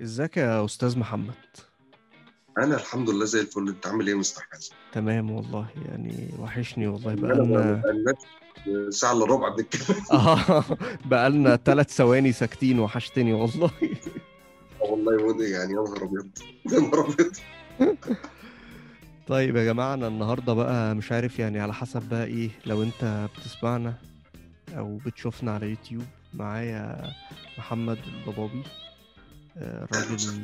ازيك يا استاذ محمد؟ انا الحمد لله زي الفل. انت عامل ايه يا مستر حازم؟ تمام والله، يعني وحشني والله. انا ما بقالنا بقالناش ساعه الا ربع بنتكلم. اه بقالنا 3 ثواني ساكتين، وحشتني والله. والله يعني يا نهار ابيض يا نهار ابيض. طيب يا جماعة، انا النهاردة بقى مش عارف، يعني على حسب بقى ايه، لو انت بتسمعنا او بتشوفنا على يوتيوب، معايا محمد الضبابي. اهلا راجل وسهلا.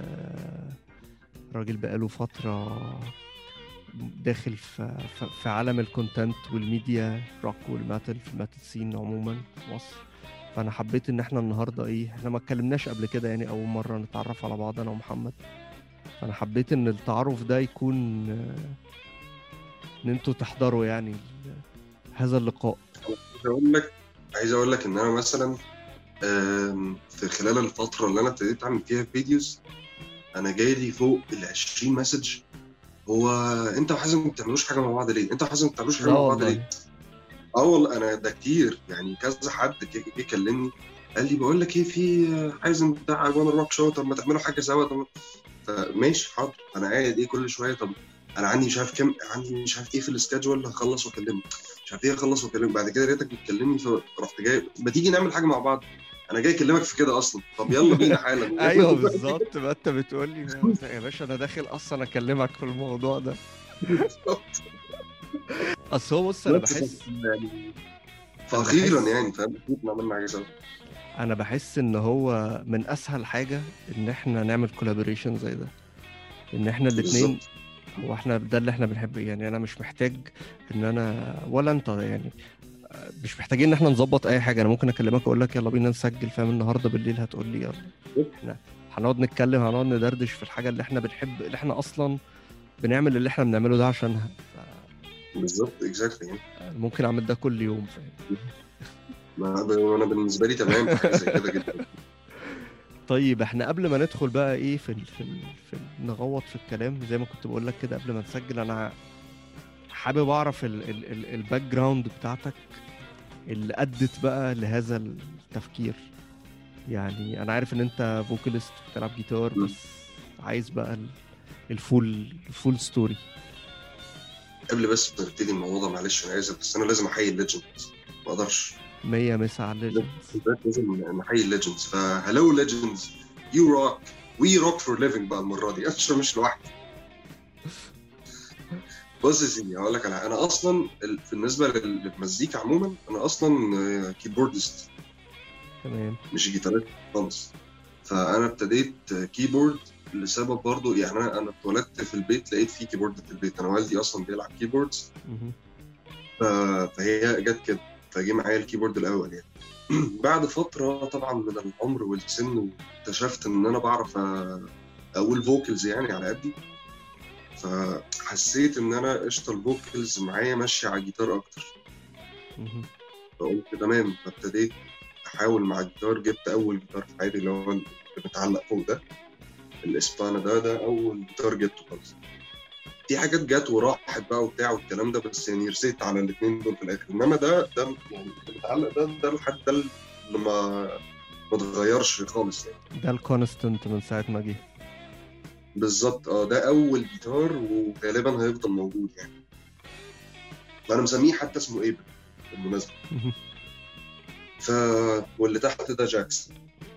راجل بقاله فترة داخل في عالم الكونتنت والميديا روك والماتل، في الماتل سين عموما في مصر. فانا حبيت ان احنا النهارده احنا ما اتكلمناش قبل كده، يعني اول مره نتعرف على بعض انا ومحمد. فانا حبيت ان التعارف ده يكون ان انتوا تحضروا يعني هذا اللقاء. عايز اقول لك ان انا مثلا في خلال الفتره اللي انا ابتديت اعمل فيها فيديوز، انا جايلي فوق ال 20 مسج. هو انت وحازم ما بتعملوش حاجه مع بعض ليه؟ انت وحازم ما بتعملوش حاجه لا مع بعض ليه؟ والله. اه والله انا ده كتير، يعني كذا حد جه كلمني قال لي بقول لك ايه، في حازم بتاع الوان الروك شو، طب ما تعملوا حاجه سوا. طب فماشي حاضر، انا قاعد ايه كل شويه. طب انا عندي مش عارف كام، عندي مش عارف ايه في السكادجول، هخلص واكلمك، مش عارف ايه هخلص واكلمك، بعد كده لقيتك بتكلمني فرحت جاي ما تيجي نعمل حاجه مع بعض. انا جاي اكلمك في كده اصلا، طب يلا بينا حالا. ايوه بالظبط، ما انت بتقول لي يا باشا انا داخل اصلا اكلمك في الموضوع ده. اصل هو بص، انا بس بحس يعني انا فاخيرا بحس يعني فاهم احنا عملنا حاجه سوا. انا بحس ان هو من اسهل حاجه ان احنا نعمل كولابوريشن زي ده، ان احنا الاتنين. بالظبط. هو احنا ده اللي احنا بنحبه، يعني انا مش محتاج ان انا ولا انت، يعني مش محتاجين ان احنا نظبط اي حاجه. انا ممكن اكلمك اقول لك يلا بينا نسجل، فاهم؟ النهارده بالليل هتقول لي يلا. احنا هنقعد نتكلم، هنقعد ندردش في الحاجه اللي احنا بنحب، اللي احنا اصلا بنعمل اللي احنا بنعمله ده عشانها. بالظبط اكزاكتلي يعني. ممكن اعمل ده كل يوم، فاهم؟ انا بالنسبه لي تمام في حاجه زي كده جدا. طيب احنا قبل ما ندخل بقى ايه نغوط في الكلام زي ما كنت بقول لك كده قبل ما نسجل، انا حابب اعرف الباك جراوند بتاعتك اللي ادت بقى لهذا التفكير. يعني انا عارف ان انت فوكاليست بتلعب جيتار، بس عايز بقى الفول ستوري. قبل بس ما نبتدي الموضوع ده، معلش انا اسف بس انا لازم احيي الليجندز. ما اقدرش. مية مسا على الليجندز. لازم نحيي الليجندز. فهلو ليجندز، يو روك، وي روك فور ليفنج بقى المره دي عشان مش لوحدي. بص يا سيدي هقول لك انا اصلا بالنسبه للمزيكا عموما انا اصلا كيبوردست، تمام. مش جيتارست خالص. فانا ابتديت كيبورد لسبب برضو، يعني انا اتولدت في البيت لقيت فيه كيبورد في البيت، انا والدي اصلا بيلعب كيبوردز. مهم. فهي جت كده، فجي معايا الكيبورد الاول يعني. بعد فتره طبعا من العمر والسن، واكتشفت ان انا بعرف اقول فوكلز يعني على قدي. فحسيت ان انا قشطه الفوكلز معايا ماشيه على الجيتار اكتر. مهم. فقلت تمام، فابتديت احاول مع الجيتار. جبت اول جيتار في حياتي اللي هو اللي متعلق فوق ده، الاسبانا. ده اول جيتار جبته خالص. في حاجات جت وراحت بقى وبتاع والكلام ده، بس يعني رسيت على الاثنين دول في الاخر. انما ده يعني اللي متعلق ده لحد ده اللي ما اتغيرش خالص يعني. ده الكونستنت من ساعة ما جه. بالظبط اه، ده اول جيتار وغالبا هيفضل موجود يعني. وانا مسميه حتى اسمه ايبل بالمناسبه. مهم. ف واللي تحت ده جاكس.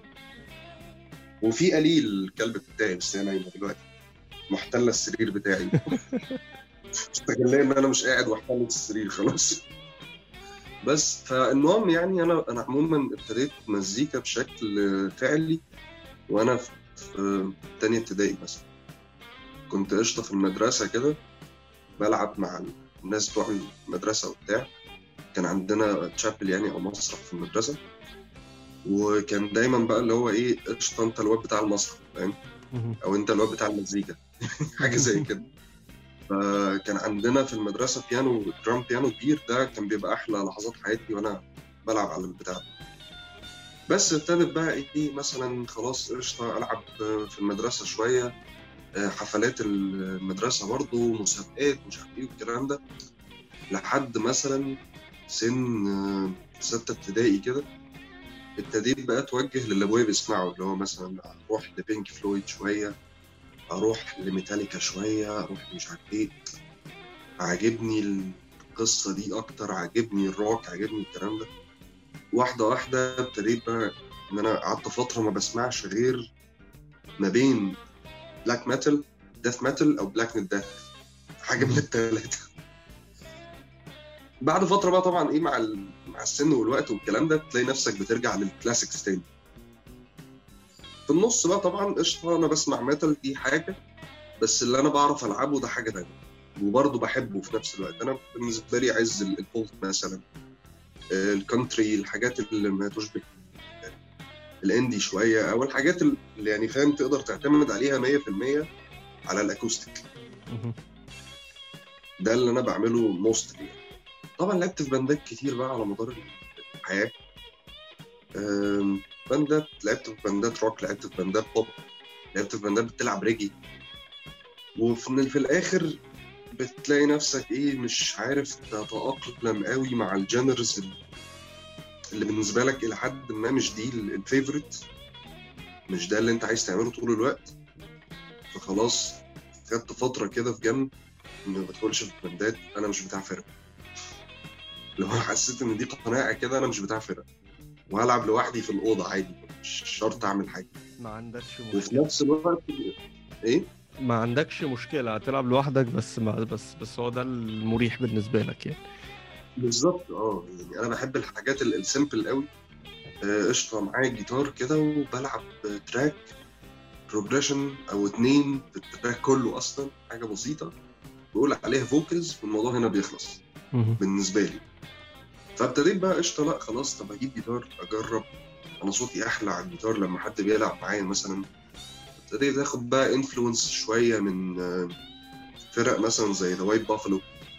وفي قليل الكلب بتاعي، بس هي نايمه دلوقتي محتله السرير بتاعي. مستغليه ان انا مش قاعد واحتلت السرير خلاص. بس فالمهم يعني انا عموما ابتديت مزيكا بشكل فعلي وانا في تانية ابتدائي مثلا. كنت قشطه في المدرسه كده، بلعب مع الناس بتوع المدرسه وبتاع. كان عندنا تشابل يعني او مسرح في المدرسه، وكان دايما بقى اللي هو ايه، قشطه انت الواد بتاع المسرح فاهم، مهم. او انت الواد بتاع المزيكا. حاجه زي كده. فكان عندنا في المدرسه بيانو، درام بيانو كبير، ده كان بيبقى احلى لحظات حياتي وانا بلعب على البتاع ده. بس ابتدت بقى ايه، مثلا خلاص قشطه العب في المدرسه شويه، حفلات المدرسه برضو، مسابقات مش عارف ايه والكلام ده، لحد مثلا سن 6 ابتدائي كده. ابتديت بقى اتوجه للي ابويا بيسمعه، اللي هو مثلا اروح لبينك فلويد شويه، اروح لميتاليكا شويه، اروح مش عارف ايه. عاجبني القصه دي اكتر، عاجبني الروك، عاجبني الكلام ده. واحده واحده ابتديت بقى ان انا قعدت فتره ما بسمعش غير ما بين بلاك ميتال، ديث ميتال، او بلاك ديث، حاجه من الثلاثه. بعد فتره بقى طبعا ايه، مع السن والوقت والكلام ده، تلاقي نفسك بترجع للكلاسيكس تاني. في النص بقى طبعا قشطه، انا بسمع ميتال دي حاجه، بس اللي انا بعرف العبه ده حاجه تانية، وبرضه بحبه في نفس الوقت. انا بالنسبه لي عايز البولت مثلا، الكونتري، الحاجات اللي ما تشبه الاندي شويه، او الحاجات اللي يعني فاهم تقدر تعتمد عليها 100% على الاكوستيك. ده اللي انا بعمله موستلي. طبعا لعبت في باندات كتير بقى على مدار الحياه. باندات، لعبت في باندات روك، لعبت في باندات بوب، لعبت في باندات بتلعب ريجي. وفي الاخر بتلاقي نفسك ايه، مش عارف تتأقلم قوي مع الجانرز اللي بالنسبه لك الى حد ما مش دي الفيفوريت، مش ده اللي انت عايز تعمله طول الوقت. فخلاص خدت فتره كده في جنب، ما بدخلش في باندات، انا مش بتاع فرق. لو حسيت ان دي قناعه كده، انا مش بتاع فرق، وهلعب لوحدي في الاوضه عادي، مش شرط اعمل حاجه. ما عندكش مشكله. وفي نفس الوقت ايه، ما عندكش مشكله هتلعب لوحدك، بس هو ده المريح بالنسبه لك يعني. بالظبط. يعني انا بحب الحاجات السيمبل قوي. قشطه، معايا جيتار كده وبلعب تراك بروجريشن او 2 في التراك كله، اصلا حاجه بسيطه بقول عليها فوكلز، والموضوع هنا بيخلص بالنسبه لي. فابتديت بقى قشطه، لا خلاص، طب اجيب جيتار اجرب، انا صوتي احلى على الجيتار لما حد بيلعب معايا مثلا. ابتديت اخد بقى انفلونس شويه من فرق مثلا زي ذا وايت بافلو.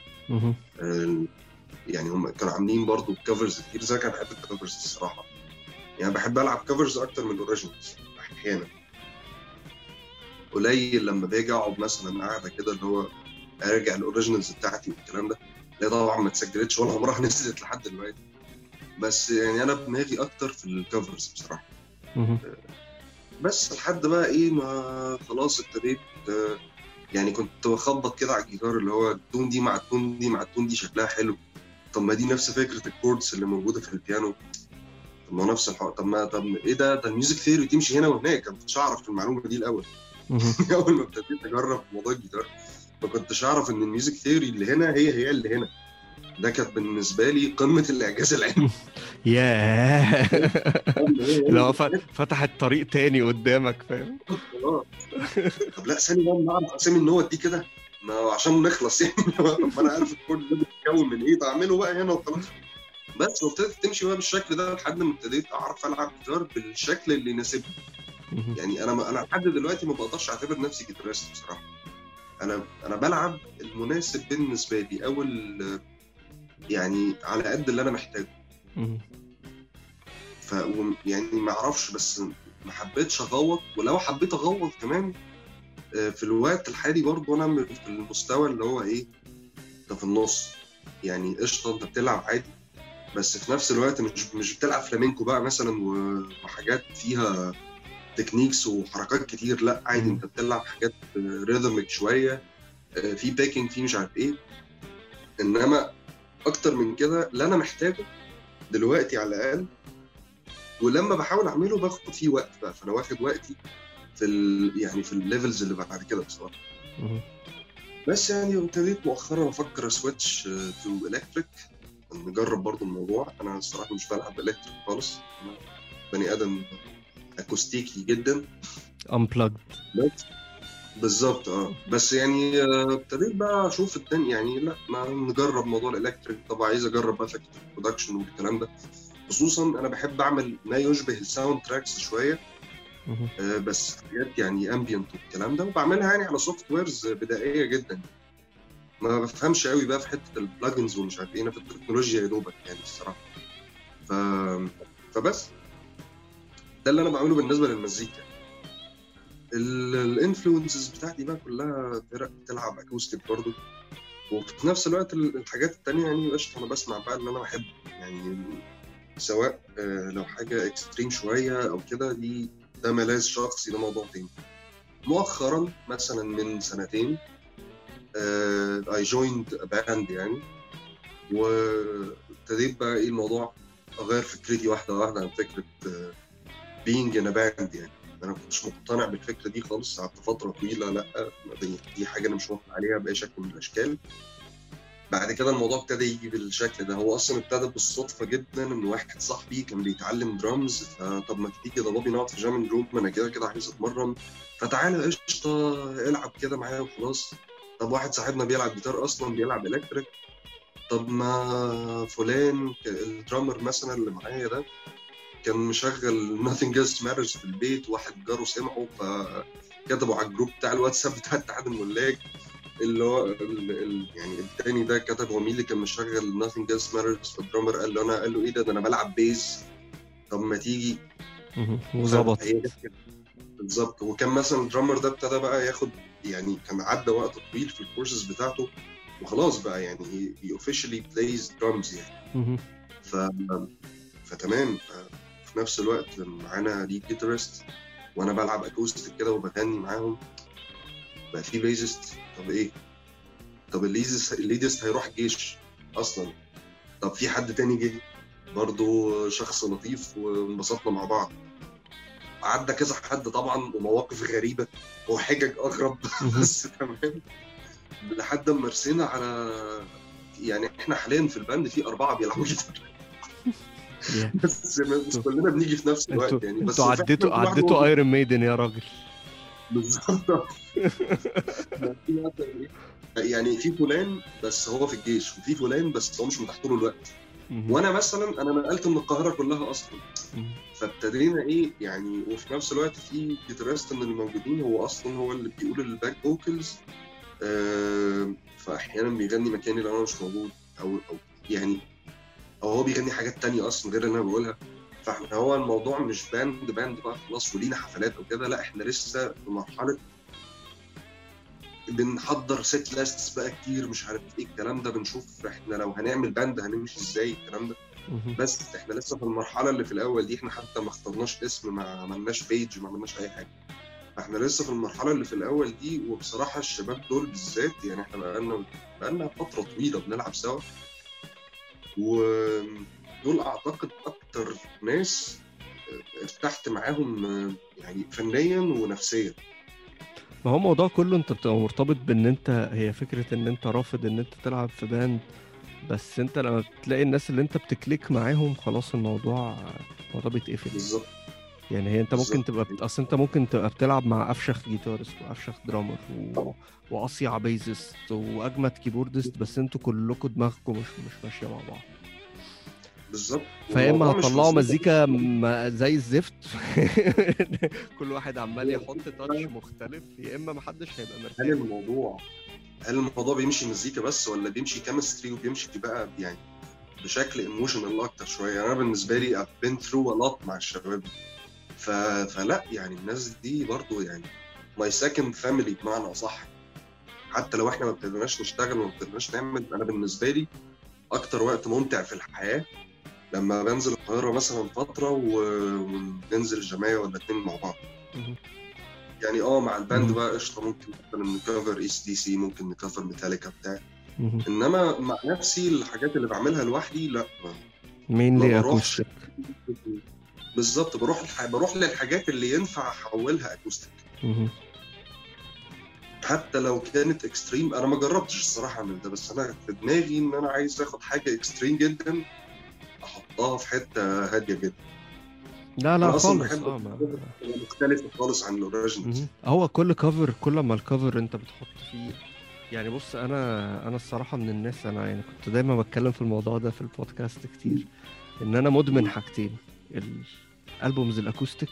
يعني هم كانوا عاملين برضو كفرز كتير، زي كان بحب الكفرز الصراحه. يعني بحب العب كفرز اكتر من الاوريجينالز احيانا. قليل لما باجي اقعد مثلا قاعده كده اللي هو ارجع الاوريجينالز بتاعتي والكلام ده، لا طبعا ما اتسجلتش ولا عمرها نزلت لحد دلوقتي. بس يعني انا دماغي اكتر في الكفرز بصراحه. بس لحد بقى ايه ما خلاص ابتديت، يعني كنت بخبط كده على الجيتار، اللي هو التون دي مع التون دي مع التون دي شكلها حلو. طب ما دي نفس فكره الكوردز اللي موجوده في البيانو. طب ما نفس الحق. طب ايه ده الميوزك ثيوري تمشي هنا وهناك. انا ما كنتش اعرف المعلومه دي الاول. اول ما ابتديت اجرب موضوع الجيتار ما كنتش اعرف ان الميوزك ثيوري اللي هنا هي اللي هنا. ده كانت بالنسبه لي قمه الاعجاز العلمي. ياه. لو فتحت طريق تاني قدامك، فاهم. طب لا ثاني بقى، نعرف اسامي النوت دي كده ما عشان نخلص يعني. طب ما انا عارف الكود ده بيتكون من ايه، تعمله بقى هنا وخلاص. بس وابتدت تمشي بقى بالشكل ده لحد ما ابتديت اعرف العب جيتار بالشكل اللي يناسبني. يعني انا لحد دلوقتي ما بقدرش اعتبر نفسي جيتارست بصراحه. انا بلعب المناسب بالنسبه لي، او يعني على قد اللي انا محتاجه. يعني ما اعرفش، بس ما حبيتش اغوط، ولو حبيت اغوط كمان في الوقت الحالي برضه انا في المستوى اللي هو ايه ده في النص. يعني قشطه انت بتلعب عادي، بس في نفس الوقت مش بتلعب فلامينكو بقى مثلا وحاجات فيها تكنيكس وحركات كتير. لا عادي، انت بتلعب حاجات ريذمك شويه، في باكينج، في مش عارف ايه. انما اكتر من كده اللي انا محتاجه دلوقتي على الاقل، ولما بحاول اعمله باخد فيه وقت بقى. فانا واخد وقتي في يعني في الليفلز اللي بعد كده بصراحه. بس يعني ابتديت مؤخرا افكر سويتش تو الكتريك، نجرب برضو الموضوع. انا الصراحه مش بلعب الكتريك خالص، انا بني ادم اكوستيكي جدا، unplugged. بالظبط. بس يعني ابتديت بقى اشوف الدنيا، يعني لا ما نجرب موضوع الالكتريك. طبعا عايز اجرب بقى فكره البرودكشن والكلام ده، خصوصا انا بحب اعمل ما يشبه الساوند تراكس شويه، بس حاجات يعني امبيانت والكلام ده، وبعملها يعني على سوفت ويرز بدائيه جدا. ما بفهمش قوي بقى في حته البلاجنز ومش عارف ايه، انا في التكنولوجيا يا دوبك يعني الصراحه. فبس ده اللي انا بعمله بالنسبه للمزيكا. الانفلونسز بتاعتي بقى كلها فرق بتلعب اكوستيك برضو، وفي نفس الوقت الحاجات التانية يعني قشطه انا بسمع بقى اللي انا بحبه. يعني سواء لو حاجه اكستريم شويه او كده، ده ملاذ شخصي، ده موضوع تاني. مؤخرا مثلا من سنتين I joined a band يعني، وابتديت بقى ايه الموضوع، اغير فكرتي واحده واحده عن فكره being in a band يعني. انا ما كنتش مقتنع بالفكره دي خالص، قعدت فتره طويله لا، دي حاجه انا مش موافق عليها باي شكل من الاشكال. بعد كده الموضوع ابتدى يجي بالشكل ده. هو اصلا ابتدى بالصدفه جدا، ان واحد صاحبي كان بيتعلم درامز، فطب ما تيجي يا بابي نقعد في جامن روم، انا كده كده عايز اتمرن، فتعالى قشطه العب كده معايا وخلاص. طب واحد صاحبنا بيلعب جيتار اصلا، بيلعب الكتريك، طب ما فلان الدرامر مثلا اللي معايا ده كان مشغل nothing else matters في البيت، واحد جاره سمعه فكتبوا على الجروب بتاع الواتساب بتاع اتحاد الملاك، اللي هو يعني التاني ده كتب هو مين اللي كان مشغل nothing else matters، فالدرامر قال له ايه ده انا بلعب بيز، طب ما تيجي. وظبط. هي بالظبط. وكان مثلا الدرامر ده ابتدى بقى ياخد، يعني كان عدى وقت طويل في الكورسز بتاعته وخلاص بقى، يعني he officially plays drums يعني. فتمام. في نفس الوقت معانا ليد جيتارست، وانا بلعب اكوستيك كده وبغني معاهم، بقى في بيزست. طب ايه، طب الليدست هيروح الجيش اصلا، طب في حد تاني جه برضو شخص لطيف وانبسطنا مع بعض. عدى كذا حد طبعا، ومواقف غريبه وحجج اغرب بس تمام. لحد ما رسينا على، يعني احنا حاليا في الباند في 4 بيلعبوا جيتار بس مش كلنا بنيجي في نفس الوقت يعني. بس انتوا عديتوا ايرون ميدن يا راجل. بالظبط. يعني في فلان بس هو في الجيش، وفي فلان بس هو مش متاح طول الوقت. وانا مثلا انا نقلت من القاهره كلها اصلا، فابتدينا ايه يعني. وفي نفس الوقت في جيتارست من الموجودين هو اصلا هو اللي بيقول الباك فوكلز، فاحيانا بيغني مكاني لو انا مش موجود، او يعني او هو بيغني حاجات تانية اصلا غير اللي انا بقولها. فاحنا هو الموضوع مش باند بقى خلاص ولينا حفلات او كده، لا احنا لسه في مرحله بنحضر سيت لاستس بقى كتير، مش عارف ايه الكلام ده، بنشوف احنا لو هنعمل باند هنمشي ازاي الكلام ده. بس احنا لسه في المرحله اللي في الاول دي، احنا حتى ما اخترناش اسم، ما عملناش بيج، ما عملناش اي حاجه. احنا لسه في المرحله اللي في الاول دي. وبصراحه الشباب دول بالذات يعني احنا بقالنا فتره طويله بنلعب سوا، ودول اعتقد اكتر ناس ارتحت معاهم يعني فنيا ونفسيا. ما هو الموضوع كله انت بتبقى مرتبط بان انت، هي فكرة ان انت رافض ان انت تلعب في باند، بس انت لما بتلاقي الناس اللي انت بتكليك معاهم خلاص الموضوع بيتقفل. بالظبط. يعني هي انت ممكن تبقى اصل انت ممكن تبقى بتلعب مع افشخ جيتارست وافشخ درامر واصيع بيزست واجمد كيبوردست، بس انتوا كلكم دماغكم مش ماشيه مع بعض. بالظبط. فيا اما هتطلعوا مزيكا زي الزفت كل واحد عمال يحط تاتش مختلف، يا اما محدش هيبقى مرتاح. هل الموضوع بيمشي مزيكا بس، ولا بيمشي كيمستري وبيمشي بقى يعني بشكل ايموشنال اكتر شويه؟ انا بالنسبه لي I've been through a lot مع الشباب، فلا يعني الناس دي برضو يعني my second family بمعنى اصح. حتى لو احنا ما ابتديناش نشتغل وما ابتديناش نعمل، انا بالنسبه لي اكتر وقت ممتع في الحياه لما بنزل القاهره مثلا فتره وننزل جماعه ولا 2 مع بعض. يعني مع الباند بقى قشطه، ممكن مثلا نكفر ECDC، ممكن نكفر ميتاليكا بتاع. انما مع نفسي الحاجات اللي بعملها لوحدي لا، مين لي اكوستيك. بالظبط. بروح للحاجات اللي ينفع احولها اكوستيك. حتى لو كانت اكستريم، انا ما جربتش الصراحه اعمل ده، بس انا في دماغي ان انا عايز اخد حاجه اكستريم جدا احطها في حته هاديه جدا. لا خالص. مختلفه خالص عن الاوريجينال. هو كل ما الكفر انت بتحط فيه، يعني بص انا الصراحه من الناس، انا يعني كنت دايما بتكلم في الموضوع ده في البودكاست كتير، ان انا مدمن حاجتين: الالبومز الاكوستيك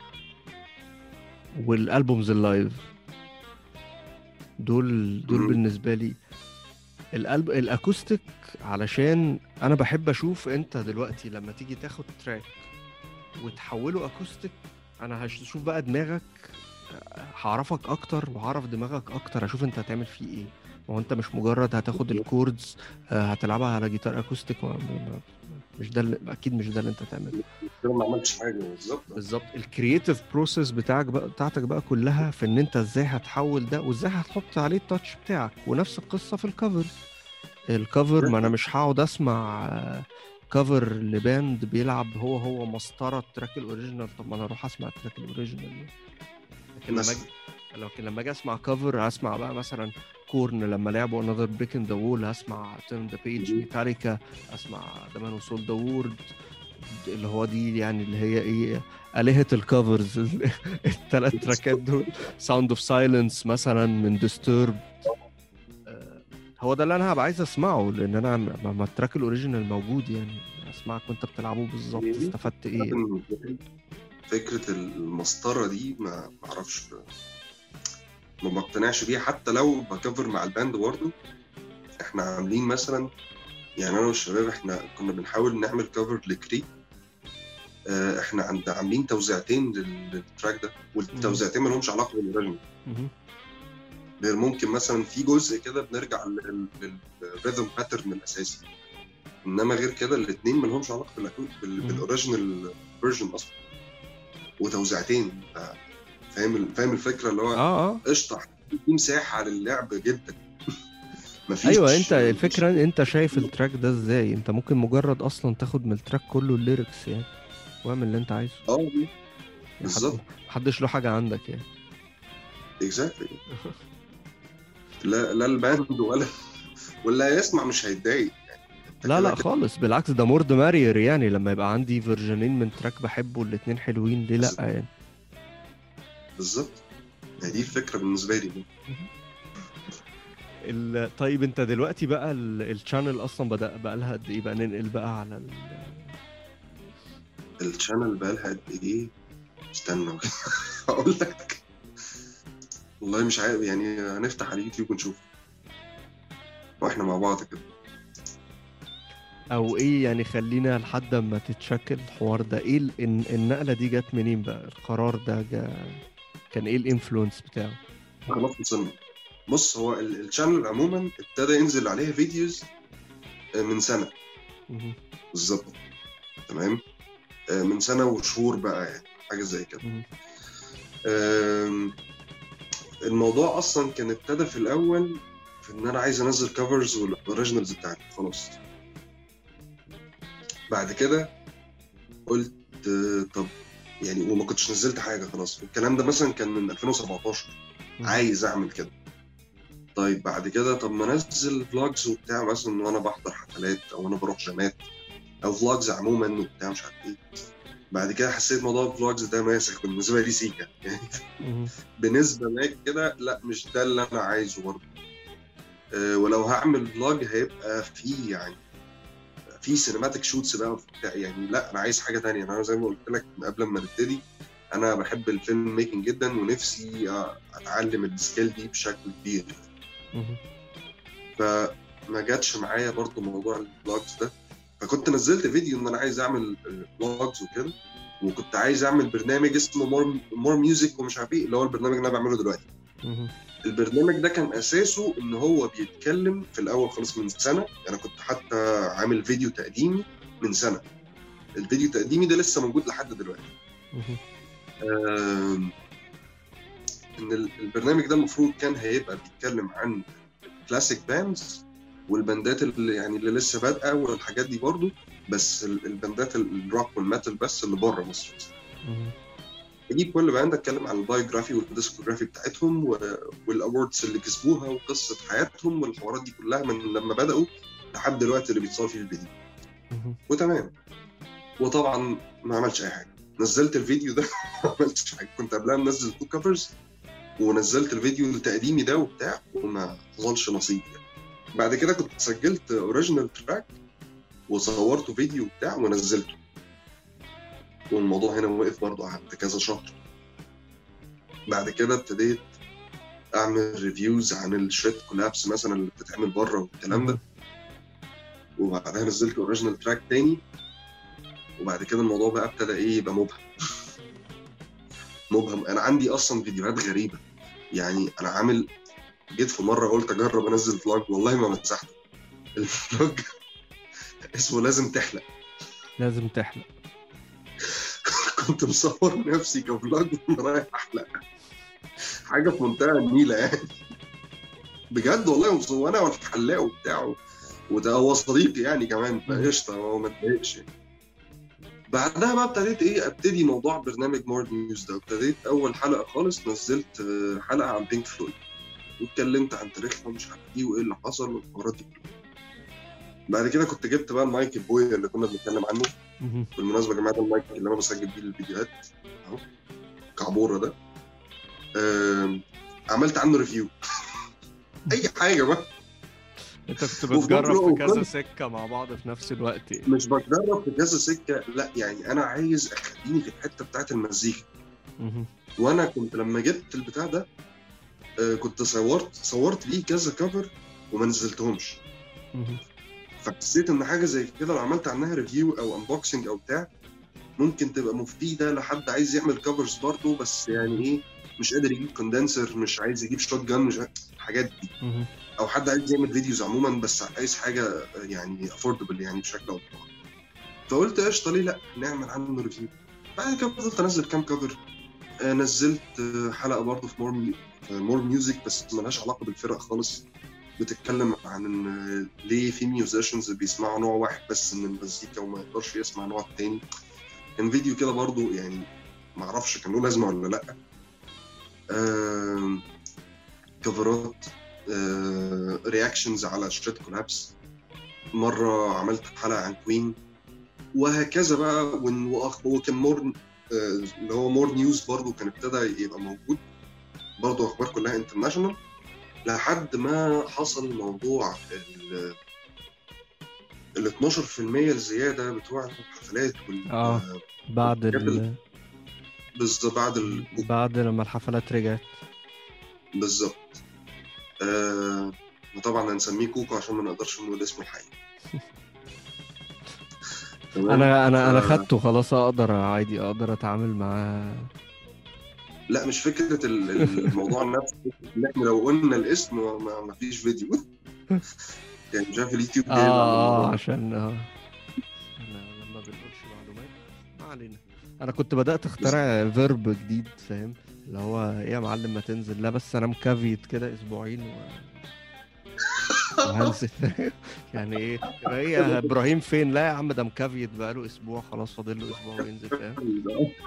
والالبومز اللايف. دول بالنسبه لي الاكوستيك، علشان انا بحب اشوف انت دلوقتي لما تيجي تاخد تراك وتحوله اكوستيك، انا هشوف بقى دماغك، هعرفك اكتر وهعرف دماغك اكتر، اشوف انت هتعمل فيه ايه. ما هو انت مش مجرد هتاخد الكوردز هتلعبها على جيتار اكوستيك مش ده اللي اكيد مش ده اللي انت تعمله. كده ما عملتش حاجه. بالظبط. الكرييتيف بروسيس بتاعتك بقى كلها في ان انت ازاي هتحول ده وازاي هتحط عليه التاتش بتاعك. ونفس القصه في الكفرز. الكفر ما انا مش هقعد اسمع كفر لباند بيلعب هو مسطره التراك الاوريجينال. طب ما انا اروح اسمع التراك الاوريجينال. لكن لما اجي اسمع كفر هسمع بقى مثلا كورن لما لعبوا Another Brick in the Wall، هسمع Turn the Page ميتاليكا، اسمع The Man Who Sold the World، اللي هو دي يعني اللي هي ايه آلهة الكفرز. الثلاث تراكات دول Sound of Silence مثلا من Disturbed. هو ده اللي انا هبقى عايز اسمعه، لان انا ما التراك الاوريجينال موجود يعني، اسمعك وانت بتلعبه بالظبط استفدت ايه. فكرة المسطرة دي ما اعرفش، ما بقتنعش بيها. حتى لو بكفر مع الباند برضه، احنا عاملين مثلا يعني انا والشباب احنا كنا بنحاول نعمل كفر لكري. احنا عاملين توزيعتين للتراك ده، والتوزيعتين ما لهمش علاقة بالأوريجينال. ممكن مثلا في جزء كده بنرجع للريذم باترن الاساسي، انما غير كده الاثنين ما لهمش علاقه بالاوريجينال فيرجن اصلا، وتوزيعتين. فاهم الفكره اللي هو قشطه في مساحه للعب جدا. مفيش. ايوه انت الفكره انت شايف التراك ده ازاي. انت ممكن مجرد اصلا تاخد من التراك كله الليركس يعني واعمل اللي انت عايزه. بالظبط. محدش له حاجه عندك يعني. اكزاكتلي. لا الباند ولا يسمع مش هيتضايق يعني. لا خالص، بالعكس ده مورد مارير يعني. لما يبقى عندي فيرجنين من تراك بحبه الاتنين حلوين ليه لا يعني. بالظبط. دي الفكره بالنسبه لي. طيب انت دلوقتي بقى الشانل اصلا بقى لها قد ايه بقى؟ ننقل بقى على الشانل بقى لها قد ايه؟ استنى اقول لك والله مش عارف يعني. هنفتح على اليوتيوب ونشوف واحنا مع بعض كده او ايه يعني. خلينا لحد ما تتشكل الحوار ده. ايه النقله دي جت منين بقى؟ القرار ده كان ايه الانفلونس بتاعه؟ خلاص وصلنا. بص هو الشانل عموما ابتدى ينزل عليها فيديوز من سنه بالظبط. تمام. من سنه وشهور بقى يعني، حاجه زي كده. الموضوع اصلا كان ابتدى في الاول في ان انا عايز انزل كفرز والاوريجينالز بتاعتي خلاص. بعد كده قلت طب يعني، وما كنتش نزلت حاجه خلاص. الكلام ده مثلا كان من 2017. عايز اعمل كده. طيب بعد كده طب ما انزل فلوجز وبتاع مثلا وانا بحضر حفلات او انا بروح جامات، او فلوجز عموما وبتاع مش عارف ايه. بعد كده حسيت موضوع الفلوجز ده ماسك بالنسبه لي سيكا يعني. بنسبه ما كده لا مش ده اللي انا عايزه برضه. ولو هعمل فلوج هيبقى فيه يعني في سينماتيك شوتس بقى يعني. لا انا عايز حاجه تانية. انا زي ما قلت لك قبل ما نبتدي، انا بحب الفيلم ميكنج جدا ونفسي اتعلم السكيل دي بشكل كبير. فما جاتش معايا برضو موضوع الفلوجز ده. فكنت نزلت فيديو ان انا عايز اعمل فلوجز وكده، وكنت عايز اعمل برنامج اسمه مور ميوزك ومش عارف ايه، اللي هو البرنامج اللي انا بعمله دلوقتي. البرنامج ده كان اساسه ان هو بيتكلم في الاول خالص من سنه. انا كنت حتى عامل فيديو تقديمي من سنه. الفيديو التقديمي ده لسه موجود لحد دلوقتي. ان البرنامج ده المفروض كان هيبقى بيتكلم عن كلاسيك باندز والباندات اللي يعني اللي لسه بادئه والحاجات دي برضو، بس الباندات الروك والميتال بس اللي بره مصر. اجيب كل باند اتكلم عن البايوجرافي والديسكوجرافي بتاعتهم والاووردز اللي كسبوها وقصه حياتهم والحوارات دي كلها من لما بداوا لحد دلوقتي اللي بيتصور فيه الفيديو. وتمام. وطبعا ما عملتش اي حاجه. نزلت الفيديو ده ما عملتش حاجه. كنت قبلها منزل 2 كفرز ونزلت الفيديو التقديمي ده وبتاع، وما حصلش نصيب يعني. بعد كده كنت سجلت اوريجينال تراك وصورته فيديو بتاع ونزلته، والموضوع هنا وقف برضه. قعدت كذا شهر. بعد كده ابتديت اعمل ريفيوز عن الشريت كولابس مثلا اللي بتتعمل بره والكلام ده، وبعدها نزلت اوريجينال تراك تاني. وبعد كده الموضوع بقى ابتدى ايه يبقى مبهم. انا عندي اصلا فيديوهات غريبه يعني. انا عامل جيت في مره قلت اجرب انزل فلوج، والله ما مسحته. الفلوج اسمه لازم تحلق. لازم تحلق. كنت مصور نفسي كفلوج وانا رايح احلق، حاجه في منتهى النيله يعني بجد والله. وانا والحلاق وبتاعه، وده هو صديقي يعني كمان، فقشطه هو ما اتضايقش يعني. بعدها بقى ابتديت ابتدي موضوع برنامج مور نيوز ده. ابتديت اول حلقه خالص نزلت حلقه عن بينك فلويد، واتكلمت عن تاريخهم ومش عارف ايه وايه اللي حصل والحوارات دي. بعد كده كنت جبت بقى المايك البوي اللي كنا بنتكلم عنه. بالمناسبه يا جماعه ده المايك اللي انا بسجل بيه الفيديوهات اهو، كعبوره ده. عملت عنه ريفيو اي حاجه بقى. انت كنت بتجرب في كذا سكه مع بعض في نفس الوقت يعني. مش بجرب في كذا سكه، لا يعني انا عايز اخليني في الحته بتاعت المزيكا. وانا كنت لما جبت البتاع ده كنت صورت ليه كذا كفر وما نزلتهمش. فحسيت ان حاجه زي كده لو عملت عنها ريفيو او انبوكسنج او بتاع ممكن تبقى مفيده لحد عايز يعمل كفرز برضه، بس يعني ايه مش قادر يجيب كوندنسر، مش عايز يجيب شوت جان، مش الحاجات دي. او حد عايز يعمل فيديوز عموما بس عايز حاجه يعني افوردبل يعني بشكل او باخر. فقلت قشطه ليه لا نعمل عنه ريفيو. بعد كده فضلت انزل كام كفر. نزلت حلقه برضه في مور ميوزك بس ملهاش علاقه بالفرق خالص، بتتكلم عن ليه في ميوزيشنز بيسمعوا نوع واحد بس من المزيكا وما يقدرش يسمع نوع تاني. كان فيديو كده برضو يعني معرفش كان له لازمه ولا لا. كفرات، رياكشنز على شريت كولابس. مره عملت حلقه عن كوين وهكذا بقى. وكان مور اللي هو مور نيوز برضو كان ابتدى يبقى موجود برضو، اخبار كلها انترناشونال، لحد ما حصل موضوع ال 12% الزياده بتوع الحفلات بعد لما الحفلات رجعت بالظبط. وطبعا هنسميه كوكو عشان ما نقدرش نقول اسمه الحقيقي. انا خدته خلاص، اقدر اتعامل معاه. لا مش فكره الموضوع نفسه، ان احنا لو قلنا الاسم ما فيش فيديو يعني مش عارف اليوتيوب عشان لما بنقولش معلومات ما علينا. انا كنت بدات اخترع فيرب جديد فاهم، اللي هو ايه يا معلم ما تنزل، لا بس انا مكافيت كده اسبوعين وهنزل يعني ايه يا ابراهيم فين؟ لا يا عم ده مكافيت بقاله اسبوع، خلاص فاضل له اسبوع وينزل فاهم.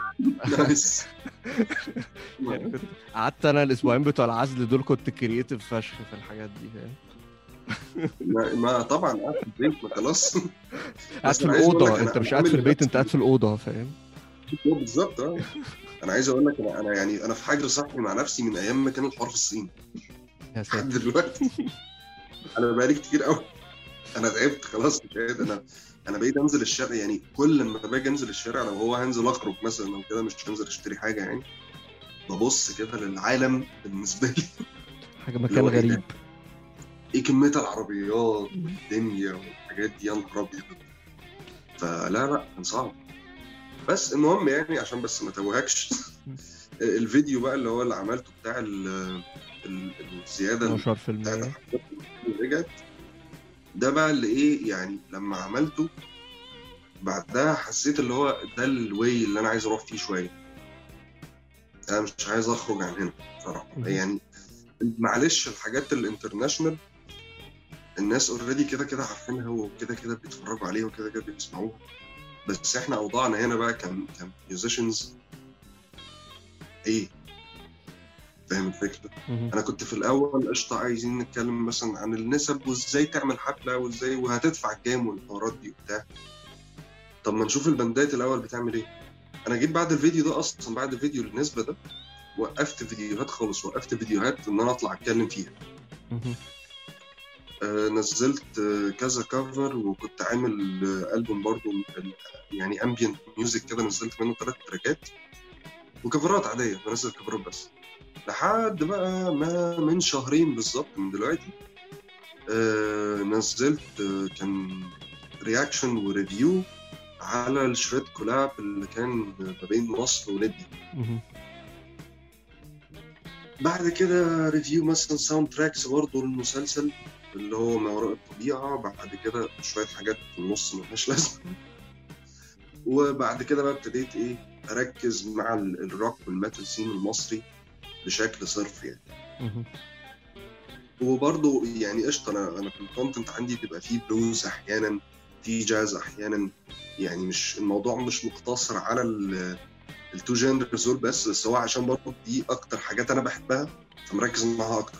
يعني كنت قعدت انا الاسبوعين بتوع العزل دول كنت كرييتيف فشخ في الحاجات دي فاهم. ما طبعا قاعد في البيت، ما خلاص قاعد في الاوضه، انت مش قاعد في البيت، انت قاعد في الاوضه فاهم بالظبط. انا عايز اقول لك انا يعني انا في حجر صحي مع نفسي من ايام ما كان الحوار في الصين لحد دلوقتي. انا بقالي كتير قوي، انا تعبت خلاص مش قادر. انا بقيت انزل الشارع، يعني كل ما باجي انزل الشارع لو هو هنزل اخرج مثلا او كده مش هنزل اشتري حاجه يعني، ببص كده للعالم بالنسبه لي حاجه مكان غريب. ايه كميه العربيات والدنيا والحاجات دي، يا نهار ابيض. فلا كان صعب. بس المهم يعني عشان بس ما توهكش الفيديو بقى اللي هو اللي عملته بتاع الزياده 12% رجعت ده بقى اللي ايه يعني لما عملته بعدها حسيت اللي هو ده الواي اللي انا عايز اروح فيه شويه. انا مش عايز اخرج عن هنا صراحه يعني. معلش الحاجات الانترناشنال الناس اوريدي كده كده عارفينها وكده كده بيتفرجوا عليها وكده كده بيسمعوها، بس احنا اوضاعنا هنا بقى كميوزيشنز ايه فاهم الفكره. انا كنت في الاول قشطه عايزين نتكلم مثلا عن النسب وازاي تعمل حفله وازاي وهتدفع كام والحوارات دي وبتاع. طب ما نشوف البندات الاول بتعمل ايه. انا جيت بعد الفيديو ده اصلا، بعد فيديو النسبه ده وقفت فيديوهات خالص، وقفت فيديوهات ان انا اطلع اتكلم فيها. نزلت كذا كفر، وكنت عامل ألبوم برضو يعني امبيانت ميوزك كده، نزلت منه 3 تراكات وكفرات عاديه، بنزل كفرات بس. لحد بقى ما من شهرين بالظبط من دلوقتي نزلت كان رياكشن وريفيو على الشريت كولاب اللي كان ما بين مصر وليبيا. بعد كده ريفيو مثلا ساوند تراكس برضه للمسلسل اللي هو ما وراء الطبيعة. بعد كده شوية حاجات في النص ملهاش لازمة. وبعد كده بقى ابتديت اركز مع الروك والميتال سين المصري بشكل صرف يعني. وبرضه يعني قشطه، انا في الكونتنت عندي بيبقى فيه بلوز احيانا، في جاز احيانا، يعني مش الموضوع مش مقتصر على التو جينرز دول بس هو عشان برضه دي اكتر حاجات انا بحبها فمركز معاها اكتر.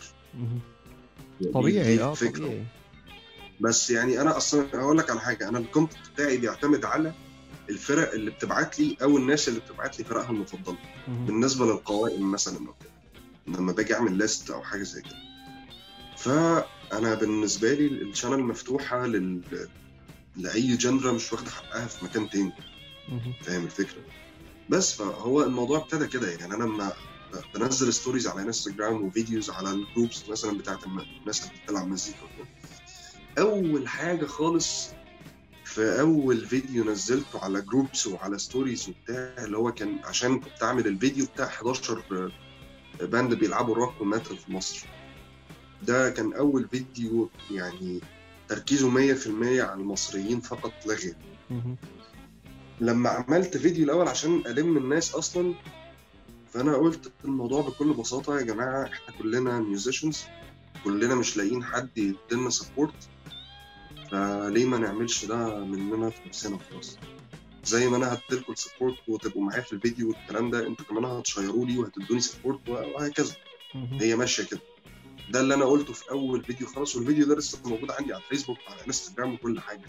طبيعي فكرة. طبيعي. بس يعني انا اصلا هقول لك على حاجه، انا الكونتنت بتاعي بيعتمد على الفرق اللي بتبعت لي او الناس اللي بتبعت لي فرقها المفضله. بالنسبه للقوائم مثلا او كده لما باجي اعمل ليست او حاجه زي كده، فانا بالنسبه لي الشانل مفتوحه لاي جنرا مش واخده حقها في مكان تاني. فاهم الفكره؟ بس فهو الموضوع ابتدى كده يعني. انا لما بنزل ستوريز على انستجرام وفيديوز على الجروبس مثلا بتاعت الناس اللي بتلعب مزيكا وكده، اول حاجه خالص في اول فيديو نزلته على جروبس وعلى ستوريز وبتاع، اللي هو كان عشان كنت اعمل الفيديو بتاع 11 باند بيلعبوا روك وميتال في مصر. ده كان اول فيديو يعني تركيزه 100% على المصريين فقط لا غير. لما عملت فيديو الاول عشان الم الناس اصلا، فانا قلت الموضوع بكل بساطه يا جماعه، احنا كلنا ميوزيشنز، كلنا مش لاقيين حد يدينا سبورت، فليه ما نعملش ده مننا في نفسنا خلاص. زي ما انا هديلكم السبورت وتبقوا معايا في الفيديو والكلام ده، انتوا كمان هتشيروا لي وهتدوني سبورت وهكذا. هي ماشيه كده. ده اللي انا قلته في اول فيديو خلاص، والفيديو ده لسه موجود عندي على الفيسبوك وعلى انستجرام وكل حاجه.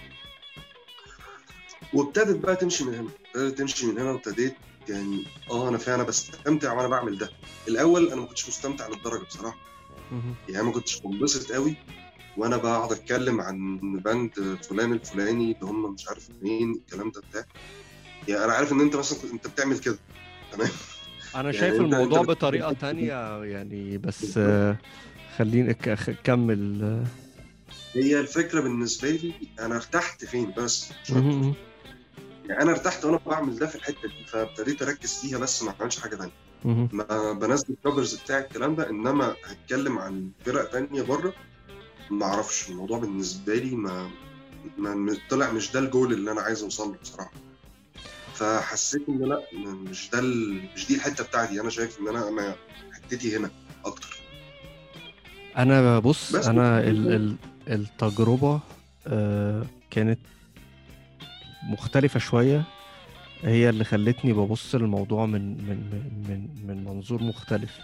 وابتدت بقى تمشي من هنا وابتديت يعني انا فعلا بستمتع وانا بعمل ده. الاول انا ما كنتش مستمتع للدرجه بصراحه، يعني ما كنتش بنبسط قوي وانا بقعد اتكلم عن باند فلان الفلاني اللي هم مش عارف مين الكلام ده بتاع. يعني انا عارف ان انت مثلا انت بتعمل كده تمام. انا شايف يعني الموضوع بطريقه تانية يعني، بس خليني اكمل. هي الفكره بالنسبه لي انا ارتحت فين بس يعني انا ارتحت وانا بعمل ده في الحته دي، فابتديت اركز فيها بس ما اعملش حاجه ثانيه. ما بنزل الكفرز بتاع الكلام ده، انما هتكلم عن فرق ثانيه بره ما اعرفش. الموضوع بالنسبه لي ما طلع مش ده الجول اللي انا عايز اوصل له بصراحه. فحسيت ان لا، مش دي الحته بتاعتي. انا شايف ان انا حتتي هنا اكتر. انا بص، انا التجربه كانت مختلفه شويه، هي اللي خلتني ببص للموضوع من منظور مختلف.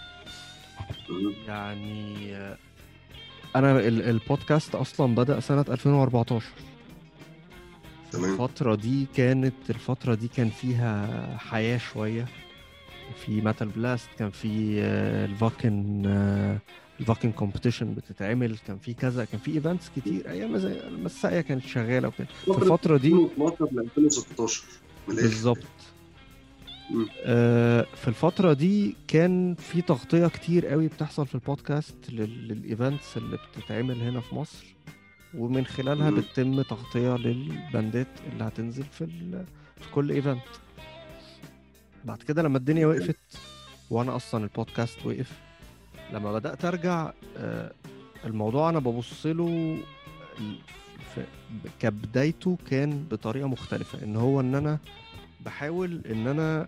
يعني انا البودكاست اصلا بدأ سنه 2014. الفتره دي كان فيها حياه شويه. في ميتال بلاست، كان في الفاكن كومبيتيشن بتتعمل، كان في كذا، كان في ايفنتس كتير، ايام زي المسائيه كانت شغاله وكده. في الفتره دي 2012 ل 2016 بالظبط. في الفتره دي كان في تغطيه كتير قوي بتحصل في البودكاست للايفنتس اللي بتتعمل هنا في مصر، ومن خلالها بتتم تغطيه للباندات اللي هتنزل في كل ايفنت. بعد كده لما الدنيا وقفت وانا اصلا البودكاست وقف، لما بدأت ارجع الموضوع انا ببص له كبدايته كان بطريقة مختلفة، ان هو ان انا بحاول ان انا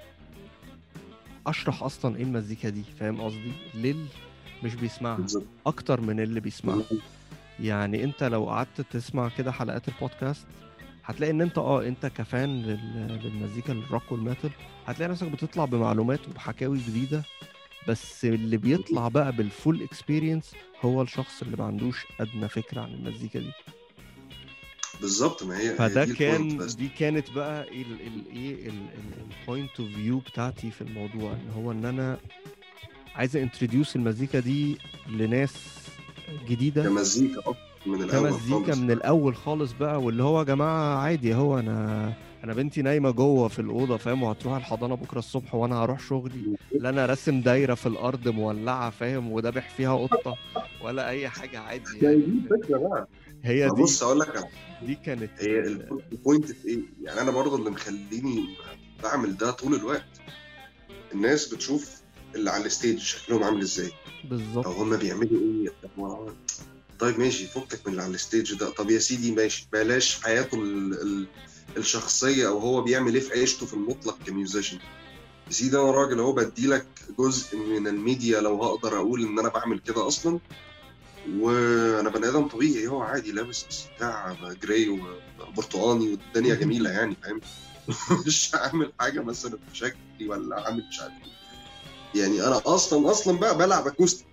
اشرح اصلا ايه المزيكا دي، فاهم قصدي؟ مش بيسمعها اكتر من اللي بيسمعها. يعني انت لو قعدت تسمع كده حلقات البودكاست هتلاقي ان انت كفان للمزيكا الروك والميتال هتلاقي نفسك بتطلع بمعلومات وبحكاوي جديدة، بس اللي بيطلع بقى بالفول اكسبيرينس هو الشخص اللي ما عندوش ادنى فكرة عن المزيكا دي. بالظبط. ما هي فده دي كانت بقى البوينت اوف فيو بتاعتي في الموضوع، ان هو ان انا عايز انتروديوس المزيكا دي لناس جديدة كمزيكا من الاول خالص بقى. واللي هو يا جماعه عادي، هو انا بنتي نايمه جوه في الاوضه، فاهم، وهتروح الحضانه بكره الصبح وانا هروح شغلي، لا انا راسم دايره في الارض مولعه، فاهم، وذابح فيها قطه ولا اي حاجه، عادي يعني. دي الفكره بقى. هي دي. بص اقول لك دي كانت هي البوينت في ايه. يعني انا برضه اللي مخليني بعمل ده طول الوقت، الناس بتشوف اللي على الستيج شكلهم عامل ازاي بالظبط، او هم بيعملوا ايه. طيب ماشي، فكك من اللي على الستيج ده. طب يا سيدي ماشي، بلاش حياته الشخصيه او هو بيعمل ايه في عيشته في المطلق كميوزيشن. يا سيدي انا راجل اهو بديلك جزء من الميديا لو هقدر اقول ان انا بعمل كده اصلا، وانا بني ادم طبيعي هو عادي لابس بتاع جراي وبرتقاني والدنيا جميله يعني فاهم. مش هعمل حاجه مثلا في شكلي ولا عامل مش عارف يعني. انا اصلا بقى بلعب اكوستيك.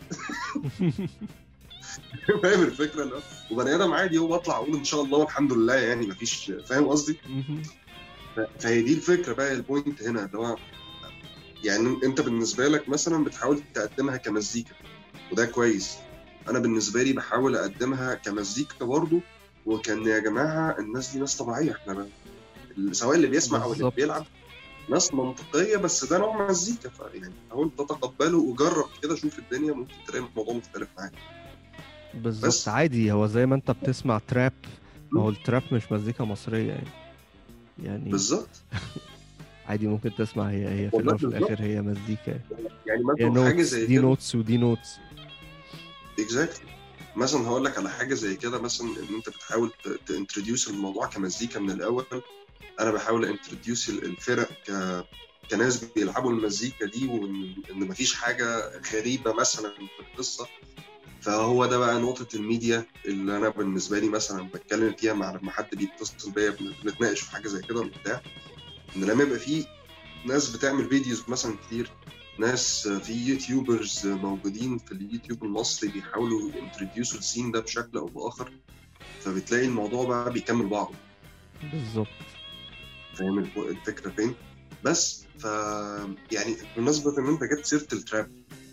فاهم الفكره اللي هو وبني ادم عادي هو بطلع اقول ان شاء الله والحمد لله يعني مفيش، فاهم قصدي. فهي دي الفكره بقى، البوينت هنا اللي هو يعني انت بالنسبه لك مثلا بتحاول تقدمها كمزيكا وده كويس. انا بالنسبه لي بحاول اقدمها كمزيكا برضه، وكان يا جماعه الناس دي ناس طبيعيه، احنا سواء اللي بيسمع او اللي بالظبط. بيلعب ناس منطقيه، بس ده نوع مزيكا، فيعني حاول تتقبله وجرب كده، شوف الدنيا ممكن تلاقي الموضوع مختلف معاك. بالظبط بس عادي، هو زي ما انت بتسمع تراب، ما هو التراب مش مزيكا مصرية يعني بالظبط عادي ممكن تسمع، هي في والله الأول وفي بالظبط. الآخر هي مزيكا، يعني هي مثلا حاجه نوتس، زي دي كده نوتس ودي نوتس. اكزاكتلي. مثلا هقول لك على حاجه زي كده، مثلا ان انت بتحاول تانتروديوس الموضوع كمزيكا من الاول. انا بحاول انتروديوس الفرق كناس بيلعبوا المزيكا دي، وان مفيش حاجه غريبه مثلا في القصه. فهو ده بقى نقطه الميديا اللي انا بالنسبه لي مثلا بتكلم فيها مع لما حد بيتصل بيا بنتناقش في حاجه زي كده ولا بتاع. ان لما يبقى في ناس بتعمل فيديوز مثلا كتير، ناس في يوتيوبرز موجودين في اليوتيوب المصري بيحاولوا ينتروديوسوا السين ده بشكل او باخر، فبتلاقي الموضوع بقى بيكمل بعضه. بالظبط. فاهم الفكره فين؟ بس يعني بمناسبه ان انت جبت سيره التراب،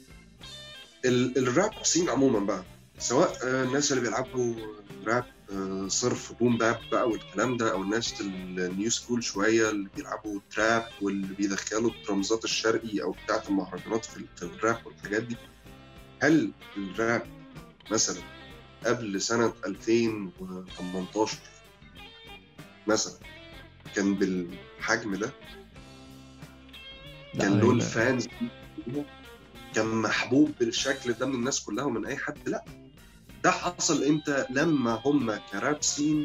الراب سين عموما بقى، سواء الناس اللي بيلعبوا راب صرف بوم باب بقى والكلام ده، او الناس النيو سكول شويه اللي بيلعبوا تراب واللي بيدخلوا الدرامزات الشرقي او بتاعه المهرجانات في الراب والحاجات دي. هل الراب مثلا قبل سنه 2018 مثلا كان بالحجم ده؟ لا كان له هي الفانز دي؟ كان محبوب بالشكل ده من الناس كلها ومن اي حد؟ لا، ده حصل امتى؟ لما هم كراب سين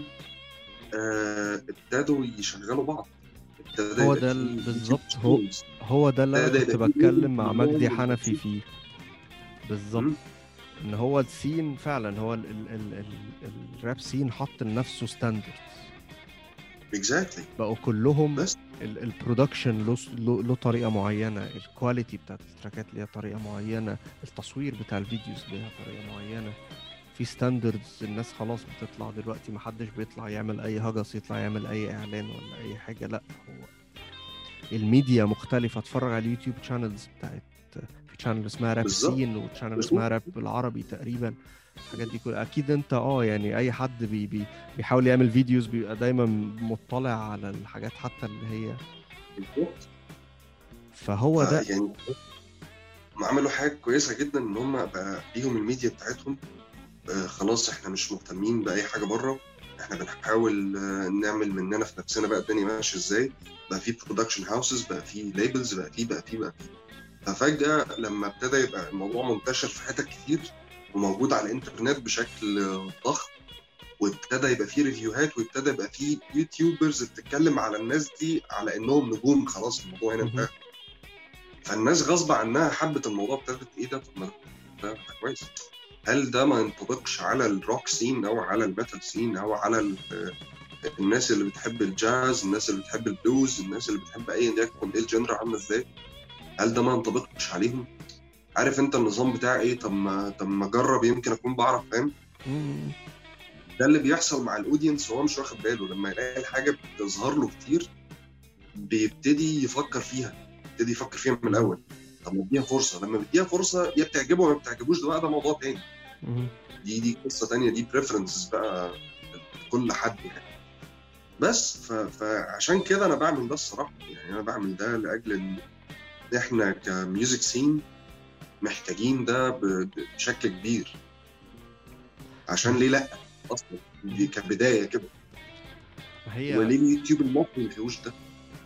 ابتدوا يشغلوا بعض، ابتدى هو يبقى ده فيه يوتيوب بالظبط، شانلز، هو ده اللي انا ابتدى كنت يبقى فيه ليبل بتكلم مع مجدي كلهم حنفي موجودين. فيه. بالظبط، ان هو السين فعلا، هو ال الراب سين حط لنفسه ستاندردز، اكزاكتلي. بقوا كلهم بس البرودكشن له طريقة معينة، الكواليتي بتاعت التراكات ليها طريقة معينة، التصوير بتاع الفيديوز ليها طريقة معينة، في ستاندردز. الناس خلاص بتطلع دلوقتي، محدش بيطلع يعمل اي هجس، يطلع يعمل اي اعلان ولا اي حاجة، لا هو الميديا مختلفة. اتفرج على اليوتيوب شانلز بتاعت، في شانل اسمها راب بالظبط سين وشانل اسمها بالظبط راب بالعربي تقريبا. الحاجات دي كلها اكيد انت يعني اي حد بيحاول يعمل فيديوز بيبقى دايما مطلع على الحاجات حتى اللي هي، بالظبط. فهو ده. يعني هم عملوا حاجه كويسه جدا ان هم بقى ليهم الميديا بتاعتهم. خلاص احنا مش مهتمين باي حاجه بره، احنا بنحاول نعمل مننا في نفسنا بقى الدنيا ماشيه ازاي. بقى في برودكشن هاوسز، بقى في ليبلز، بقى في. ففجأة لما ابتدى يبقى الموضوع منتشر في حتت كتير وموجود على الانترنت بشكل ضخم، وابتدى يبقى فيه ريفيوهات، وابتدى يبقى فيه يوتيوبرز بتتكلم على الناس دي على انهم نجوم، خلاص الموضوع هنا انتهى. فالناس غصب عنها حبت الموضوع، ابتدت ايه ده؟ طب ما ده كويس. هل ده ما ينطبقش على الروك سين او على الميتال سين او على الناس اللي بتحب الجاز، الناس اللي بتحب البلوز، الناس اللي بتحب اي يكن ايه الجنرا عامله ازاي؟ هل ده ما ينطبقش عليهم؟ عارف انت النظام بتاع ايه؟ طب ما اجرب يمكن اكون بعرف، فاهم؟ ده اللي بيحصل مع الاودينس وهو مش واخد باله. لما يلاقي الحاجه بتظهر له كتير بيبتدي يفكر فيها، من الاول. طب ما اديها فرصه، لما بديها فرصه يا بتعجبه ولا ما بتعجبوش، ده بقى ده موضوع تاني. دي قصه تانيه، دي بريفرنسز بقى كل حد يعني. بس فعشان كده انا بعمل ده الصراحه، يعني انا بعمل ده لاجل ان احنا كميوزك سين محتاجين ده بشكل كبير. عشان ليه لا اصلا دي كبدايه كده، هي وليه اليوتيوب المصري ما فيهوش ده؟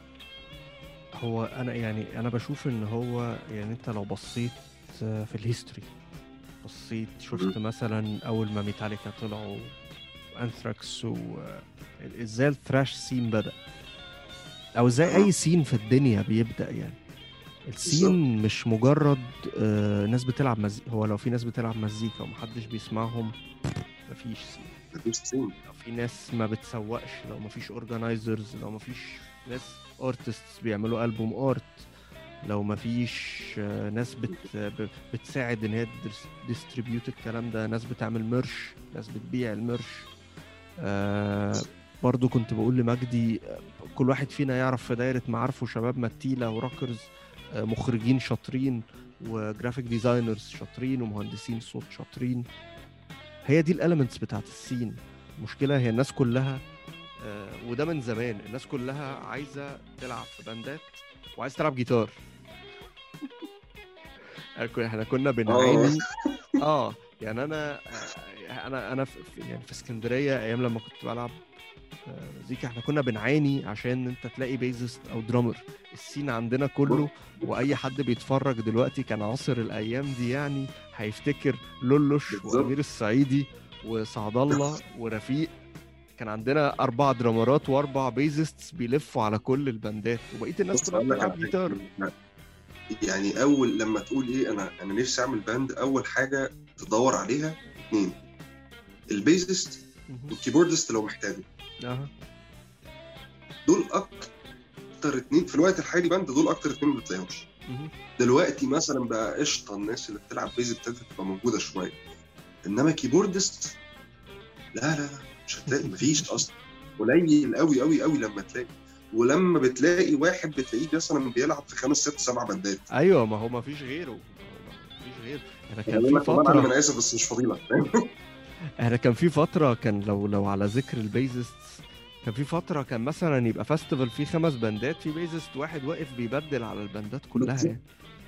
هو انا يعني انا بشوف ان هو يعني انت لو بصيت في الهيستوري، بصيت شفت مثلا اول ما ميتاليكا طلعوا وانثراكس ازاي الثراش سين بدأ، او ازاي اي سين في الدنيا بيبدأ يعني. السين مش مجرد ناس بتلعب مزيكا. هو لو في ناس بتلعب مزيكا ومحدش بيسمعهم مفيش سين. لو في ناس ما بتسوقش، لو مفيش اورجانايزرز، لو مفيش ناس ارتستس بيعملوا ألبوم ارت، لو مفيش ناس بتساعد ان هي ديستريبيوت الكلام ده، ناس بتعمل مرش، ناس بتبيع المرش. برضو كنت بقول لمجدي كل واحد فينا يعرف في دايرة معارفه شباب متيلة وراكرز مخرجين شاطرين وجرافيك ديزاينرز شاطرين ومهندسين صوت شاطرين. هي دي الاليمنتس بتاعت السين. المشكلة هي الناس كلها وده من زمان، الناس كلها عايزة تلعب في باندات وعايز تلعب جيتار. احنا كنا بنعاني يعني انا في اسكندريه ايام لما كنت بلعب مزيكا، احنا كنا بنعاني عشان انت تلاقي بيزست او درامر. السين عندنا كله، واي حد بيتفرج دلوقتي كان عاصر الايام دي يعني هيفتكر لولوش وامير الصعيدي وسعد الله ورفيق. كان عندنا 4 درامرات و4 بيزستس بيلفوا على كل الباندات، وبقيه الناس كلها بتلعب جيتار. يعني اول لما تقول ايه انا نفسي اعمل باند، اول حاجه تدور عليها 2: البيزست والكيبوردست لو محتاجه. دول اكتر 2 في الوقت الحالي باند، دول اكتر 2 ما بتلاقيهمش. دلوقتي مثلا بقى قشطه الناس اللي بتلعب بيز ابتدت تبقى موجوده شويه، انما كيبوردست لا مش هتلاقي، مفيش اصلا، قليل قوي قوي قوي لما تلاقي. ولما بتلاقي واحد بتلاقيه مثلا بيلعب في 5 6 7 باندات. ايوه، ما هو مفيش غيره. احنا كان في فتره، انا اسف بس مش فضيله. احنا كان في فتره، كان لو على ذكر البيزست، كان في فتره كان مثلا يبقى فاستيفال فيه 5 باندات، في بيزست واحد واقف بيبدل على الباندات كلها يعني.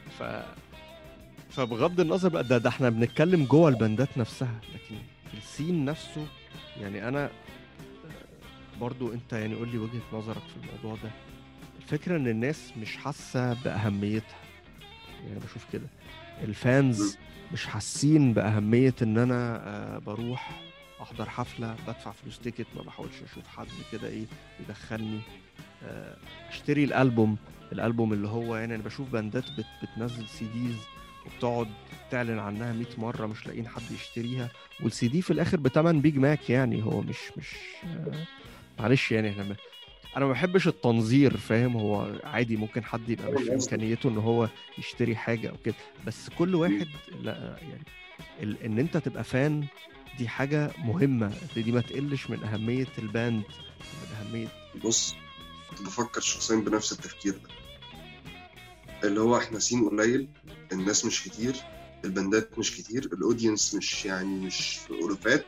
فبغض النظر بقى ده احنا بنتكلم جوه الباندات نفسها، لكن في السين نفسه يعني انا برضو انت يعني قول لي وجهة نظرك في الموضوع ده. الفكرة ان الناس مش حاسة بأهميتها، يعني بشوف كده الفانز مش حاسين بأهمية ان انا بروح احضر حفلة بدفع فلوس تيكت، ما بحاولش اشوف حد كده ايه يدخلني اشتري الالبوم اللي هو يعني انا بشوف باندات بتنزل CDs وبتقعد تعلن عنها 100 مرة مش لاقيين حد يشتريها، والسي دي في الاخر بتمن بيج ماك. يعني هو مش معلش يعني انا ما بحبش التنظير، فاهم؟ هو عادي ممكن حد يبقى مش في امكانيته ان هو يشتري حاجه او كده، بس كل واحد لا يعني ان انت تبقى فان دي حاجه مهمه، دي ما تقلش من اهميه الباند، من اهميه. بص بفكر شخصيا بنفس التفكير ده، اللي هو احنا سين قليل، الناس مش كتير، الباندات مش كتير، الاودينس مش ألوفات،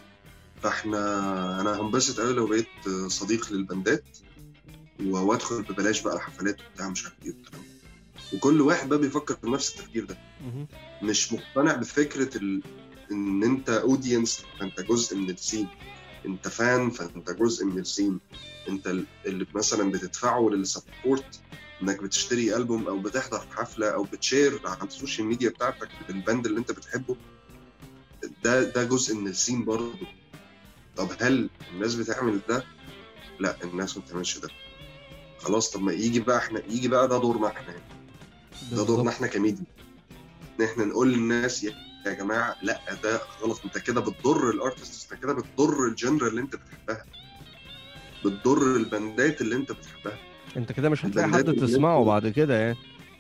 فاحنا انا هنبسط قوي لو بقيت صديق للباندات وادخل ببلاش بقى حفلات وبتاع مش عارف ايه والكلام. وكل واحد بقى بيفكر بنفس التفكير ده، مش مقتنع بفكره ان انت اودينس فانت جزء من السين، انت فان فانت جزء من السين، انت اللي مثلا بتدفعه للسبورت انك بتشتري ألبوم او بتحضر حفله او بتشير على السوشيال ميديا بتاعتك بالباند اللي انت بتحبه، ده جزء من السين برضه. طب هل الناس بتعمل ده؟ لا، الناس ما بتعملش ده. خلاص، طب ما يجي بقى ده دورنا احنا، ده دورنا احنا كميديا، ان احنا نقول للناس يا جماعه لا ده غلط، انت كده بتضر الارتست، انت كده بتضر الجنرا اللي انت بتحبها، بتضر الباندات اللي انت بتحبها، انت كده مش هتلاقي حد تسمعه بعد كده يعني.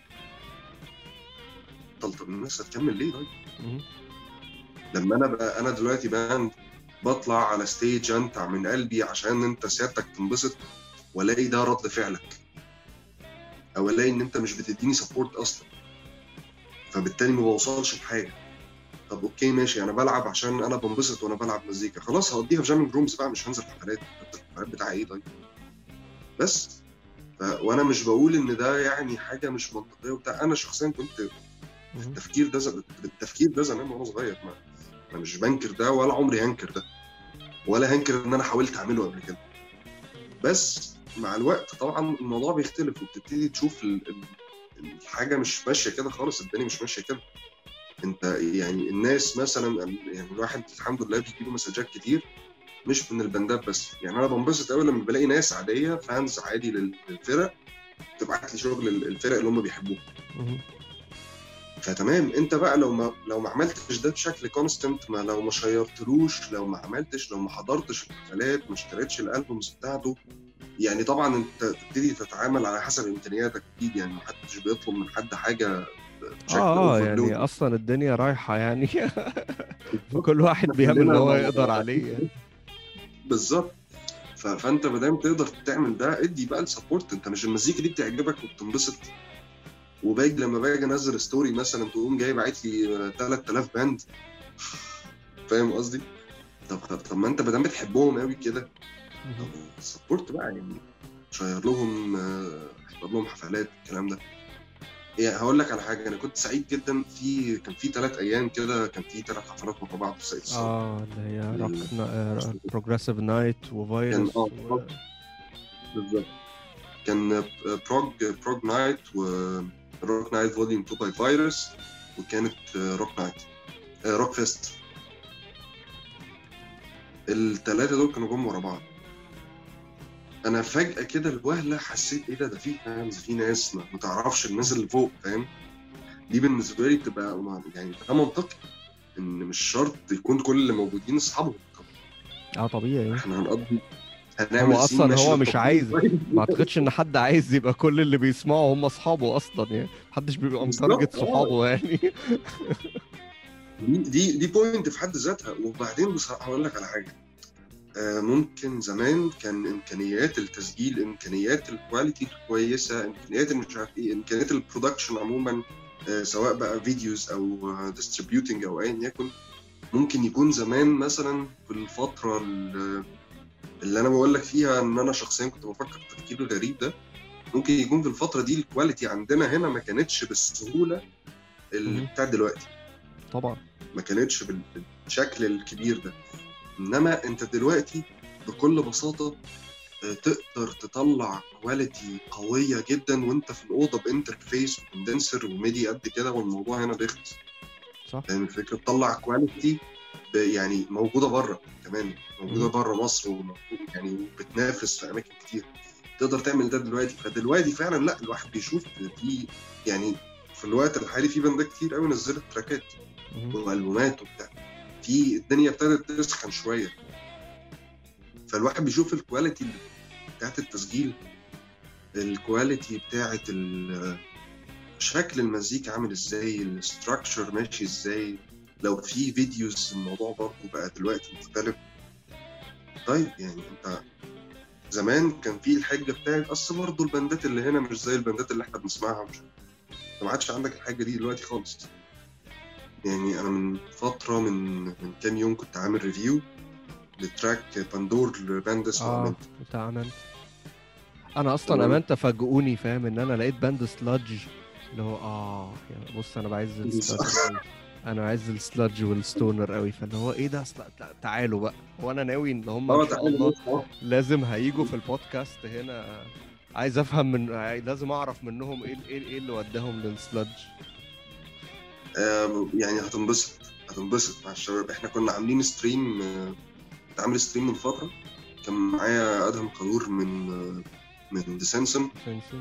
طب الناس هتكمل ليه طيب؟ لما انا دلوقتي باند بطلع على ستيج انتع من قلبي عشان انت سيادتك تنبسط، والاقي ده رد فعلك، او الاقي ان انت مش بتديني سبورت اصلا، فبالتالي ما بوصلش لحاجه. طب اوكي ماشي، انا بلعب عشان انا بنبسط وانا بلعب مزيكا، خلاص هقضيها في جامينج رومز بقى، مش هنزل حفلات بتاع ايه طيب؟ بس وانا مش بقول ان ده يعني حاجه مش منطقيه وبتاع، انا شخصيا كنت بالتفكير ده زمان وانا صغير، انا مش بنكر ده ولا عمري هنكر ده، ولا هنكر ان انا حاولت اعمله قبل كده. بس مع الوقت طبعا الموضوع بيختلف، وبتبتدي تشوف الحاجه مش ماشيه كده خالص، الدنيا مش ماشيه كده. انت يعني الناس مثلا، يعني الواحد الحمد لله بيجيله مسجات كتير مش من البندات بس. يعني انا بنبسط قوي لما بلاقي ناس عاديه فانز عادي للفرق تبعت لي شغل الفرق اللي هم بيحبوها. فتمام، انت بقى لو ما عملتش ده بشكل كونستنت، ما لو ما شيرتلوش، لو ما عملتش، لو ما حضرتش الحفلات، ما اشتريتش الالبومز بتاعته، يعني طبعا انت تبتدي تتعامل على حسب امكانياتك اكيد. يعني ما حدش بيطلب من حد حاجه بشكل يعني اوفرلود. اصلا الدنيا رايحة يعني. فكل واحد بيعمل اللي كلنا هو يقدر عليه يعني. بالظبط. فانت ما دام تقدر تعمل ده، ادي بقى السبورت. انت مش المزيكا دي بتعجبك وبتنبسط وباجي لما باجي انزل ستوري مثلا تقوم جاي باعت لي 3000 باند؟ فاهم قصدي؟ طب ما انت ما دام بتحبهم قوي كده، طب سبورت بقى يعني، شير لهم، احضر لهم حفلات، الكلام ده. يعني هقول لك على حاجه، انا كنت سعيد جدا كان في 3 ايام كده، كان في 3 حفلات ورا بعض في ساقية الصاوي. اللي هي ال- بروجريسيف نايت كان وفيروس بالظبط. كان بروج نايت وروك نايت فوليوم 2 باي فيروس، وكانت روك نايت روك فيست. الثلاثه دول كانوا جم ورا بعض. انا فجاه كده الوهله حسيت ايه ده في فانز، في ناس ما تعرفش الناس اللي فوق، فاهم؟ دي بالنسبه لي بتبقى يعني ده منطقي ان مش شرط يكون كل اللي موجودين اصحابهم. طبيعي. احنا هنقضي، هو هنعمل سين اصلا ماشي هو مش للتقييم. عايز، ما اعتقدش ان حد عايز يبقى كل اللي بيسمعوا هم اصحابه اصلا يعني. محدش بيبقى متارجت بالظبط. صحابه يعني. دي بوينت في حد ذاتها. وبعدين بصراحه هقول لك على حاجه، ممكن زمان كان امكانيات التسجيل، امكانيات الكواليتي كويسه، امكانيات مش عارف ايه، امكانيات البرودكشن عموما، سواء بقى فيديوز او ديستريبيوتنج او ايا يكن. ممكن يكون زمان مثلا في الفتره اللي انا بقول لك فيها ان انا شخصيا كنت بفكر التفكير الغريب ده، ممكن يكون في الفتره دي الكواليتي عندنا هنا ما كانتش بالسهوله بتاع دلوقتي. طبعا ما كانتش بالشكل الكبير ده. انما انت دلوقتي بكل بساطه تقدر تطلع كواليتي قويه جدا وانت في الاوضه بانترفيس وكوندنسر وميدي قد كده، والموضوع هنا بيخلص. صح. يعني الفكره تطلع كواليتي يعني موجوده بره كمان، موجوده بره مصر، يعني بتنافس في اماكن كتير. تقدر تعمل ده دلوقتي. فدلوقتي فعلا لا، الواحد بيشوف في يعني في الوقت الحالي في باندات كتير قوي نزلت تراكات والبومات وبتاع، في الدنيا ابتدت تسخن شويه. فالواحد بيشوف الكواليتي بتاعت التسجيل، الكواليتي بتاعت شكل المزيكا عامل ازاي، الاستراكشر ماشي ازاي. لو في فيديوز الموضوع برضه بقى دلوقتي مختلف. طيب يعني انت زمان كان في الحجه بتاعت اصل برضه البندات اللي هنا مش زي البندات اللي احنا بنسمعها، مش ما عادش عندك الحاجه دي دلوقتي خالص. يعني انا من فتره من كام يوم كنت عامل ريفيو لتراك باندور لباند اسمه امانتا. بتاع امانتا. انا اصلا تمام. امانتا فاجئوني، فاهم ان انا لقيت باند سلادج اللي هو يعني بص انا بعز السلادج قوي. انا عايز السلادج والستونر قوي، فاللي هو ايه ده تعالوا بقى. هو انا ناوي ان هم ان شاء تعالى الله نسمع. لازم هيجوا في البودكاست هنا. عايز افهم لازم اعرف منهم ايه اللي وداهم للسلادج. يعني هتنبسط مع الشباب. احنا كنا عاملين ستريم، كنت عامل ستريم من فتره، كان معايا ادهم قانور من ديسنسم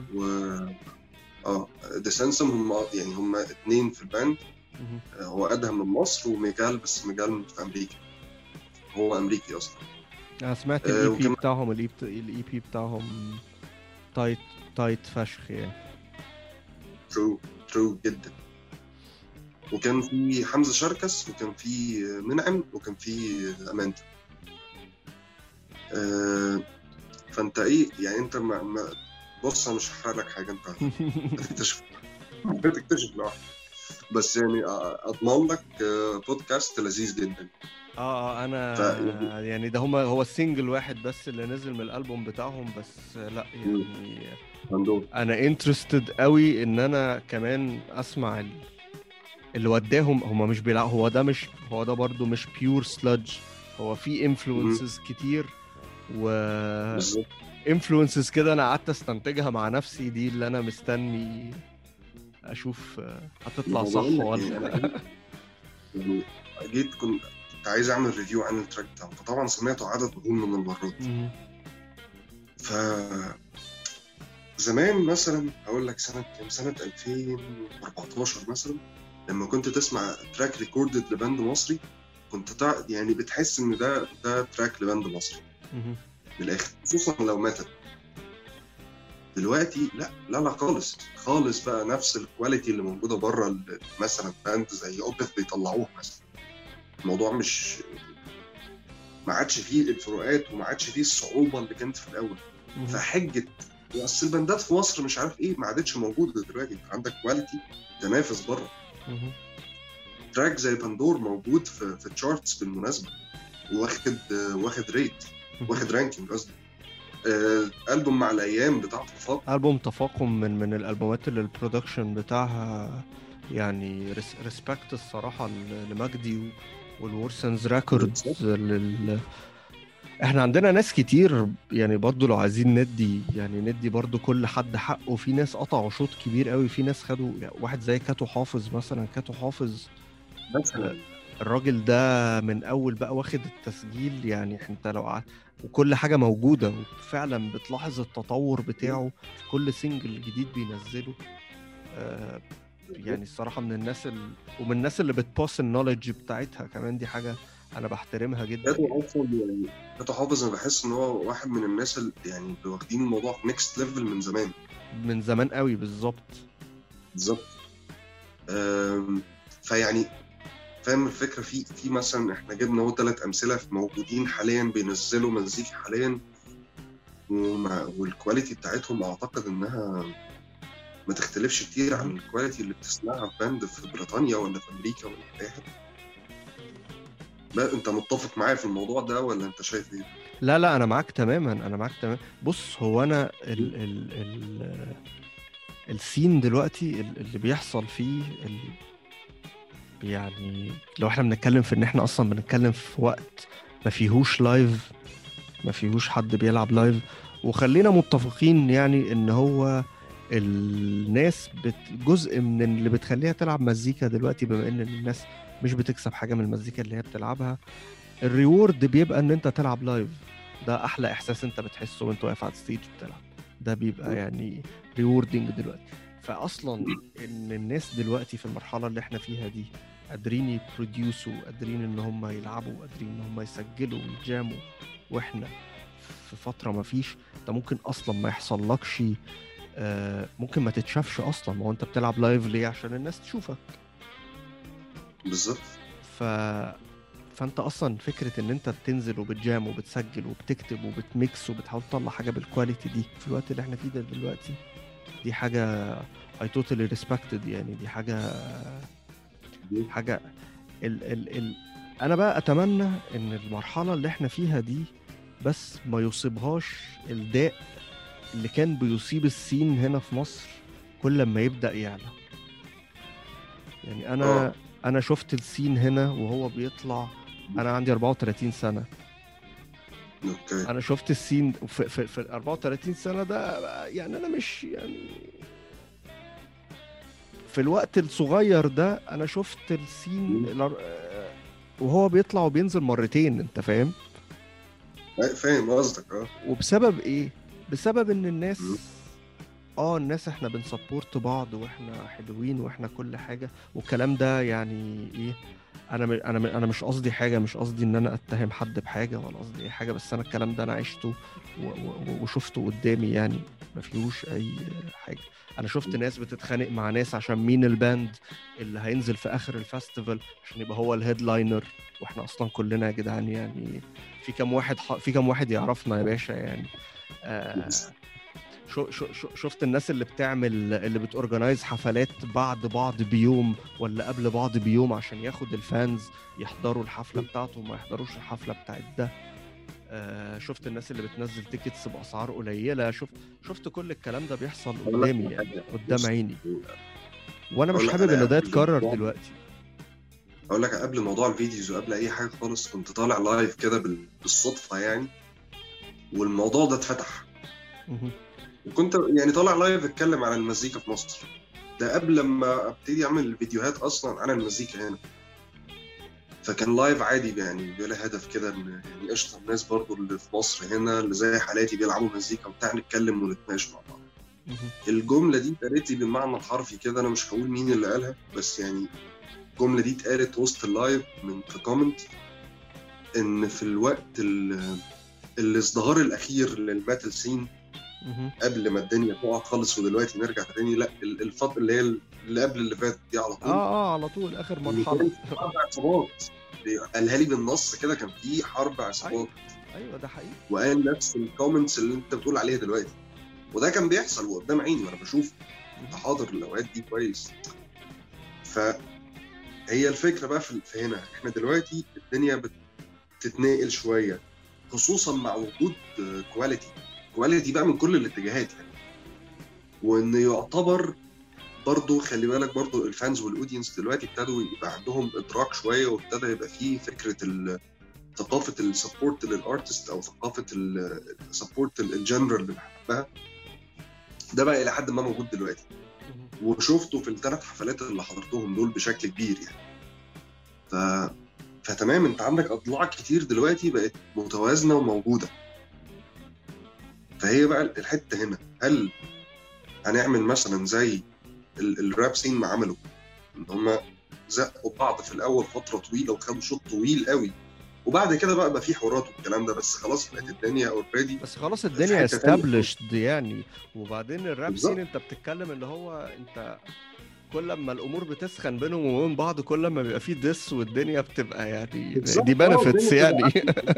و ديسنسم. هم 2 في الباند. هو ادهم من مصر وميجال، بس ميجال في امريكا، هو امريكي اصلا. انا سمعت الاي بي بتاعهم، الاي بي بتاعهم تايت فشخ يعني. ترو جدا. وكان في حمزه شركس، وكان في منعم، وكان في امانتا. فانت ايه يعني، انت بص انا مش هحرق لك حاجه، انت هتكتشف لوحدك. بس يعني اضمن لك بودكاست لذيذ جدا. انا يعني ده هو السنجل واحد بس اللي نزل من الالبوم بتاعهم، بس لا يعني انا انترستد قوي ان انا كمان اسمع اللي وداهم. هم مش بيلعبوا، هو ده برضو مش بيور سلادج، هو في انفلونسز كتير انفلونسز كده. انا قعدت استنتجها مع نفسي، دي اللي انا مستني اشوف هتطلع صح ولا يعني جيت كنت كنت عايز اعمل ريفيو عن التراك بتاعه، فطبعا سمعته عدد مهول من المرات. ف زمان مثلا هقول لك سنه كام، سنه 2014 مثلا، لما كنت تسمع تراك ريكوردد لباند مصري كنت يعني بتحس ان ده تراك لباند مصري من الاخر، خصوصا لو ماتت. دلوقتي لا خالص بقى نفس الكواليتي اللي موجوده بره، مثلا باند زي اوبث بيطلعوه مثلا. الموضوع مش، ما عادش فيه الفروقات وما عادش فيه الصعوبه اللي كانت في الاول. فحجه اصل الباندات في مصر مش عارف ايه ما عادتش موجوده دلوقتي. انت عندك كواليتي تنافس بره. تراك زي بندور موجود في التشارتس بالمناسبه، واخد ريت، واخد رانكينج قصدي. ألبوم مع الأيام بتاع تفاقم، ألبوم تفاقم من الألبومات اللي البرودكشن بتاعها يعني ريسبكت الصراحة لمجدي والورسنز ريكوردز. احنا عندنا ناس كتير يعني برضو لو عايزين ندي برضو كل حد حقه. في ناس قطعوا شوط كبير قوي، في ناس خدوا يعني واحد زي كاتو حافظ مثلا. كاتو حافظ الراجل ده من اول بقى واخد التسجيل، يعني انت لو وكل حاجة موجودة وفعلا بتلاحظ التطور بتاعه في كل سينجل جديد بينزله. يعني الصراحة من الناس ومن الناس اللي بتباس النوليدج بتاعتها كمان، دي حاجة أنا بحترمها جدا. كاتو حافظ أنا بحس إن هو واحد من الناس اللي يعني واخدين الموضوع في نيكست ليفل من زمان قوي. بالظبط. فيعني فاهم الفكرة. في مثلا احنا جبنا هو 3 أمثلة موجودين حاليا بينزلوا مزيكا حاليا، والكواليتي بتاعتهم أعتقد إنها ما تختلفش كتير عن الكواليتي اللي بتسمعها في باند في بريطانيا ولا في أمريكا ولا في أي حتة. أنت متفق معايا في الموضوع ده ولا أنت شايف إيه؟ لا أنا معاك تماما. بص، هو أنا السين دلوقتي اللي بيحصل فيه يعني لو احنا بنتكلم في ان احنا اصلا بنتكلم في وقت ما فيهوش لايف، ما فيهوش حد بيلعب لايف. وخلينا متفقين يعني ان هو الناس جزء من اللي بتخليها تلعب مزيكا دلوقتي، بما ان الناس مش بتكسب حاجة من المزيكا اللي هي بتلعبها، الريورد بيبقى ان انت تلعب لايف. ده احلى احساس انت بتحسه وانت واقف على الستيج بتلعب، ده بيبقى يعني ريوردنج دلوقتي. فاصلا ان الناس دلوقتي في المرحلة اللي احنا فيها دي قادرين يبروديوسوا، قادرين ان هم يلعبوا، قادرين ان هم يسجلوا ويجاموا، واحنا في فترة ما فيش. انت ممكن اصلا ما يحصلكش، ممكن ما تتشافش اصلا. ما هو انت بتلعب لايف ليه؟ عشان الناس تشوفك. بالظبط. فانت اصلا فكرة ان انت بتنزل وبتجام وبتسجل وبتكتب وبتميكس وبتحاول تطلع حاجة بالكواليتي دي في الوقت اللي احنا فيه ده دلوقتي، دي حاجة I totally respected. يعني دي حاجة انا بقى اتمنى ان المرحلة اللي احنا فيها دي بس ما يصيبهاش الداء اللي كان بيصيب السين هنا في مصر كل ما يبدأ يعلى. يعني انا شفت السين هنا وهو بيطلع. انا عندي 34 سنة. انا شفت السين في 34 سنة ده. يعني انا مش يعني في الوقت الصغير ده انا شفت السين وهو بيطلع وبينزل مرتين. انت فاهم قصدك. وبسبب ايه؟ بسبب ان الناس احنا بنسبورت بعض واحنا حلوين واحنا كل حاجة والكلام ده. يعني ايه، انا مش قصدي حاجة، مش قصدي ان انا اتهم حد بحاجة ولا قصدي اي حاجة، بس انا الكلام ده انا عشته وشفته قدامي. يعني ما فيهوش اي حاجة. انا شفت ناس بتتخانق مع ناس عشان مين الباند اللي هينزل في اخر الفestival عشان يبقى هو الهيدلاينر، واحنا اصلا كلنا يا جدعان يعني في كم واحد يعرفنا يا باشا يعني. شفت الناس اللي بتورجنايز حفلات بعد بعض بيوم ولا قبل بعض بيوم عشان ياخد الفانز يحضروا الحفلة بتاعته وما يحضروش الحفلة بتاعت ده. شفت الناس اللي بتنزل تيكتس بأسعار قليلة. شفت كل الكلام ده بيحصل قدامي يعني قدام عيني، وانا مش حابب ان ده يتكرر دلوقتي. اقول لك قبل موضوع الفيديوز وقبل اي حاجة خالص كنت طالع لايف كده بالصدفة يعني، والموضوع ده اتفتح. وكنت يعني طالع لايف اتكلم عن المزيكا في مصر، ده قبل ما ابتدي اعمل فيديوهات اصلا عن المزيكا هنا. فكان لايف عادي يعني بلا هدف كده، ان يعني قشطه الناس برضو اللي في مصر هنا اللي زي حالاتي بيلعبوا مزيكا وبتاع، نتكلم ونتناقش مع بعض. الجمله دي اتقالت لي بالمعنى الحرفي كده، انا مش هقول مين اللي قالها، بس يعني الجمله دي اتقالت وسط اللايف في كومنت، ان في الوقت الازدهار الاخير للميتال سين قبل ما الدنيا تقع خالص ودلوقتي نرجع تاني، لا الفتره اللي هي اللي قبل اللي فاتت دي على طول، على طول اخر مرحله حرب عصابات. قالها لي بالنص كده، كان في حرب عصابات. ايوه ده حقيقي. وقال نفس الكومنتس اللي انت بتقول عليها دلوقتي، وده كان بيحصل وقدام عيني وانا بشوف حاضر الاوقات دي كويس. فهي الفكره بقى في هنا، احنا دلوقتي الدنيا بتتنقل شويه، خصوصا مع وجود كواليتي بقى من كل الاتجاهات يعني. وان يعتبر برضو خلي بالك برضو الفانز والاودينس دلوقتي ابتدوا يبقى عندهم ادراك شويه، وابتدى يبقى فيه فكره ثقافه السبورت للارتست، او ثقافه السبورت الجنرال اللي بحبها، ده بقى الى حد ما موجود دلوقتي. وشفته في ال3 حفلات اللي حضرتهم دول بشكل كبير يعني. فتمام، انت عندك اضلاع كتير دلوقتي بقت متوازنه وموجوده. فهي بقى الحته هنا، هل هنعمل مثلا زي الراب سين ما عملوا، ان هم زقوا بعض في الاول فتره طويله وخدوا شوط طويل قوي، وبعد كده بقى في حوارات والكلام ده، بس خلاص بقت الدنيا اوريدي، بس خلاص الدنيا استابلشد يعني. وبعدين الراب سين انت بتتكلم اللي هو انت كل ما الامور بتسخن بينهم وبين بعض، كل ما بيبقى فيه ديس والدنيا بتبقى يعني دي بنفتس يعني.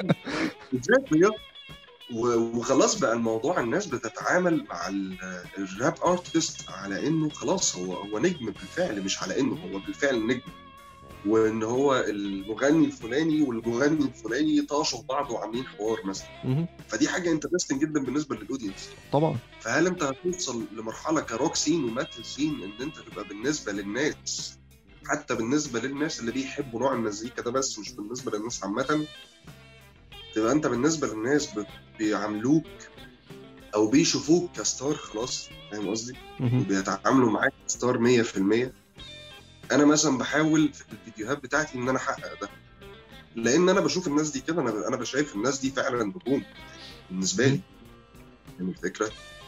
وخلاص بقى الموضوع الناس بتتعامل مع الراب ارتست على انه خلاص هو نجم بالفعل، مش على انه هو بالفعل نجم، وان هو المغني الفلاني والمغني الفلاني طاشوا بعض وعاملين حوار مثلا. فدي حاجه انترستنج جدا بالنسبه للاودينس طبعا. فهل انت هتوصل لمرحله كروك سين وماتل سين ان انت تبقى بالنسبه للناس، حتى بالنسبه للناس اللي بيحبوا نوع المزيكا ده بس مش بالنسبه للناس عامه، تبقى انت بالنسبه للناس بيعاملوك او بيشوفوك كستار خلاص، فاهم قصدي؟ وبيتعاملوا معاك كستار 100%. انا مثلا بحاول في الفيديوهات بتاعتي ان انا احقق ده، لان انا بشوف الناس دي كده، انا بشايف الناس دي فعلا نجوم بالنسبه لي. يعني الفكره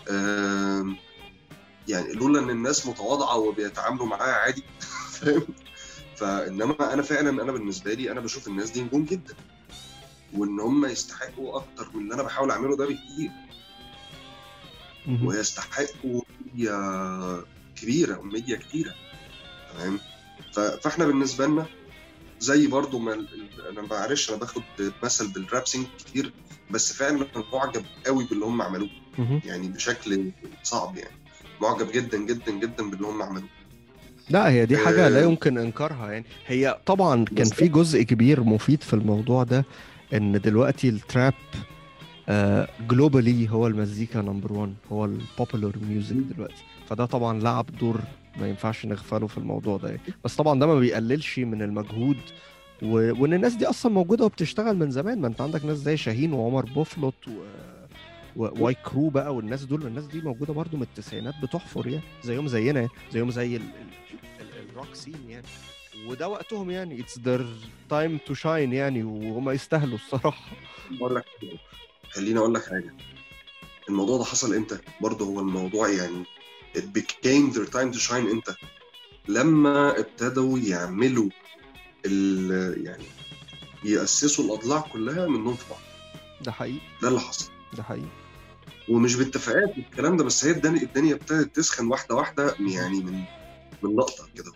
يعني لولا ان الناس متواضعه وبيتعاملوا معايا عادي فاهم؟ فانما انا فعلا انا بالنسبه لي انا بشوف الناس دي نجوم جدا، وان هم يستحقوا اكتر من اللي انا بحاول اعمله ده بكتير، ويستحقوا ميديا كبيره وميديا كتيره، تمام؟ فاحنا بالنسبه لنا زي برضو ما انا معلش انا باخد مثل بالرابسينج كتير، بس فعلا معجب قوي باللي هم عملوه يعني بشكل صعب، يعني معجب جدا جدا جدا باللي هم عملوه. لا هي دي حاجة لا يمكن انكارها يعني. هي طبعا كان في جزء كبير مفيد في الموضوع ده، ان دلوقتي التراب جلوبالي هو المزيكا نمبر 1، هو البوبولار ميوزك دلوقتي، فده طبعا لعب دور ما ينفعش نغفله في الموضوع ده يعني. بس طبعا ده ما بيقللش من المجهود وان الناس دي اصلا موجوده وبتشتغل من زمان. ما انت عندك ناس زي شاهين وعمر بوفلوت واي كرو بقى، والناس دول والناس دي موجوده برضو من التسعينات بتحفر يعني، زيهم زينا يعني، زيهم زي الروك سين يعني، وده وقتهم يعني it's their time to shine يعني، وهم يستاهلوا الصراحه. خليني اقول لك حاجه، الموضوع ده حصل امتى برضه؟ هو الموضوع يعني it became their time to shine امتى؟ لما ابتدوا يعملوا يعني يأسسوا الأضلاع كلها منهم في بعض. ده حقيقي، ده اللي حصل، ده حقيقي. ومش بالاتفاقات والكلام ده، بس هي الدنيا ابتدت تسخن واحدة واحدة يعني من لقطة كده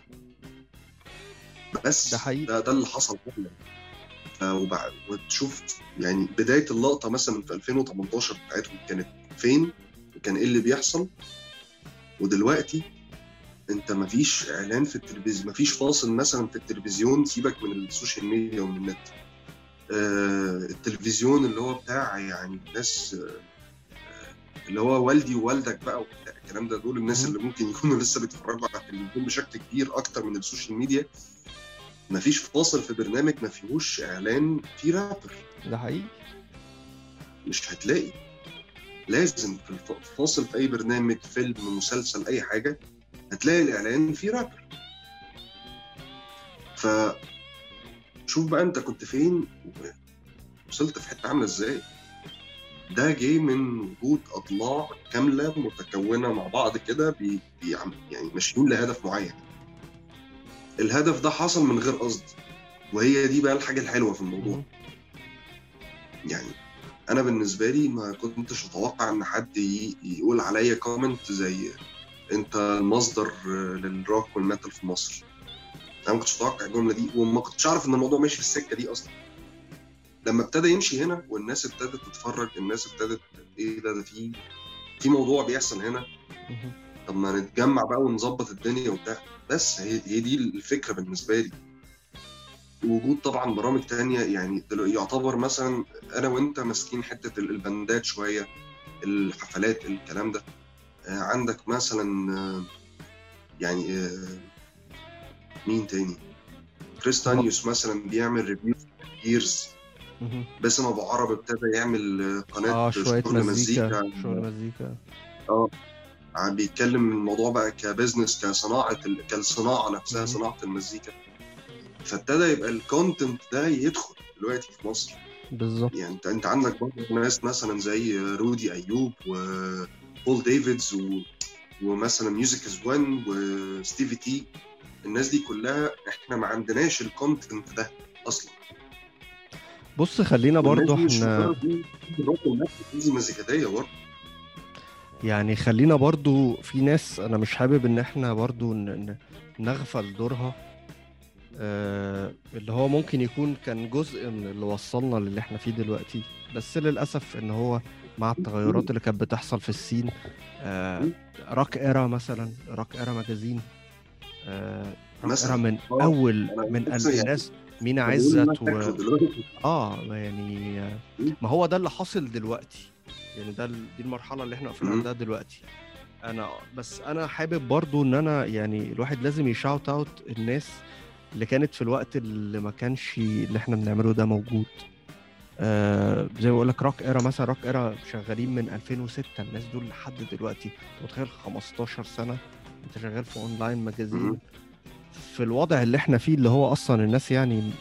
بس. ده حقيقي، ده اللي حصل فعلا. وتشوف يعني بداية اللقطة مثلا في 2018 بتاعتهم كانت فين وكان ايه اللي بيحصل، ودلوقتي انت مفيش اعلان في التلفزيون، مفيش فاصل مثلا في التلفزيون، سيبك من السوشيال ميديا ومن النت. التلفزيون اللي هو بتاع يعني الناس اللي هو والدي ووالدك بقى الكلام ده، دول الناس اللي ممكن يكونوا لسه بيتفرجوا على التلفزيون بشكل كبير اكتر من السوشيال ميديا. مفيش فاصل في برنامج ما فيهوش اعلان في رابر. ده حقيقي، مش هتلاقي، لازم في فاصل في اي برنامج، فيلم، مسلسل، اي حاجه هتلاقي الاعلان فيه رابر. شوف بقى انت كنت فين ووصلت في حته عامله ازاي. ده جاي من وجود اضلاع كامله متكونه مع بعض كده يعني ماشيين لهدف معين. الهدف ده حصل من غير قصد، وهي دي بقى الحاجه الحلوه في الموضوع. يعني انا بالنسبه لي ما كنتش اتوقع ان حد يقول عليا كومنت زي انت المصدر للروك والميتال في مصر. انا ما كنتش اتوقع الجمله دي، وما كنتش اعرف ان الموضوع ماشي في السكه دي اصلا. لما ابتدى يمشي هنا والناس ابتدت تتفرج، الناس ابتدت ايه ده في موضوع بيحصل هنا، طب ما نتجمع بقى ونظبط الدنيا وبتاع. بس هي دي الفكره بالنسبه لي. وجود طبعا برامج تانية، يعني يعتبر مثلا انا وانت ماسكين حته البندات شويه، الحفلات، الكلام ده. عندك مثلا يعني مين تاني؟ كريس تانيوس مثلا بيعمل ريفيو جيرز. باسم ابو عرب ابتدى يعمل قناه شويه شغل مزيكا. بيتكلم الموضوع بقى كبزنس، كالصناعه نفسها، صناعه المزيكا. فابتدى يبقى الكونتنت ده يدخل دلوقتي في مصر بالظبط. يعني انت عندك برضه ناس مثلا زي رودي ايوب وبول ديفيدز ومثلا ميوزك از وان وستيفي تي. الناس دي كلها احنا ما عندناش الكونتنت ده اصلا. بص خلينا برضو احنا مزيكاتيه برضه، يعني خلينا برضو في ناس انا مش حابب ان احنا برضو نغفل دورها، اللي هو ممكن يكون كان جزء من اللي وصلنا للي احنا فيه دلوقتي، بس للأسف ان هو مع التغيرات اللي كانت بتحصل في السين. راك إيرا مثلا، راك إيرا ماجازين، راك إيرا من أول من الناس، مينا عزت يعني ما هو ده اللي حاصل دلوقتي، يعني دي المرحلة اللي احنا واقفين عندها دلوقتي. انا حابب برضو ان انا يعني الواحد لازم يشاوت اوت الناس اللي كانت في الوقت اللي ما كانش اللي احنا بنعمله ده موجود. زي ما بقول لك راك إيرا مثلا، راك إيرا شغالين من 2006، الناس دول لحد دلوقتي انت متخيل 15 سنة انت شغال في اونلاين ماجازين في الوضع اللي احنا فيه، اللي هو اصلا الناس يعني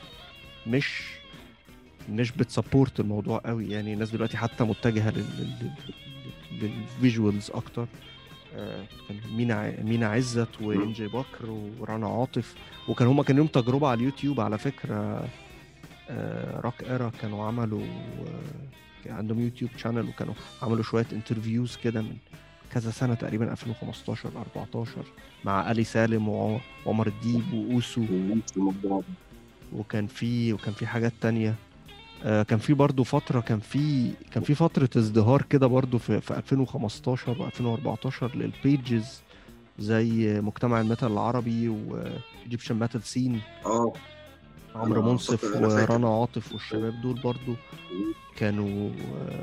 مش بتسبورت الموضوع قوي. يعني الناس دلوقتي حتى متجهة للفيجوالز اكتر. كان مينا عزت وإنجي بكر ورنا عاطف، وكان هما كان لهم تجربة على اليوتيوب على فكرة. راك إيرا كانوا عملوا كان عندهم يوتيوب شانل، وكانوا عملوا شوية انترفيوز كده من كذا سنة تقريبا 2015 14 مع ألي سالم وعمر الديب وأوسو، وكان في حاجات تانية. كان في برضو فترة كان في فترة ازدهار كده برضو في 2015 و2014 للبيجز زي مجتمع الميتال العربي وإيجيبشن ميتال سين، عمرو منصف ورنا عاطف والشباب دول برضو كانوا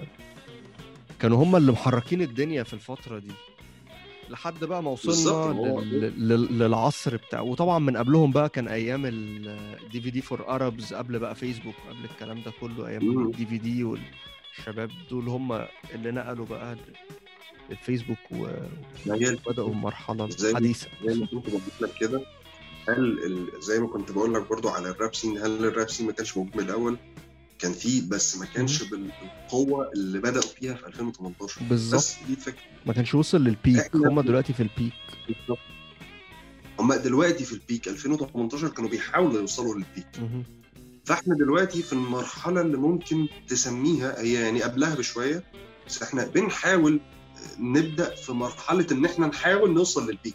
هم اللي محركين الدنيا في الفترة دي لحد بقى ما وصلنا للعصر بتاع. وطبعا من قبلهم بقى كان ايام الدي في دي فور ارابز، قبل بقى فيسبوك، قبل الكلام ده كله، ايام الدي في دي. والشباب دول هم اللي نقلوا بقى الفيسبوك وبدأوا المرحلة الحديثة. زي ما كنت بقول لك كده، زي ما كنت بقول لك برضو على الراب سين، هل الراب سين ما كانش موجود من الاول؟ كان فيه، بس ما كانش بالقوة اللي بدأوا فيها في 2018 بالظبط. بس دي الفكرة، ما كانش وصل للبيك. هم دلوقتي في البيك بالظبط. هم دلوقتي في البيك. 2018 كانوا بيحاولوا يوصلوا للبيك. فاحنا دلوقتي في المرحلة اللي ممكن تسميها هي يعني قبلها بشوية، بس احنا بنحاول نبدأ في مرحلة ان احنا نحاول نوصل للبيك.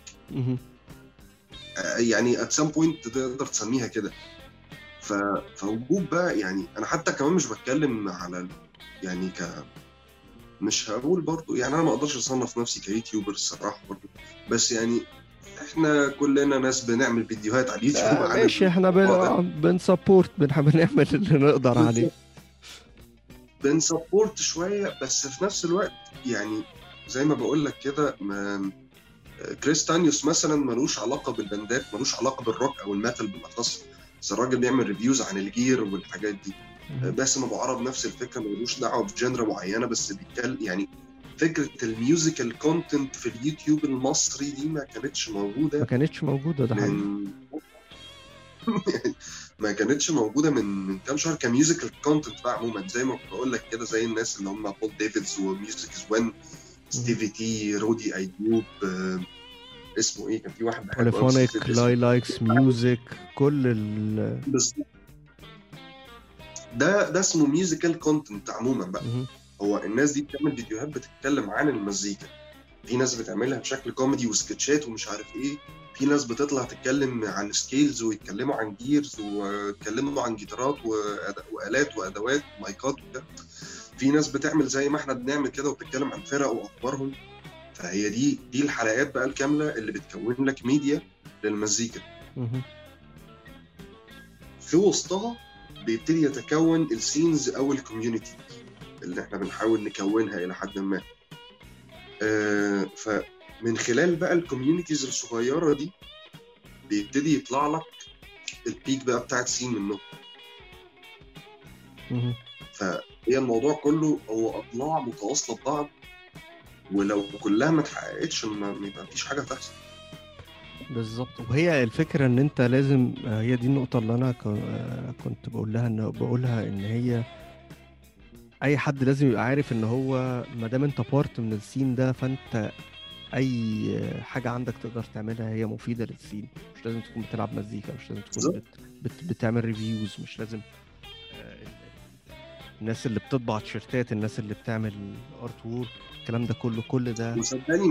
يعني at some point تقدر تسميها كده. فوجود بقى، يعني انا حتى كمان مش بتكلم على يعني مش هقول برضو، يعني انا ما اقدرش اصنف نفسي كيوتيوبر الصراحه برضو، بس يعني احنا كلنا ناس بنعمل فيديوهات على اليوتيوب. ماشي، احنا بنسبورت، بنعمل اللي نقدر عليه، بنسبورت شويه. بس في نفس الوقت يعني زي ما بقول لك كده، كريس تانيوس مثلا ملوش علاقه بالبندات، ملوش علاقه بالروك او الميتال بالاخص، بس الراجل بيعمل ريفيوز عن الجير والحاجات دي. باسم ابو عرب نفس الفكره، ملوش دعوه بجنرا معينه، بس بيتكلم يعني فكره الميوزيكال كونتنت في اليوتيوب المصري دي ما كانتش موجوده ده حقيقي. ما كانتش موجوده من كام شهر كميوزيكال كونتنت بقى عموما، زي ما بقول لك كده، زي الناس اللي هم بول ديفيدز وميوزك از وين، ستيفي تي، رودي ايوب، اسمه ايه، كان في واحد بحبه قوي بس نسيت بوليفونيك، اسمه. لايلاكس ميوزك، كل ال بس ده اسمه ميوزيكال كونتنت عموما بقى. مهم. هو الناس دي بتعمل فيديوهات بتتكلم عن المزيكا، في ناس بتعملها بشكل كوميدي وسكتشات ومش عارف ايه، في ناس بتطلع تتكلم عن سكيلز ويتكلموا عن جيرز ويتكلموا عن جيتارات وآلات وأدوات ومايكات وكده، في ناس بتعمل زي ما احنا بنعمل كده وبتتكلم عن فرق وأخبارهم. فهي دي الحلقات بقى الكاملة اللي بتكون لك ميديا للمزيكا. مهم. في وسطها بيبتدي يتكون السينز أو الكوميونيتي اللي احنا بنحاول نكونها إلى حد ما. فمن خلال بقى الكوميونيتيز الصغيرة دي بيبتدي يطلع لك البيك بقى بتاعت سين منه. مهم. فهي الموضوع كله هو أضلاع متواصلة ببعض، ولو كلها ما اتحققتش ما يبقى مفيش حاجة تحصل. بالظبط. وهي الفكرة ان انت لازم هي دي النقطة اللي انا كنت بقولها ان هي اي حد لازم يبقى عارف ان هو ما دام انت بارت من السين ده، فانت اي حاجة عندك تقدر تعملها هي مفيدة للسين. مش لازم تكون بتلعب مزيكا، مش لازم تكون بالظبط. بتعمل ريفيوز، مش لازم الناس اللي بتطبع تيشيرتات، الناس اللي بتعمل ارت وورك، الكلام ده كل ده. وصدقني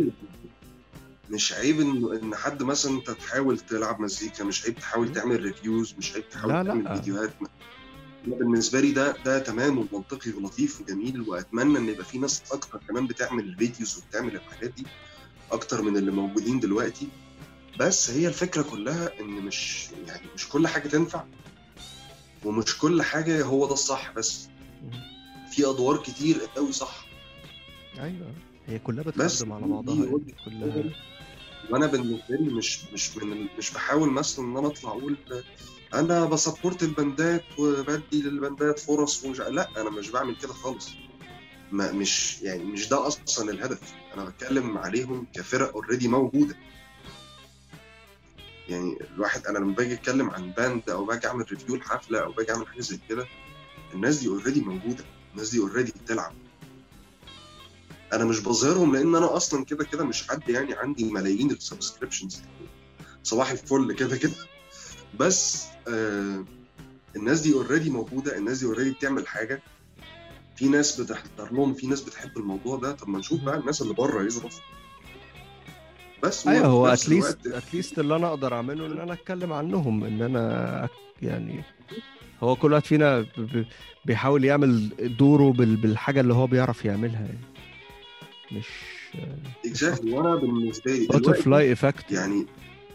مش عيب ان حد مثلا انت تحاول تلعب مزيكا، مش عيب تحاول تعمل ريفيوز، مش عيب تحاول لا تعمل لا فيديوهات. بالنسبه لي ده تمام ومنطقي ولطيف وجميل، واتمنى ان يبقى في ناس اكتر كمان بتعمل الفيديوز وبتعمل الحاجات دي اكتر من اللي موجودين دلوقتي. بس هي الفكره كلها ان مش كل حاجه تنفع، ومش كل حاجه هو ده الصح، بس في ادوار كتير قوي صح. ايوه، هي كلها بس بتخدم على دي بعضها يعني وجهة كلها. نظري. وانا بالنسبه لي مش بحاول مثلا ان انا اطلع اقول انا بسبورت البندات وبدي للبندات فرص لا، انا مش بعمل كده خالص. مش ده اصلا الهدف. انا بتكلم عليهم كفرق اوريدي موجوده. يعني الواحد، انا لما باجي اتكلم عن باند او باجي اعمل ريفيو لحفله او باجي اعمل حاجه زي كده، الناس دي اوريدي موجوده، الناس دي اوريدي بتلعب. انا مش بظهرهم لان انا اصلا كده كده مش حد يعني عندي ملايين السبسكريبشنز، صباح الفل كده كده. بس الناس دي اوريدي موجوده، الناس دي اوريدي بتعمل حاجه، في ناس بتحضر لهم، في ناس بتحب الموضوع ده. طب ما نشوف بقى الناس اللي بره يظبط. بس ايوه، وفي هو نفس الوقت اتليست اللي انا اقدر اعمله ان انا اتكلم عنهم، ان انا يعني هو كل واحد فينا بيحاول يعمل دوره بالحاجه اللي هو بيعرف يعملها يعني. مش مش اكزاكتلي. وانا بالنسبه لي دلوقتي باترفلاي افكت يعني. يعني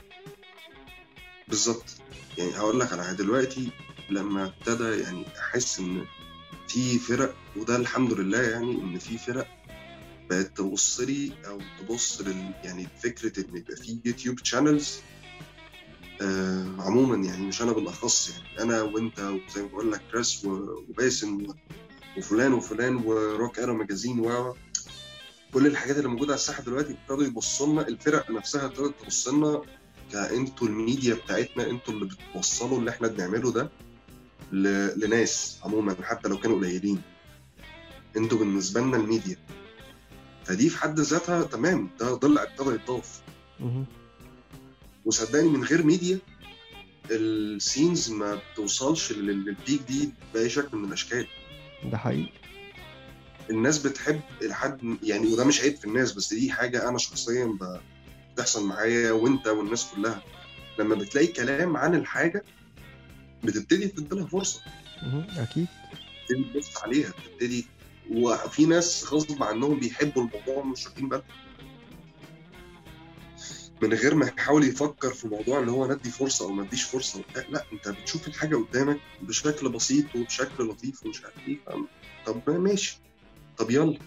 بالظبط. يعني هقول لك على حاجه دلوقتي، لما ابتدى يعني احس ان في فرق، وده الحمد لله يعني ان في فرق بقت تبص لي او تبص يعني فكره ان يبقى في يوتيوب شانلز عموما، يعني مش انا بالاخص، يعني انا وانت وزي ما بقول لك كريس وباسم وفلان وفلان وروك ايرو ماجازين كل الحاجات اللي موجوده على الساحه دلوقتي ابتدوا يبصوا لنا. الفرق نفسها ابتدت تبص لنا كانتوا الميديا بتاعتنا، انتوا اللي بتوصلوا اللي احنا بنعمله ده لناس عموما حتى لو كانوا قليلين، انتوا بالنسبه لنا الميديا. فدي في حد ذاتها تمام، ده ضلع ابتدى يتضاف. وصدقني من غير ميديا السينز ما بتوصلش للبيك دي باي شكل من الاشكال. ده حقيقي. الناس بتحب لحد يعني، وده مش عيب في الناس، بس دي حاجه انا شخصيا بتحصل معايا وانت والناس كلها، لما بتلاقي كلام عن الحاجه بتبتدي تديلها فرصه. اكيد. تبتدي تبص عليها، تبتدي. وفي ناس غصب عنهم بيحبوا الموضوع مش واخدين بالهم، من غير ما يحاول يفكر في موضوع ان هو ندي فرصه او ما اديش فرصه. لا، انت بتشوف الحاجه قدامك بشكل بسيط وبشكل لطيف ومش عارف ايه. طب ماشي، طب يلا.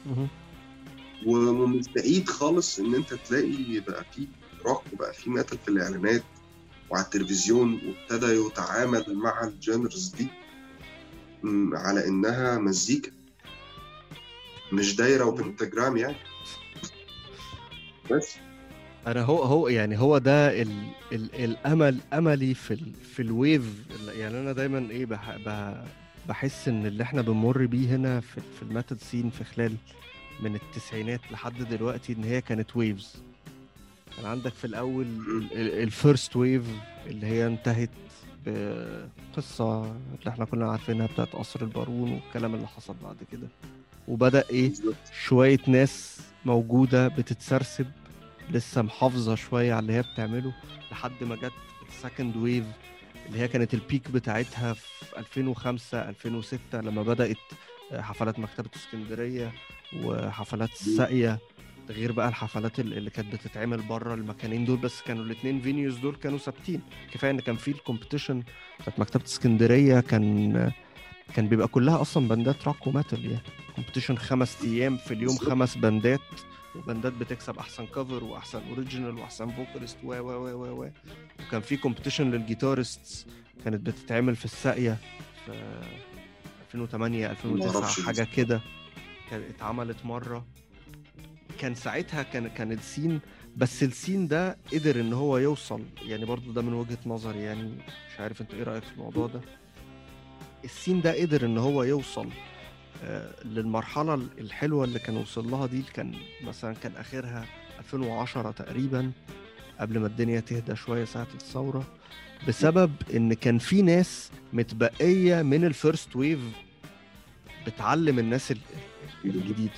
ومش بعيد خالص ان انت تلاقي بقى في روك وبقى في ميتال في الاعلانات وعلى التلفزيون، وابتدى يتعامل مع الجينرز دي على انها مزيكا مش دايره وبنتجرام يعني. بس انا هو يعني هو ده الامل، املي في الويف. يعني انا دايما ايه بحس ان اللي احنا بنمر بيه هنا في الميتال سين في خلال من التسعينات لحد دلوقتي ان هي كانت ويفز. كان عندك في الاول الفيرست ويف اللي هي انتهت بقصة اللي احنا كنا عارفينها بتاعت قصر البارون والكلام اللي حصل بعد كده. وبدأ ايه بالظبط. شوية ناس موجودة بتتسرسب لسه محافظة شوية على اللي هي بتعمله، لحد ما جت السكند ويف اللي هي كانت البيك بتاعتها في 2005 2006 لما بدأت حفلات مكتبة اسكندرية وحفلات الساقية. ده غير بقى الحفلات اللي كانت بتتعمل بره المكانين دول، بس كانوا الاثنين فينيوز دول كانوا ثابتين. كفايه ان كان في الكومبيتيشن بتاعت مكتبه اسكندريه، كان بيبقى كلها اصلا باندات روك وميتال. يعني كومبيتيشن 5 ايام في اليوم، بالظبط. 5 باندات، وباندات بتكسب احسن كفر واحسن اوريجينال واحسن فوكاليست و وكان في كومبيتيشن للجيتارستس كانت بتتعمل في الساقيه في 2008 ما 2009 اعرفش حاجه كده. كانت اتعملت مره. كان ساعتها كان السين، بس السين ده قدر ان هو يوصل. يعني برضو ده من وجهة نظري، يعني مش عارف انت ايه رأيك في الموضوع ده. السين ده قدر ان هو يوصل للمرحلة الحلوة اللي كان وصل لها دي. كان مثلا كان اخرها 2010 تقريبا، قبل ما الدنيا تهدى شوية ساعة الثورة، بسبب ان كان في ناس متبقية من الفيرست ويف بتعلم الناس الجديدة.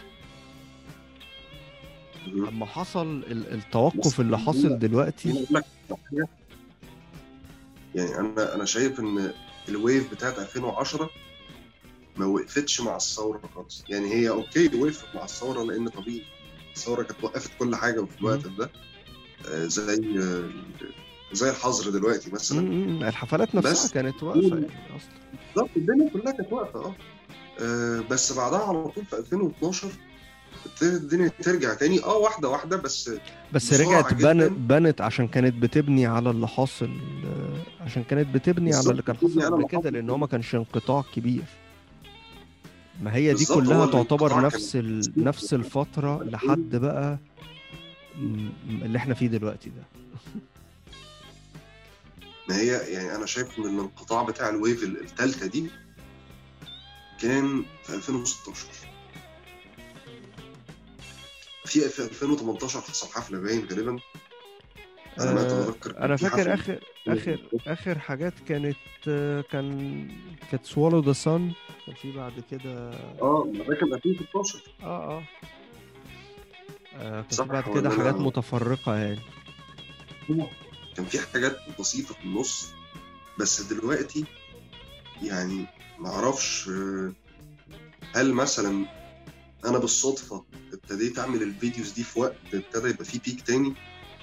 اما حصل بس التوقف اللي حاصل دلوقتي. اقول لك حاجه، يعني انا شايف ان الويف بتاعت 2010 ما وقفتش مع الثوره خالص. يعني هي اوكي وقفت مع الثوره لان طبيعي الثوره كانت وقفت كل حاجه في الوقت ده. زي الحظر دلوقتي مثلا. الحفلات نفسها بس كانت واقفة يعني اصلا. بالظبط الدنيا كلها كانت واقفه. بس بعدها على طول في 2012 ابتدت الدنيا ترجع تاني واحده واحده بس. بس رجعت بسرعه جدا. بنت عشان كانت بتبني على اللي حاصل، عشان كانت بتبني على اللي بالظبط كان حاصل بتبني على قبل اللي كده، حصل. لان هو ما كانش انقطاع كبير. ما هي دي بالظبط هو كلها تعتبر الانقطاع كان نفس الفترة لحد بقى اللي احنا فيه دلوقتي ده. ما هي يعني انا شايف ان الانقطاع بتاع الويف الثالثه دي كان في 2016. في 2018 حصل حفله باين غالبا على ما اتذكر. كان انا في فاكر حفله اخر حاجات كانت كانت سوالو ذا سان. كان في بعد كده ده كان 2016. اه كان في بعد صح كده ولا حاجات انا؟ متفرقة يعني. كان في حاجات بسيطه في النص. بس دلوقتي يعني ما اعرفش هل مثلا انا بالصدفه ابتديت اعمل الفيديوز دي في وقت ابتدى يبقى فيه بيك تاني.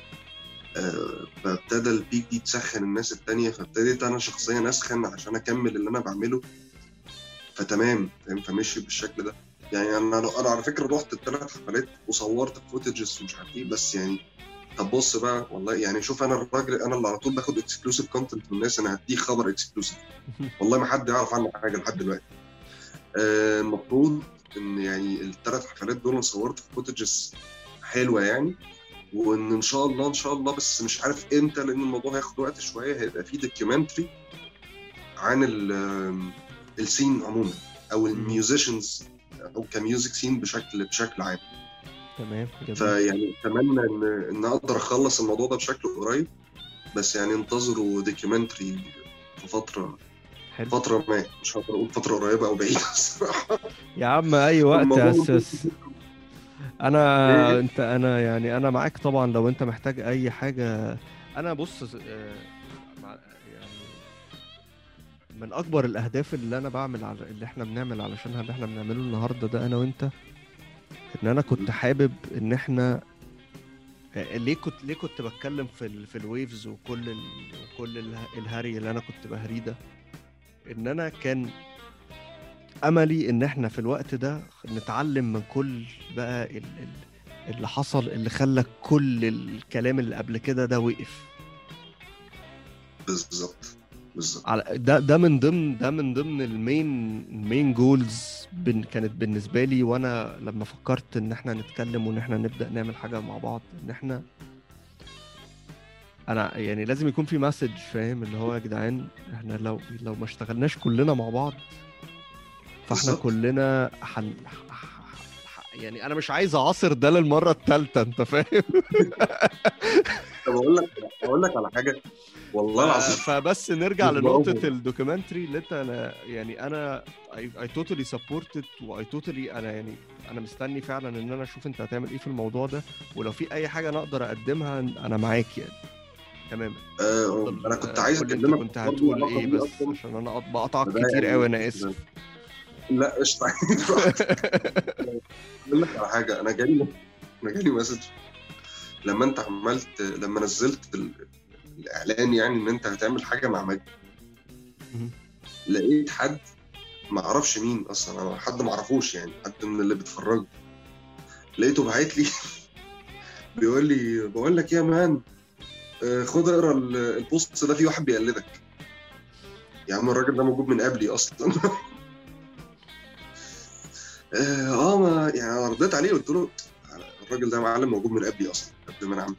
فابتدى البيك دي تسخن الناس التانية، فابتديت انا شخصيا اسخن عشان اكمل اللي انا بعمله. فتمام فاهم، فمشي بالشكل ده. يعني انا على فكره رحت ال3 حفلات وصورت فوتجز ومش عارف ايه. بس يعني طب بص بقى والله، يعني شوف انا الراجل انا اللي على طول باخد اكسكلوسيف كونتنت من الناس. انا هديك خبر اكسكلوسيف والله ما حد يعرف عنه حاجه لحد دلوقتي. المفروض ان يعني ال3 حفلات دول انا صورت فوتجز حلوه يعني. وان ان شاء الله ان شاء الله بس مش عارف امتى لان الموضوع هياخد وقت شويه. هيبقى فيه دوكيومنتري عن السين عموما او الميوزيشنز او كميوزك سين بشكل عام. تمام جميل. فيعني اتمنى ان اقدر اخلص الموضوع ده بشكل قريب. بس يعني انتظروا دوكيومنتري في فتره حلو. ما مش هقدر اقول فتره قريبه او بعيده الصراحه. يا عم اي وقت يا اساس. ايه انا يعني انا معاك طبعا لو انت محتاج اي حاجة. انا بص يعني من اكبر الاهداف اللي انا بعمل على اللي احنا بنعمل علشانها اللي احنا بنعمله النهارده ده انا وانت، ان انا كنت حابب ان احنا ليه كنت بتكلم في الويفز وكل الهري اللي انا كنت بهريه ده. ان انا كان املي ان احنا في الوقت ده نتعلم من كل بقى اللي حصل اللي خلى كل الكلام اللي قبل كده ده وقف. بالظبط على ده من ضمن المين جولز كانت بالنسبه لي. وانا لما فكرت ان احنا نتكلم وان احنا نبدا نعمل حاجه مع بعض، ان احنا انا يعني لازم يكون في مسج، فاهم؟ اللي هو يا جدعان احنا لو ما اشتغلناش كلنا مع بعض فاحنا بالظبط. كلنا يعني انا مش عايز اعاصر ده للمره الثالثه، انت فاهم؟ طب اقول لك على حاجه، والله العظيم. فبس نرجع مش لنقطة بأوفر. الدوكيومنتري اللي انت، انا I totally support it و I totally انا يعني انا مستني فعلا ان انا اشوف انت هتعمل ايه في الموضوع ده، ولو في اي حاجة انا اقدر اقدمها انا معاك يعني تماما. انا اتفضل، كنت عايز قول لي انت اكلمك كنت برضه هتقول العلاقه ايه دي بس اصلا. عشان انا بقطعك ده كتير يعني قوي، انا اسف. لا قشطه. براحتك. اقول لك على حاجه، انا جالي مسج لما انت عملت، لما نزلت الاعلان يعني ان انت هتعمل حاجه مع مجد. لقيت حد ما اعرفش مين اصلا، انا حد ما اعرفوش يعني، حد من اللي بيتفرجوا، لقيته باعت لي بيقول لي بقول لك يا مان، خد اقرا البوست ده، في واحد بيقلدك. يا عم الراجل ده موجود من قبلي اصلا. ما يعني انا رديت عليه قلت له الراجل ده معلم موجود من قبلي اصلا، قبل ما انا اعمل.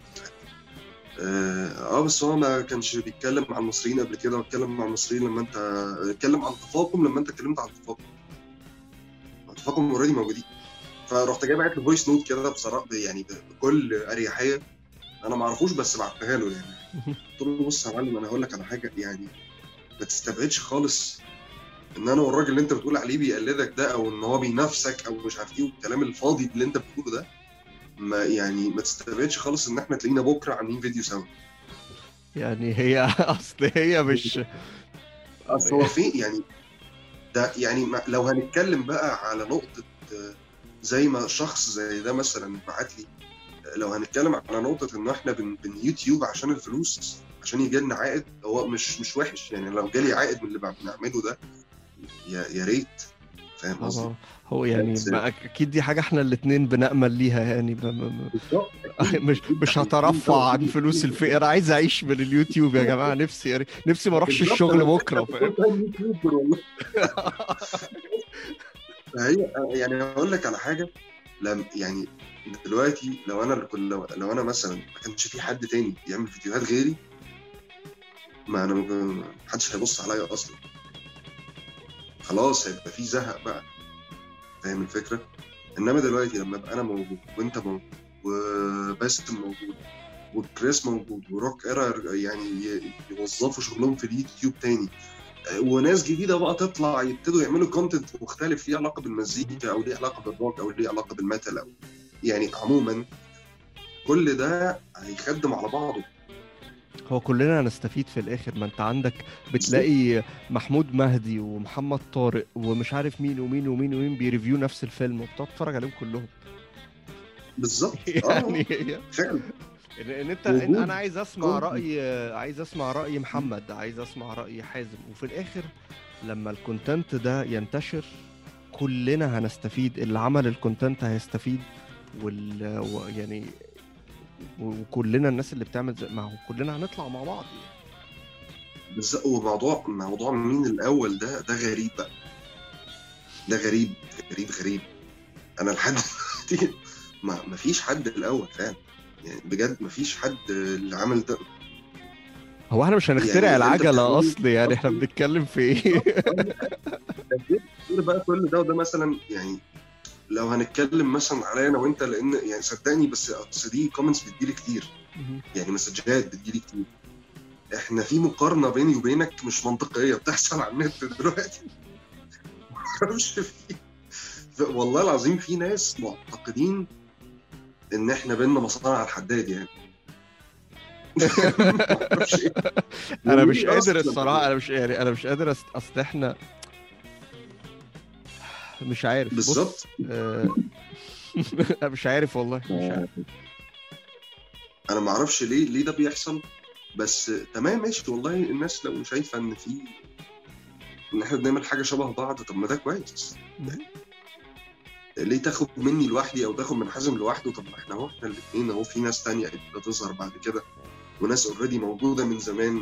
بس هو ما كانش بيتكلم عن المصريين قبل كده، واتكلم عن المصريين لما انت اتكلم عن تفاقم، لما انت اتكلمت عن تفاقم اوريدي موجودين. فرحت جاي باعت له فويس نوت كده بصراحه يعني بكل اريحيه، انا ما اعرفوش بس بعتها له يعني. قلت له بص يا معلم، انا هقول لك على حاجه يعني، ما تستبعدش خالص ان انا والراجل اللي انت بتقول عليه بيقلدك ده، او ان هو بينافسك او مش عارف ايه والكلام الفاضي اللي انت بتقوله ده، ما تستبعدش خالص ان احنا تلاقينا بكره عاملين فيديو سوا. يعني هي اصل هي مش اصل هو في يعني، ده يعني لو هنتكلم بقى على نقطة، زي ما شخص زي ده مثلا بعت لي، لو هنتكلم على نقطة ان احنا بن يوتيوب عشان الفلوس، عشان يجي لنا عائد، هو مش وحش يعني، لو جالي عائد من اللي بنعمله ده يا ريت، فاهم قصدي؟ هو يعني بس اكيد دي حاجة احنا الاتنين بنأمل ليها يعني بالظبط اكيد اكيد مش احنا عايزين هترفع عن فلوس انا عايز اعيش من اليوتيوب يا جماعة، نفسي يعني نفسي ما اروحش بالظبط، الشغل انا بكرة، فاهم؟ كنت يوتيوبر والله. هي يعني اقول لك على حاجة، يعني دلوقتي لو انا لو انا مثلا ما كانش في حد تاني يعمل فيديوهات غيري، ما انا محدش هيبص عليا اصلا، خلاص هيبقى في زهق بقى، فاهم الفكره؟ انما دلوقتي لما ابقى انا موجود وانت موجود وباسم موجود وكريس موجود وروك ايرا يعني يوظفوا شغلهم في اليوتيوب تاني، وناس جديده بقى تطلع يبتدوا يعملوا كونتنت مختلف ليه علاقه بالمزيكا او ليه علاقه بالروك او ليه علاقه بالميتال، او يعني عموما كل ده هيخدم على بعضه. هو كلنا هنستفيد في الاخر، ما انت عندك بالظبط بتلاقي محمود مهدي ومحمد طارق ومش عارف مين ومين ومين ومين بيريفيو نفس الفيلم وبتقعد تتفرج عليهم كلهم. بالظبط يعني هي فعلا ان انت انا وجود عايز اسمع رأي محمد، عايز اسمع رأي حازم، وفي الاخر لما الكونتنت ده ينتشر كلنا هنستفيد، اللي عمل الكونتنت هيستفيد يعني وكلنا الناس اللي بتعمل ما هو كلنا هنطلع مع بعض يعني. بالظبط. وموضوع مين الاول ده غريب بقى، ده غريب غريب غريب. انا لحد دلوقتي ما فيش حد الاول فعلا يعني، بجد ما فيش حد اللي عمل ده. هو احنا مش هنخترع يعني انت العجلة بتعمله اصل، يعني احنا اصلا بنتكلم في ايه؟ غير بقى كل ده وده مثلا يعني، لو هنتكلم مثلا عليا انا وانت، لان يعني صدقني بس اصل دي كومنتس بتجيلي كتير، يعني مسجات بتجيلي كتير، احنا في مقارنه بيني وبينك مش منطقيه بتحصل على النت دلوقتي. معرفش والله العظيم في ناس معتقدين ان احنا بينا مصانع الحداد يعني. معرفش ايه انا مش وليه قادر اصلا الصراحة، يعني. انا مش قادر اصل احنا مش عارف، بص بالظبط أنا مش عارف والله، مش عارف. انا ما اعرفش ليه ده بيحصل، بس تمام ماشي والله، الناس لو شايفه ان احنا بنعمل حاجه شبه بعض، طب ما ده كويس. ليه تاخد مني لوحدي او تاخد من حازم لوحده؟ طب ما احنا الاثنين اهو، في ناس تانية تظهر بعد كده وناس اوريدي موجوده من زمان.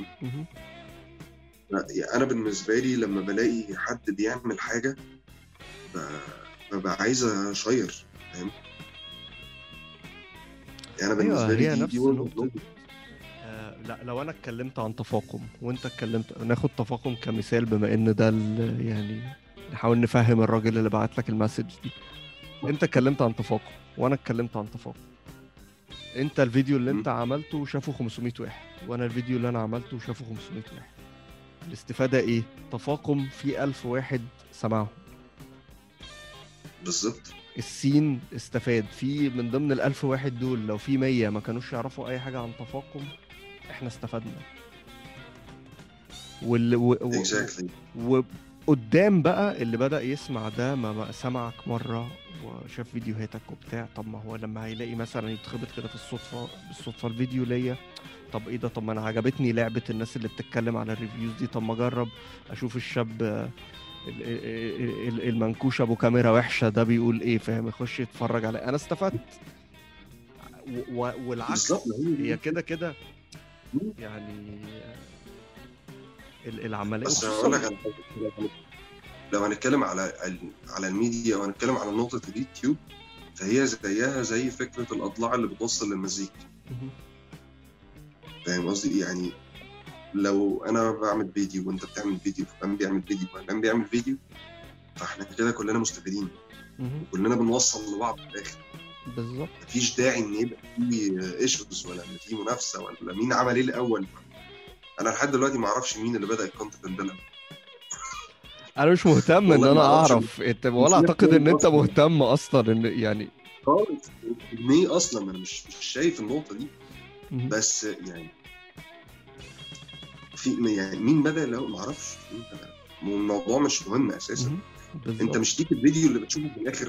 انا بالنسبه لي لما بلاقي حد بيعمل حاجه ببقى عايز اشير، فاهم يعني؟ انا ايوه، بالنسبه لي هي دي نفس وجهه نقطة نظري. لا لو انا اتكلمت عن تفاقم وانت اتكلمت، ناخد تفاقم كمثال بما ان ده يعني نحاول نفهم الراجل اللي بعت لك المسج دي. انت اتكلمت عن تفاقم وانا اتكلمت عن تفاقم. انت الفيديو اللي انت عملته شافه 500 واحد، وانا الفيديو اللي انا عملته شافه 500 واحد. الاستفادة ايه؟ تفاقم في 1000 واحد سمعه. بالظبط. السين استفاد في من ضمن ال1000 واحد دول، لو في 100 ما كانوش يعرفوا اي حاجة عن تفاقم، احنا استفدنا. exactly. وقدام بقى اللي بدأ يسمع ده ما سمعك مرة وشاف فيديوهاتك وبتاع، طب ما هو لما هيلاقي مثلا يتخبط كده في بالصدفة الفيديو ليا، طب ايه ده، طب ما انا عجبتني لعبة الناس اللي بتتكلم على الريفيوز دي، طب ما اجرب اشوف الشاب المنكوش ابو كاميرا وحشة ده بيقول ايه، فاهم، يخش يتفرج عليه، انا استفدت. والعكس هي كده كده يعني العملية. بس اقول لك لو هنتكلم على الميديا وهنتكلم على نقطة اليوتيوب، فهي زيها زي فكرة الأضلاع اللي بتوصل للمزيكا. فاهم قصدي؟ يعني لو أنا بعمل فيديو وأنت بتعمل فيديو وفلان بيعمل فيديو وفلان بيعمل فيديو، فإحنا كده كلنا مستفيدين وكلنا بنوصل لبعض في الآخر. بالظبط. مفيش داعي إن يبقى في ايشوز ولا إن في منافسة ولا مين عمل إيه الأول. أنا لحد دلوقتي ما أعرفش مين اللي بدأ الكونتنت ده. انا مش مهتم ان انا اعرف انت، ولا اعتقد ان انت مهتم اصلا ان يعني خالص ليه اصلا. انا مش شايف النقطه دي. بس يعني في يعني مين بدا، لو ما اعرفش مين بدا، الموضوع مش مهم اساسا. انت مش ليك الفيديو اللي بتشوفه في الاخر.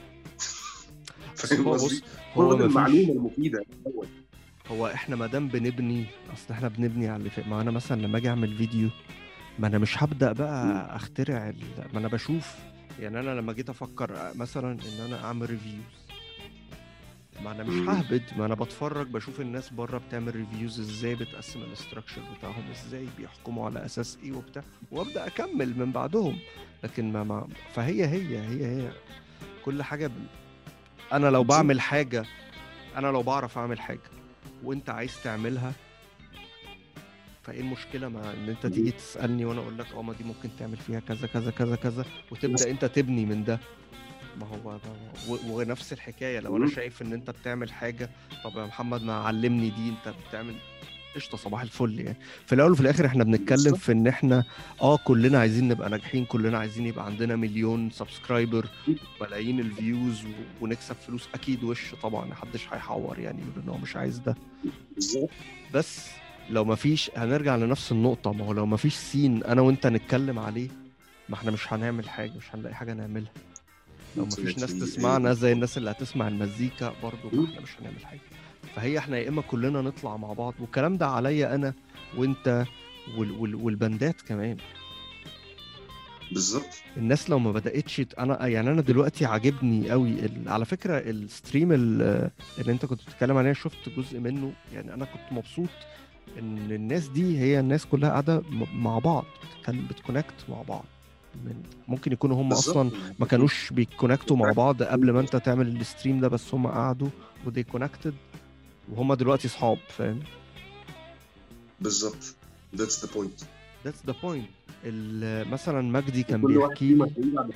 فاهم قصدي؟ هو المعلومه المفيده الاول. هو احنا ما دام بنبني، اصل احنا بنبني على اللي فات. ما انا مثلا لما اجي اعمل فيديو، ما انا مش هبدا بقى اخترع ما انا بشوف. يعني انا لما جيت افكر مثلا ان انا اعمل ريفيوز، ما انا مش ههبد، ما انا بتفرج بشوف الناس بره بتعمل ريفيوز ازاي، بتقسم الاستراكشر بتاعهم ازاي، بيحكموا على اساس ايه وبتاع، وابدا اكمل من بعدهم. لكن ما فهي كل حاجه انا لو بعمل حاجه، انا لو بعرف اعمل حاجه وانت عايز تعملها، فايه المشكله ما ان انت تيجي تسالني وانا اقول لك ما دي ممكن تعمل فيها كذا كذا كذا كذا، وتبدا انت تبني من ده. ما هو ونفس الحكايه لو انا شايف ان انت بتعمل حاجه، طب يا محمد ما علمني دي، انت بتعمل قشطه صباح الفل. يعني في الاول وفي الاخر احنا بنتكلم في ان احنا كلنا عايزين نبقى ناجحين، كلنا عايزين يبقى عندنا 1,000,000 سبسكرايبر، ملايين الفيوز ونكسب فلوس. اكيد وش طبعا محدش هيحور يعني يقول ان هو مش عايز ده. بس لو ما فيش، هنرجع لنفس النقطه. ما هو لو ما فيش سين انا وانت نتكلم عليه، ما احنا مش هنعمل حاجه، مش هنلاقي حاجه نعملها. لو ما فيش ناس تسمعنا زي الناس اللي هتسمع المزيكا برضو، احنا مش هنعمل حاجه. فهي احنا يا اما كلنا نطلع مع بعض، والكلام ده عليا انا وانت والبندات كمان. بالظبط. الناس لو ما بدأتش انا دلوقتي عاجبني قوي على فكره الستريم اللي انت كنت بتتكلم عليه، شفت جزء منه. يعني انا كنت مبسوط ان الناس دي هي الناس كلها قاعده مع بعض، بتكونكت مع بعض. ممكن يكونوا هم اصلا ما كانوش بيكونكتوا مع بعض قبل ما انت تعمل الستريم ده، بس هم قعدوا ودي كونكتد وهم دلوقتي صحاب. فاهم؟ بالظبط. that's the point. مثلا مجدي كان بيحكي لي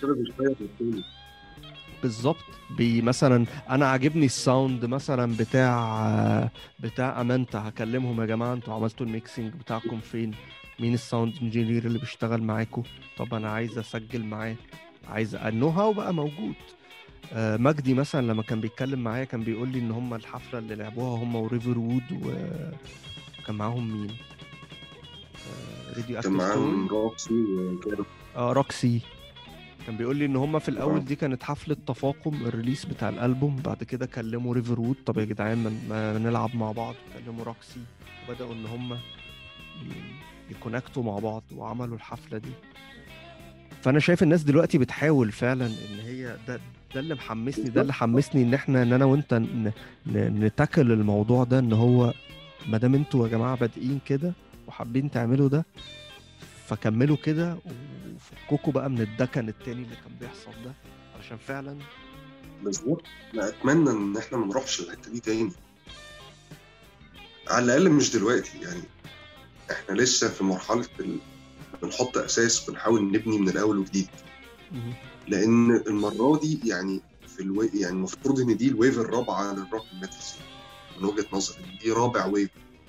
بالظبط. مثلا انا عاجبني الساوند مثلا بتاع امانتا، هكلمهم يا جماعه انتوا عملتوا الميكسينج بتاعكم فين؟ مين الساوند انجينير اللي بيشتغل معاكم؟ طب انا عايز اسجل معاه، عايز النو هاو بقى موجود. مجدي مثلا لما كان بيتكلم معايا كان بيقول لي ان هم الحفله اللي لعبوها هم وريفر وود، وكان معاهم مين؟ راديو كان معاهم روكسي. كان بيقول لي ان هم في الاول دي كانت حفله تفاقم الريليس بتاع الالبوم، بعد كده كلموا ريفر وود، طب يا جدعان ما نلعب مع بعض، كلموا روكسي، وبداوا ان هم يكونكتوا مع بعض وعملوا الحفله دي. فانا شايف الناس دلوقتي بتحاول فعلا ان هي ده اللي محمسني، ده اللي حمسني ان انا وانت نتاكل الموضوع ده، ان هو ما دام انتوا يا جماعه بادئين كده وحابين تعملوا ده، فكملوا كده وفكوكوا بقى من الدكن التاني اللي كان بيحصل ده، علشان فعلا بالظبط. انا اتمنى ان احنا ما نروحش الحته دي تاني. على الاقل مش دلوقتي يعني. احنا لسه في مرحله بنحط اساس، بنحاول نبني من الاول وجديد. لان المره دي يعني يعني المفروض ان دي الويف الرابعه للروك ميتال من وجهه نظري، دي رابع ويف.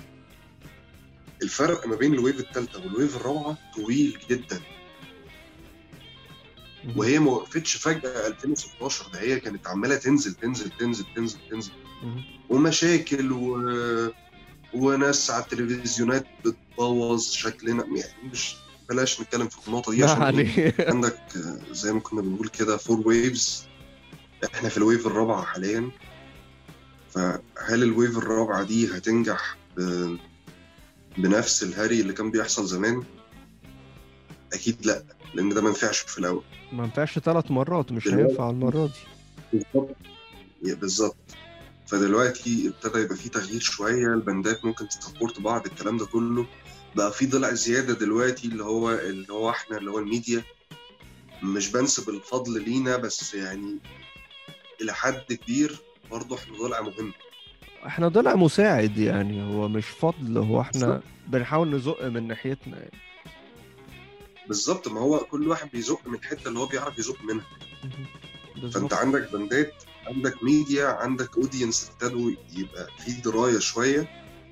الفرق ما بين الويف الثالثه والويف الرابعه طويل جدا، وهي ما وقفتش فجاه 2016، ده هي كانت عماله تنزل تنزل تنزل تنزل تنزل، ومشاكل وناس على التلفزيونات بتبوظ شكلنا يعني. مش بلاش نتكلم في النقطه دي عشان عندك زي ما كنا بنقول كده 4 ويفز، احنا في الويف الرابعه حاليا. فهل الويف الرابعه دي هتنجح بنفس الهري اللي كان بيحصل زمان؟ اكيد لا، لان ده ما ينفعش في الاول، ما ينفعش 3 مرات، مش هينفع المره دي بالظبط. فدلوقتي ابتدى يبقى فيه تغيير شويه، البندات ممكن تسبورت بعض، الكلام ده كله بقى في ضلع زياده دلوقتي، اللي هو احنا اللي هو الميديا. مش بنسب الفضل لينا، بس يعني الى حد كبير برضه احنا ضلع مهم، احنا ضلع مساعد يعني، هو مش فضل، هو احنا بنحاول نزق من ناحيتنا يعني. بالظبط، ما هو كل واحد بيزق من الحته اللي هو بيعرف يزق منها. فانت عندك بندات، عندك ميديا، عندك اودينس، ابتدوا يبقى في درايه شويه.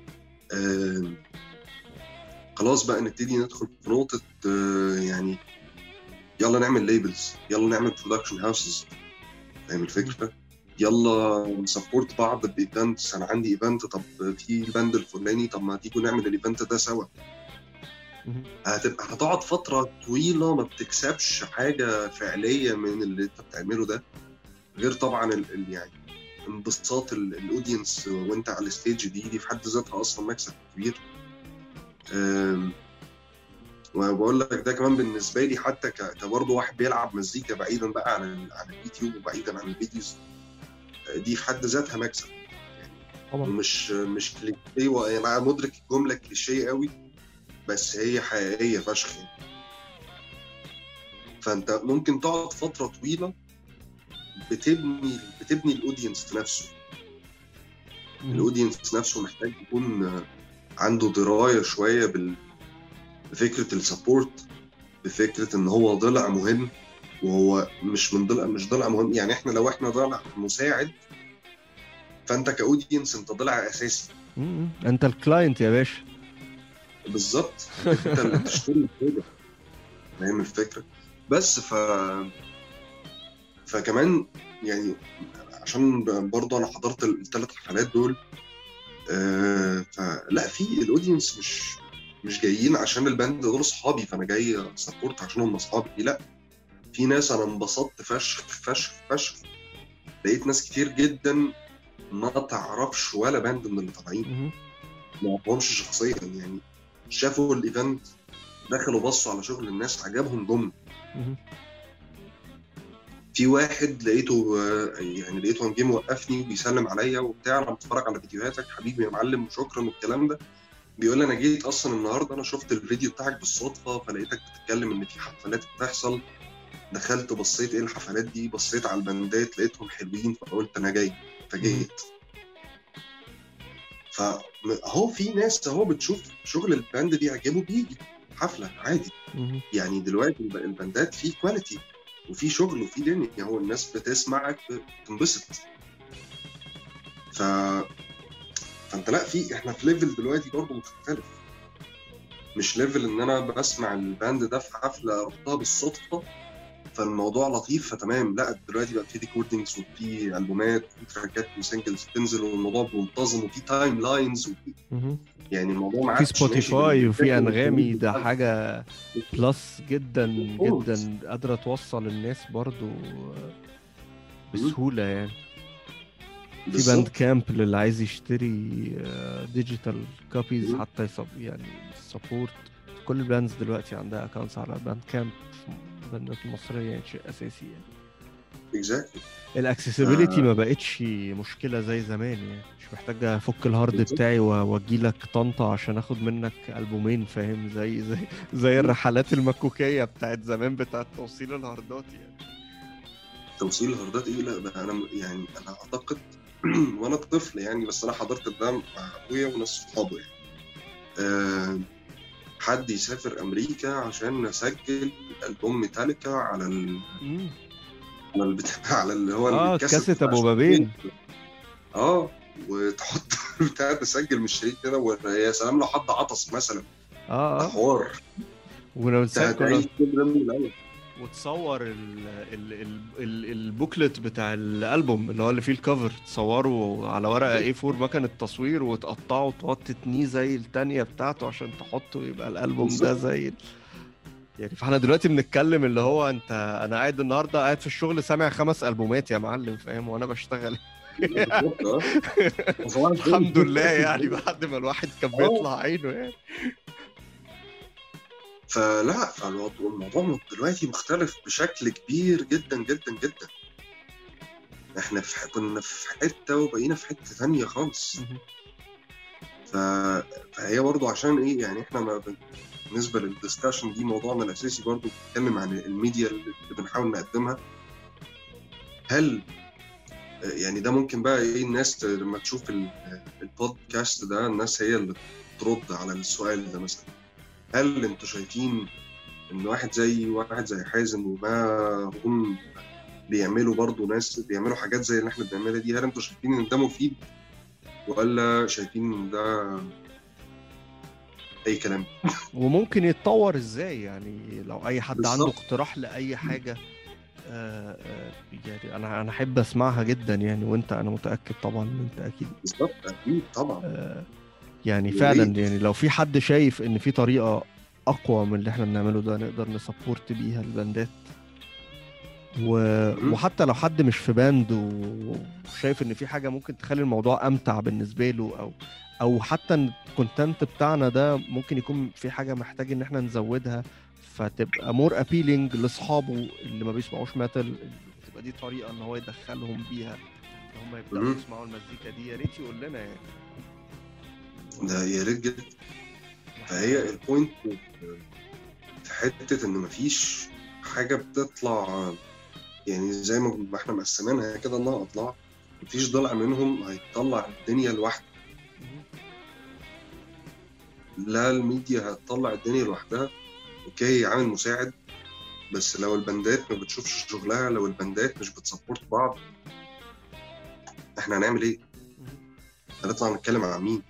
خلاص بقى نبتدي ندخل في نقطه يعني يلا نعمل ليبلز، يلا نعمل برودكشن هاوسز، فاهم الفكره؟ يلا نسبورت بعض بايفنتس، انا عندي ايفنت، طب في الباند الفلاني، طب ما تيجوا نعمل الايفنت ده سوا. هتقعد فتره طويله ما بتكسبش حاجه فعليه من اللي انت بتعمله ده، غير طبعا يعني انبساط الاودينس وانت على الستيج، دي في حد ذاتها اصلا مكسب كبير. وبقول لك ده كمان بالنسبه لي حتى كبرضه واحد بيلعب مزيكا بعيدا بقى عن اليوتيوب وبعيدا عن الفيديوز، دي في حد ذاتها مكسب يعني. مش كليشيه، انا مدرك الجمله كليشيه قوي، بس هي حقيقيه فشخ يعني. فانت ممكن تقعد فتره طويله بتبني الاودينس نفسه. الاودينس نفسه محتاج يكون عنده درايه شويه بفكره السبورت، بفكره ان هو ضلع مهم، وهو مش ضلع مهم يعني. احنا لو احنا ضلع مساعد، فانت كاودينس انت ضلع اساسي. انت الكلاينت يا باشا. بالظبط، انت اللي بتشتري كده، فاهم الفكره؟ بس فكمان يعني عشان برضه انا حضرت ال3 حفلات دول، فلا في الاودينس مش جايين عشان الباند دول اصحابي فانا جاي سبورت عشان هم اصحابي، لا. في ناس انا انبسطت فشخ فشخ فشخ، لقيت ناس كتير جدا ما تعرفش ولا باند من اللي طالعين، ما اعرفهمش شخصيا يعني، شافوا الايفنت دخلوا بصوا على شغل الناس عجبهم جم. في واحد لقيته جه موقفني وبيسلم عليا وبتاع، انا بتفرج على فيديوهاتك حبيبي يا معلم وشكرا والكلام ده. بيقول لي انا جيت اصلا النهارده، انا شفت الفيديو بتاعك بالصدفه، فلقيتك بتتكلم ان في حفلات بتحصل، دخلت بصيت ايه الحفلات دي، بصيت على البندات لقيتهم حلوين فقلت انا جاي فجيت. فهو في ناس اهو بتشوف شغل الباند بيعجبه بيجي حفله عادي يعني. دلوقتي الباندات في كواليتي وفي شغل وفي دنيا، هو الناس بتسمعك بتنبسط. فانت لا، احنا في ليفل دلوقتي برضه مختلف، مش ليفل ان انا بسمع الباند ده في حفله رحتها بالصدفه فالموضوع لطيف فتمام. لا، دلوقتي بقى في ريكوردينجز وفي البومات وفي تراكات وسنجلز بتنزل والموضوع منتظم وفي تايم لاينز يعني الموضوع معاك في سبوتيفاي وفي انغامي، ده حاجه بلس جدا جدا قادره توصل الناس برضو بسهوله يعني. في باند كامب اللي عايز يشتري ديجيتال كوبيز حتى يعني سبورت. كل الباندز دلوقتي عندها اكونتس على باند كامب، الباندات المصريه يعني شيء اساسي يعني. exactly. الاكسسبيليتي ما بقتش مشكله زي زمان يعني، مش محتاج افك الهارد بتاعي واجي لك طنطا عشان اخد منك البومين، فاهم؟ زي الرحلات المكوكيه بتاعت زمان بتاعت توصيل الهاردات يعني. توصيل الهاردات ايه؟ لا ده انا يعني انا اعتقد وانا طفل يعني، بس انا حضرت ده مع ابويا وناس صحابه يعني. أه حد يسافر امريكا عشان نسجل البوم ميتاليكا على على البتاع على اللي هو الكاسيت كاسيت بتاع ابو الشريط. بابين. وتحط بتاع تسجل من الشريط كده، ويا سلام لو حد عطس مثلا، ده اه حوار. ولو انت هتعيش كل ده من الاول. وتصور البوكلت بتاع الالبوم اللي هو اللي فيه الكفر، تصوره على ورقه A4 مكنه تصوير وتقطعه وتقعد تتنيه زي التانية بتاعته عشان تحطه يبقى الالبوم ده بالظبط. زي يعني. فاحنا دلوقتي بنتكلم اللي هو انا قاعد النهارده قاعد في الشغل سامع 5 البومات يا معلم، فاهم؟ وانا بشتغل. بالظبط صباح الحمد الفل. لله يعني، بعد ما الواحد كان اه بيطلع عينه يعني. فلا، فالموضوع دلوقتي مختلف بشكل كبير جدا جدا جدا. احنا كنا في حته وبقينا في حته ثانيه خالص. ف... فهي برضو عشان ايه يعني، احنا ما بالنسبه للدسكشن دي موضوعنا الاساسي برضو بنتكلم عن الميديا اللي بنحاول نقدمها. هل يعني ده ممكن بقى ايه الناس لما تشوف البودكاست ده، الناس هي اللي ترد على السؤال ده مثلا. هل انتوا شايفين ان واحد زي حازم وما هم بيعملوا برضو ناس بيعملوا حاجات زي اللي احنا بنعملها دي، هل انتوا شايفين ان ده مفيد ولا شايفين ان ده اي كلام؟ وممكن يتطور ازاي يعني؟ لو اي حد عنده بالظبط. اقتراح لاي حاجه، يعني انا احب اسمعها جدا يعني. وانت انا متاكد طبعا ان انت اكيد بالظبط اكيد طبعا. آه، يعني يا فعلا ريت. يعني لو في حد شايف ان في طريقه اقوى من اللي احنا بنعمله ده نقدر نسبورت بيها الباندات، مم. وحتى لو حد مش في باند وشايف ان في حاجه ممكن تخلي الموضوع امتع بالنسبه له، او حتى ان الكونتنت بتاعنا ده ممكن يكون في حاجه محتاج ان احنا نزودها فتبقى مور ابيلينج لاصحابه اللي ما بيسمعوش ميتال، تبقى دي طريقه ان هو يدخلهم بيها ان هم يبداوا مم. يسمعوا المزيكا دي، يا ريت يقول لنا يعني. ده يا ريت جدا. فهي البوينت في حته ان مفيش حاجه بتطلع يعني زي ما احنا مقسمينها كده انها اضلاع. مفيش ضلع منهم هيطلع الدنيا لوحده. لا الميديا هتطلع الدنيا لوحدها، اوكي عامل مساعد، بس لو البندات ما بتشوفش شغلها، لو البندات مش بتسبورت بعض، احنا هنعمل ايه؟ هنطلع نتكلم عن مين؟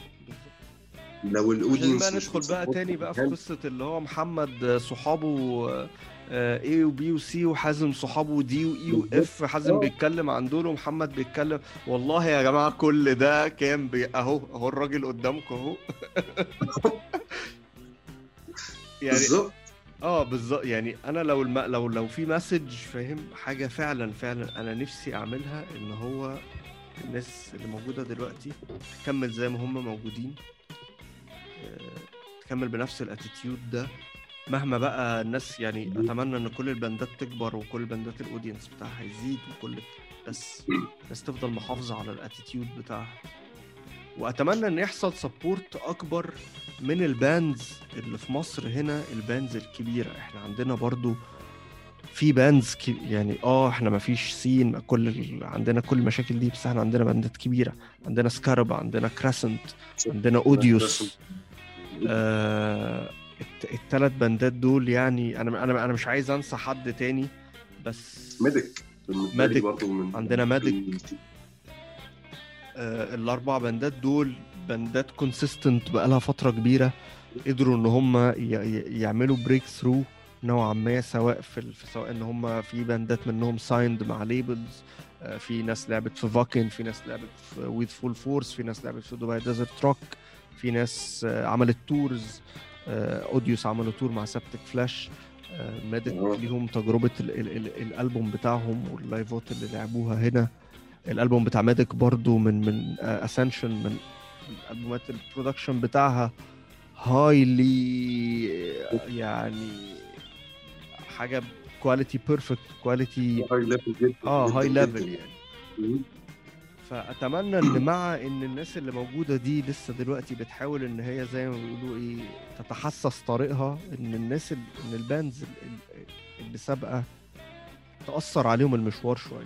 لو مش لازم بقى الاودينس مش ندخل بقى بتسبورت تاني بقى في المكان. قصة اللي هو محمد صحابه A و B و C، وحازم صحابه D و E و بالظبط. F، حازم بيتكلم عن دول ومحمد بيتكلم. والله يا جماعة كل ده كان اهو الراجل قدامكم اهو. يعني بالظبط. بالظبط يعني. انا لو لو في مسج فاهم حاجة فعلا فعلا انا نفسي اعملها، ان هو الناس اللي موجودة دلوقتي تكمل زي ما هم موجودين، تكمل بنفس الاتيتيود ده مهما بقى الناس يعني. اتمنى ان كل الباندات تكبر وكل الباندات الاودينس بتاعها يزيد بس الناس تفضل محافظة على الاتيتيود بتاعها. واتمنى ان يحصل سبورت اكبر من الباندز اللي في مصر هنا، الباندز الكبيرة. احنا عندنا برضو في باندز يعني احنا ما فيش سين عندنا كل المشاكل دي، بس احنا عندنا باندات كبيرة. عندنا سكارب، عندنا كراسنت، عندنا اوديوس. الثلاث باندات دول يعني انا مش عايز انسى حد تاني، بس ميديك برضو عندنا ميديك. الاربع باندات دول باندات كونسيستنت بقالها فتره كبيره، قدروا ان هم يعملوا بريك ثرو نوعا ما، سواء سواء ان هم في باندات منهم سايند مع ليبلز، في ناس لعبت في فاكن، في ناس لعبت في ويذ فول فورس، في ناس لعبت في دبي ديزرت روك، في ناس عملت تورز. اوديوس عملوا تور مع سبتك فلاش. ميديك ليهم تجربه الالبوم بتاعهم واللايفات اللي لعبوها هنا. الالبوم بتاع ميديك برضو من اسنشن، من الالبومات البرودكشن بتاعها هايلي يعني حاجه كواليتي بيرفكت كواليتي، هاي ليفل يعني. فاتمنى ان مع ان الناس اللي موجوده دي لسه دلوقتي بتحاول ان هي زي ما بيقولوا ايه تتحسس طريقها، ان الناس ان الباندز اللي سابقه تأثر عليهم المشوار شويه.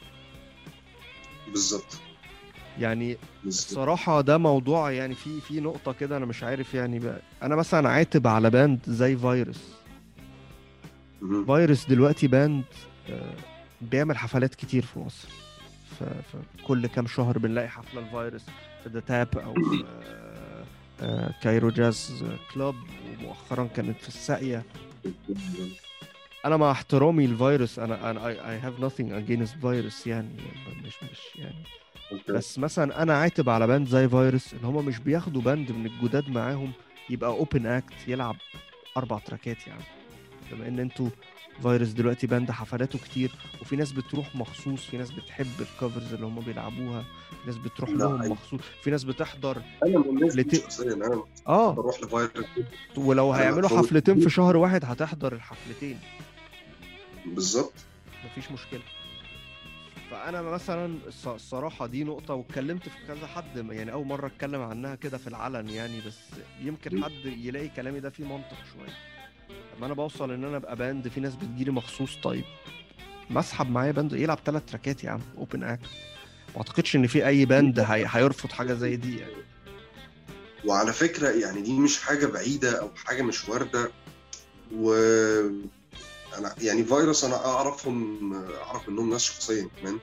بالظبط. يعني الصراحه ده موضوع يعني في نقطه كده انا مش عارف يعني بقى. انا مثلا عاتب على باند زي فيروس. فيروس دلوقتي باند بيعمل حفلات كتير في مصر. فكل كام شهر بنلاقي حفله الفيروس في ذا تاب او في كايرو جاز كلوب، ومؤخرا كانت في الساقية. انا مع احترامي الفيروس، انا I have nothing against فيروس يعني، مش يعني. بس مثلا انا عاتب على باند زي فيروس ان هم مش بياخدوا باند من الجداد معاهم يبقى اوبن اكت يلعب 4 تراكات يعني. بما ان انتوا فيروس دلوقتي باند حفلاته كتير، وفي ناس بتروح مخصوص، في ناس بتحب الكفرز اللي هم بيلعبوها، في ناس بتروح لهم مخصوص، في ناس بتحضر. انا من الناس دي شخصيا انا بروح لفيروس، ولو هيعملوا حفلتين في شهر واحد هتحضر الحفلتين بالظبط، مفيش مشكله. فانا مثلا الصراحه دي نقطه، واتكلمت في كذا حد يعني، اول مره اتكلم عنها كده في العلن يعني، بس يمكن حد يلاقي كلامي ده فيه منطق شويه. لما انا بوصل ان انا ابقى باند في ناس بتجيلي مخصوص، طيب ما اسحب معايا باند يلعب 3 تراكات يا عم اوبن اكت. ما اعتقدش ان في اي باند هيرفض حاجه زي دي يعني. وعلى فكره يعني دي مش حاجه بعيده او حاجه مش وارده. و انا يعني فيروس انا اعرف منهم ناس شخصيا كمان.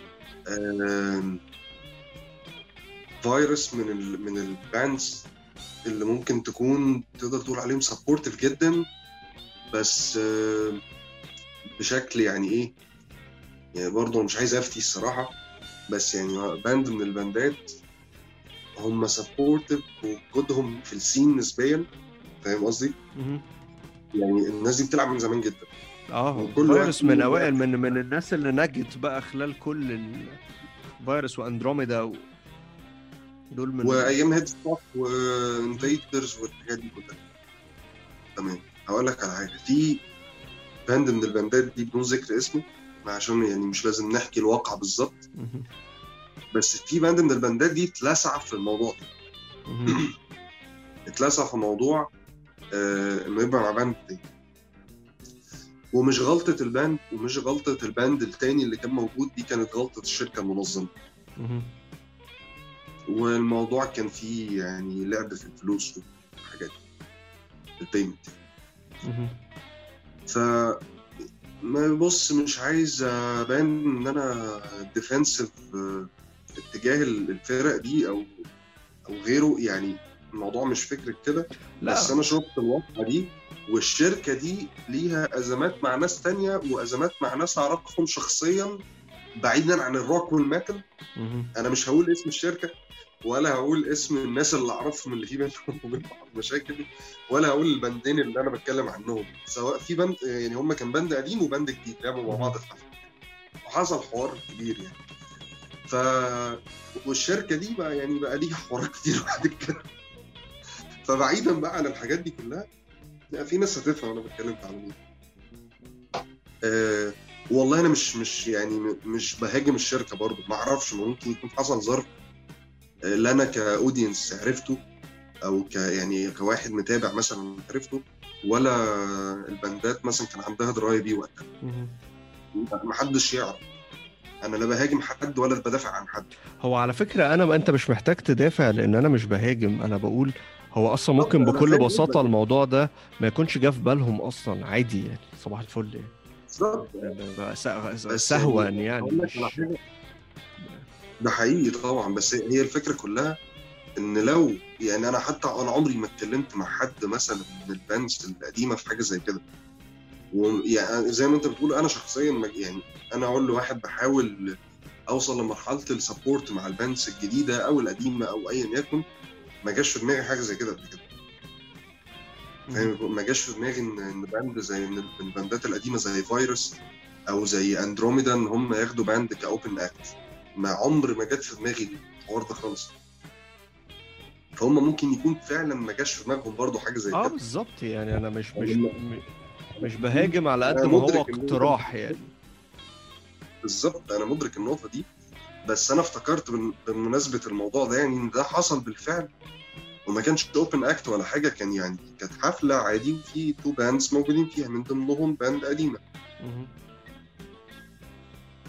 فيروس من الباندز اللي ممكن تكون تقدر تقول عليهم سبورتيف جدا، بس بشكل يعني ايه يعني، برضه مش عايز افتي الصراحه، بس يعني باند من الباندات هم سبورتيف وجودهم في السين نسبيا، فاهم قصدي؟ يعني الناس دي بتلعب من زمان جدا. فيروس من اوائل من الناس اللي نجت بقى خلال كل فيروس واندروميدا دول من وايام هيد ستوك وانفيدرز والحاجات دي كلها. تمام. هقول لك على حاجه، في باند من الباندات دي بدون ذكر اسمه عشان يعني مش لازم نحكي الواقع بالظبط، بس في باند من الباندات دي اتلسع في الموضوع ده. اتلسع في موضوع انه يبقى مع باند تاني، ومش غلطة الباند ومش غلطة الباند التاني اللي كان موجود، دي كانت غلطة الشركة المنظمة. والموضوع كان فيه يعني لعب في الفلوس وحاجات البيمنت. ما بص، مش عايز ابان ان انا ديفنسيف اتجاه الفرق دي او غيره يعني، الموضوع مش فكرة كده. بس انا شفت الواقعة دي، والشركة دي ليها ازمات مع ناس تانية وازمات مع ناس اعرفهم شخصيا بعيدا عن الروك والميتال. انا مش هقول اسم الشركة ولا هقول اسم الناس اللي اعرفهم اللي في بينهم وبين بعض مشاكل، ولا هقول البندين اللي انا بتكلم عنهم، سواء في بند يعني هم كان بند قديم وبند جديد لعبوا مع بعض في حفله وحصل حوار كبير يعني. والشركه دي بقى يعني بقى ليها حوارات كتير بعد كده. فبعيدا بقى عن الحاجات دي كلها، في ناس هتفهم انا بتكلم على مين. والله انا مش يعني مش بهاجم الشركه برضو، ما اعرفش، ممكن يكون حصل ظرف اللي انا كاودينس عرفته او يعني كواحد متابع مثلا عرفته، ولا البندات مثلا كان عندها درايه بيه وقتها. ما حدش يعرف، انا لا بهاجم حد ولا بدافع عن حد. هو على فكره انت مش محتاج تدافع، لان انا مش بهاجم، انا بقول هو اصلا ممكن بكل بساطه الموضوع ده ما يكونش جه في بالهم اصلا، عادي يعني، صباح الفل يعني. سهوا يعني مش... ده حقيقي طبعا، بس هي الفكره كلها ان لو يعني انا حتى انا عمري ما اتكلمت مع حد مثلا من الباندز القديمه في حاجه زي كده، ويعني زي ما انت بتقول انا شخصيا يعني انا اقول لواحد بحاول اوصل لمرحله السبورت مع الباندز الجديده او القديمه او ايا يكن، ما جاش في دماغي حاجه زي كده قبل كده. فاهم؟ ما جاش في دماغي ان باند زي من الباندات القديمه زي فيروس او زي اندروميدا ان هم ياخدوا باند كاوبن اكت، ما عمر ما جت في دماغي الحوار ده خالص. فهم ممكن يكون فعلا ما جاش في دماغهم برضو حاجه زي كده. بالظبط يعني انا مش بهاجم على قد ما هو اقتراح يعني. بالظبط، انا مدرك النقطه دي، بس انا افتكرت بمناسبه الموضوع ده يعني ان ده حصل بالفعل وما كانش اوبن اكت ولا حاجه، كان يعني كانت حفله عادي وفي 2 باندز موجودين فيها، من ضمنهم باند قديمه.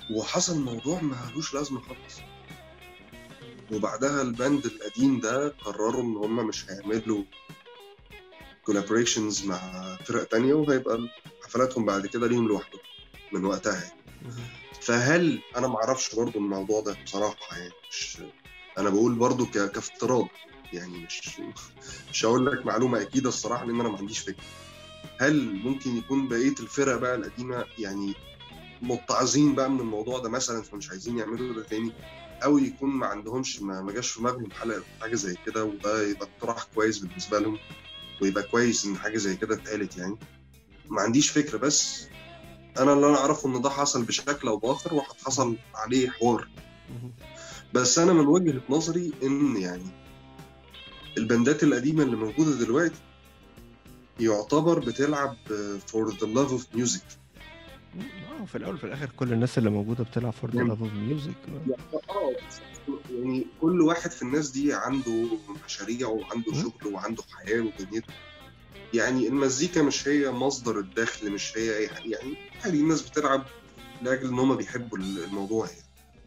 وحصل موضوع مالوش لازمه خالص. وبعدها الباند القديم ده قرروا ان هم مش هيعملوا كولابوريشنز مع فرق تانية، وهيبقى حفلاتهم بعد كده ليهم لوحدهم من وقتها يعني. فهل انا معرفش برضو الموضوع ده بصراحة يعني، مش انا بقول برضو كافتراض يعني، مش هقول لك معلومة اكيدة الصراحة لان انا ما عنديش فكرة. هل ممكن يكون بقية الفرق بقى القديمة يعني متعظين بقى من الموضوع ده مثلا، فمش عايزين يعملوا ده تاني، او يكون ما عندهمش ما جاش في دماغهم حاجة زي كده، وده يبقى اقتراح كويس بالنسبة لهم، ويبقى كويس ان حاجة زي كده اتقالت يعني. ما عنديش فكرة، بس انا اللي انا اعرفه ان ده حصل بشكل او باخر وحصل عليه حوار. بس انا من وجهة نظري ان يعني البندات القديمة اللي موجودة دلوقتي يعتبر بتلعب for the love of music. في الاول وفي الاخر كل الناس اللي موجوده بتلعب for the يعني love of music. يعني كل واحد في الناس دي عنده مشاريع وعنده شغل وعنده حياة ودنيته. يعني المزيكا مش هي مصدر الدخل، مش هي اي حاجة يعني. هذه الناس بتلعب لاجل ان هم بيحبوا الموضوع يعني.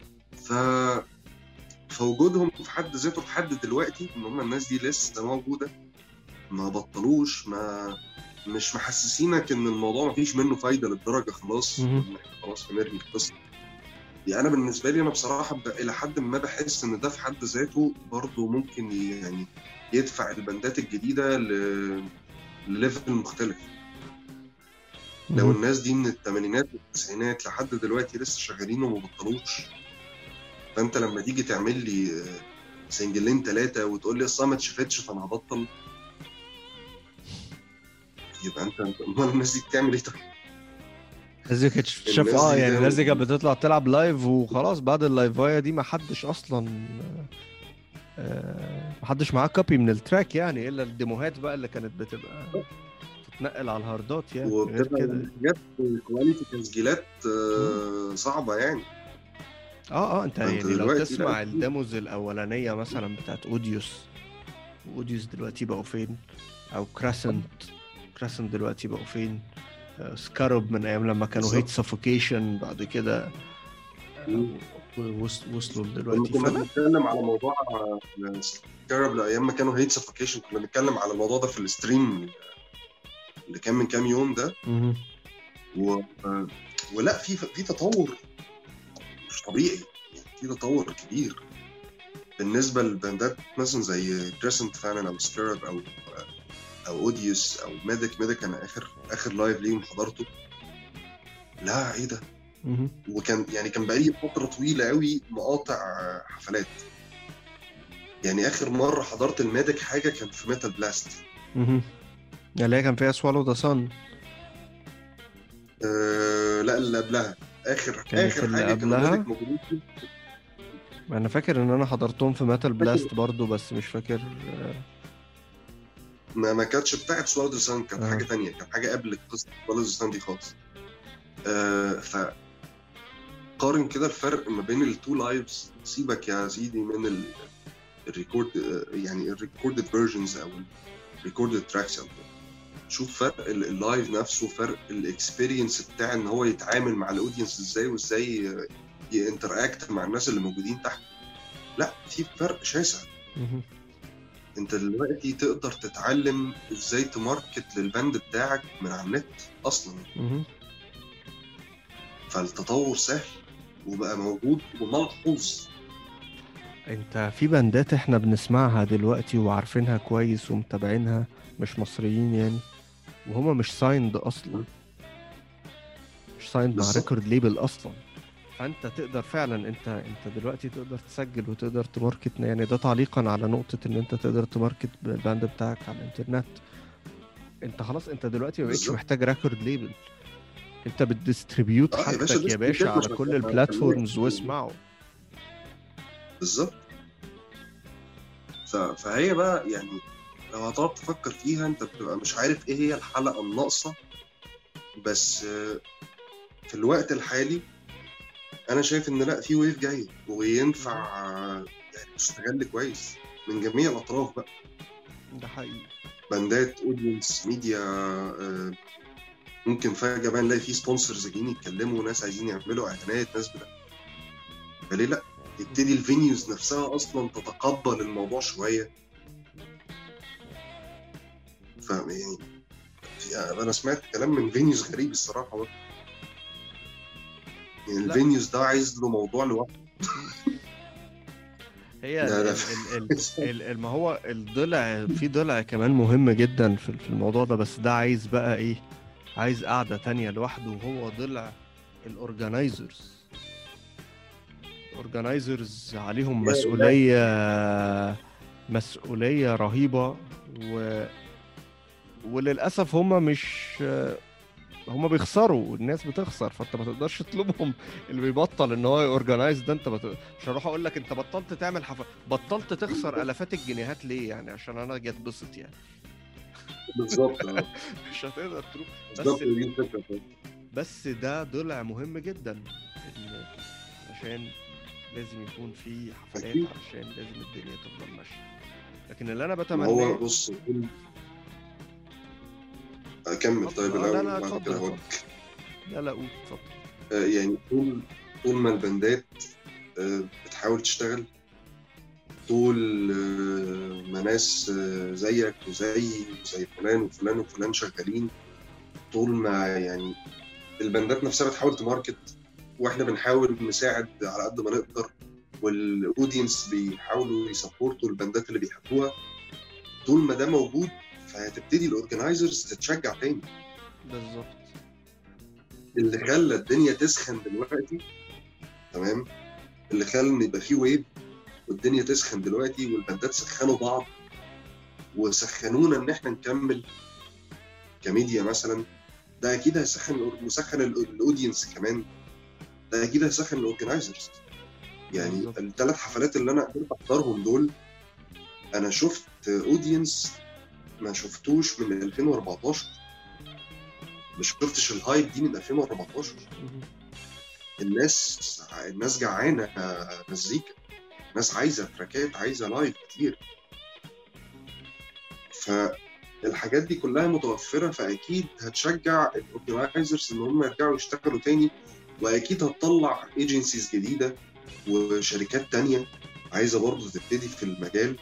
فوجودهم في حد ذاته لحد دلوقتي ان هم الناس دي لسه موجوده، ما بطلوش، مش محسسينك ان الموضوع ما فيش منه فايده للدرجه خلاص خلاص بنرمي القصه. يعني انا بالنسبه لي انا بصراحه الى حد ما بحس ان ده في حد ذاته برضه ممكن يعني يدفع البندات الجديده لليفل مختلف. لو الناس دي من الثمانينات والتسعينات لحد دلوقتي لسه شغالين وما بطلوش، فانت لما تيجي تعمل لي سنجلين 3 وتقول لي اصلا ما اتشافتش فانا هبطل، يبقى انت امال الناس دي بتعمل ايه؟ طيب الناس دي كانت شاف يعني الناس دي كانت بتطلع تلعب لايف وخلاص، بعد اللايفايه دي ما حدش اصلا ما حدش معاه كوبي من التراك يعني، الا الديموهات بقى اللي كانت بتبقى تتنقل على الهاردات يعني. غير كده حاجات كواليتي تسجيلات صعبه يعني. انت يعني لو تسمع الديموز الاولانيه مثلا بتاعت اوديوس دلوقتي بقوا فين، او كراسنت دلوقتي بقوا فين، سكارب من ايام لما كانوا هيت سفوكيشن، بعد كده وصلوا دلوقتي. كنا بنتكلم على موضوع سكارب لايام ما كانوا هيت سفوكيشن، كنا بنتكلم على الموضوع ده في الستريم اللي كان من كام يوم ده. ولا في تطور مش طبيعي يعني، في تطور كبير بالنسبه للباندات مثلا زي كريسنت فعلا او سكارب او اوديوس او ميديك. انا اخر لايف ليهم حضرته، لا ايه ده. وكان يعني كان بقالي فتره طويله قوي مقاطع حفلات. يعني اخر مره حضرت الميديك حاجه كان في ميتال بلاست اللي هي كان فيها سوالو ذا صن. لا اللي قبلها اخر حاجه قبلها كان موجودين. انا فاكر ان انا حضرتهم في ميتال بلاست برضو، بس مش فاكر. ما كانتش بتاعت سوالو ذا صن، كانت حاجه تانية، كانت حاجه قبل قصه سوالو ذا صن دي خالص. قارن كده الفرق ما بين التو لايفز. سيبك يا سيدي من الريكورد يعني الريكوردد فيرجنز او الريكوردد تراكس، شوف فرق اللايف نفسه، فرق الاكسبيرينس بتاع ان هو يتعامل مع الاودينس ازاي، وازاي ينتراكت مع الناس اللي موجودين تحت. لا في فرق شاسع. انت دلوقتي تقدر تتعلم ازاي تماركت للباند بتاعك من على النت اصلا. فالتطور سهل وبقى موجود وملحوظ. انت في باندات احنا بنسمعها دلوقتي وعارفينها كويس ومتابعينها، مش مصريين يعني، وهما مش سايند اصلا، مش سايند مع ريكورد ليبل اصلا. فانت تقدر فعلا انت دلوقتي تقدر تسجل وتقدر تماركت يعني. ده تعليقا على نقطة ان انت تقدر تماركت بالباند بتاعك على الانترنت. انت خلاص انت دلوقتي ما بقتش محتاج ريكورد ليبل، انت بتديستريبيوت حاجتك يا باشا على كل البلاتفورمز واسمعوا. بالظبط. فهي بقى يعني لو هتقعد تفكر فيها انت بتبقى مش عارف ايه هي الحلقة الناقصة. بس في الوقت الحالي انا شايف ان لا في ويف جاي وينفع يعني تستغل كويس من جميع الاطراف بقى. ده حقيقي. باندات، اودينس، ميديا، ممكن فجاه بقى نلاقي في سبونسرز جايين يتكلموا، ناس عايزين يعملوا اعلانات، ناس فليه لا يبتدي الفينيوز نفسها اصلا تتقبل الموضوع شويه. يعني انا سمعت كلام من فينيوز غريب الصراحه برضه. يعني لا الفينيوز ده عايز له موضوع لوحده. هي ده ما هو الضلع، في ضلع كمان مهم جدا في الموضوع ده، بس ده عايز بقى ايه، عايز قعدة تانية لوحده، وهو ضلع الاورجنايزرز. الاورجنايزرز عليهم مسؤولية رهيبة، وللأسف هم بيخسروا، الناس بتخسر، فانت ما تقدرش تطلبهم. اللي بيبطل ان هو يورجنايز ده، مش هروح اقول لك انت بطلت تعمل بطلت تخسر الافات الجنيهات ليه يعني عشان انا اجي اتبسط يعني. بالظبط. مش هتقدر تروح. بالظبط بس دي الفكره. بس ده ضلع مهم جدا، عشان لازم يكون في حفلات، اكيد. عشان لازم الدنيا تفضل ماشيه. لكن اللي انا ما هو بتمناه، بص اكمل طيب لا الاول لا وبعد اتفضل كده هقول. اتفضل. لا قول اتفضل. يعني طول ما البندات بتحاول تشتغل، طول ما ناس زيك وزي فلان وفلان وفلان شغالين، طول ما يعني البندات نفسها بتحاول تماركت، واحنا بنحاول نساعد على قد ما نقدر، والاودينس بيحاولوا يسبورتوا البندات اللي بيحبوها، طول ما ده موجود فهتبتدي الاورجنايزرز تتشجع تاني. بالظبط. اللي خلى الدنيا تسخن دلوقتي، تمام، اللي خلى ان يبقى فيه ويف والدنيا تسخن دلوقتي، والبندات سخنوا بعض وسخنونا ان احنا نكمل كميديا مثلا، ده اكيد مسخن الاودينس كمان، ده اكيد هيسخن الاورجنايزرز. يعني بالظبط. الثلاث حفلات اللي انا قدرت احضرهم دول، انا شفت اودينس ما شفتوش من 2014، ما شفتش الهايب دي من 2014. الناس جعانه مزيكا، الناس عايزه تراكات، عايزه لايف كتير، فالحاجات دي كلها متوفره، فاكيد هتشجع الاورجنايزرز ان هم يرجعوا يشتغلوا تاني، واكيد هتطلع ايجنسيز جديده وشركات تانية عايزه برضه تبتدي في المجال.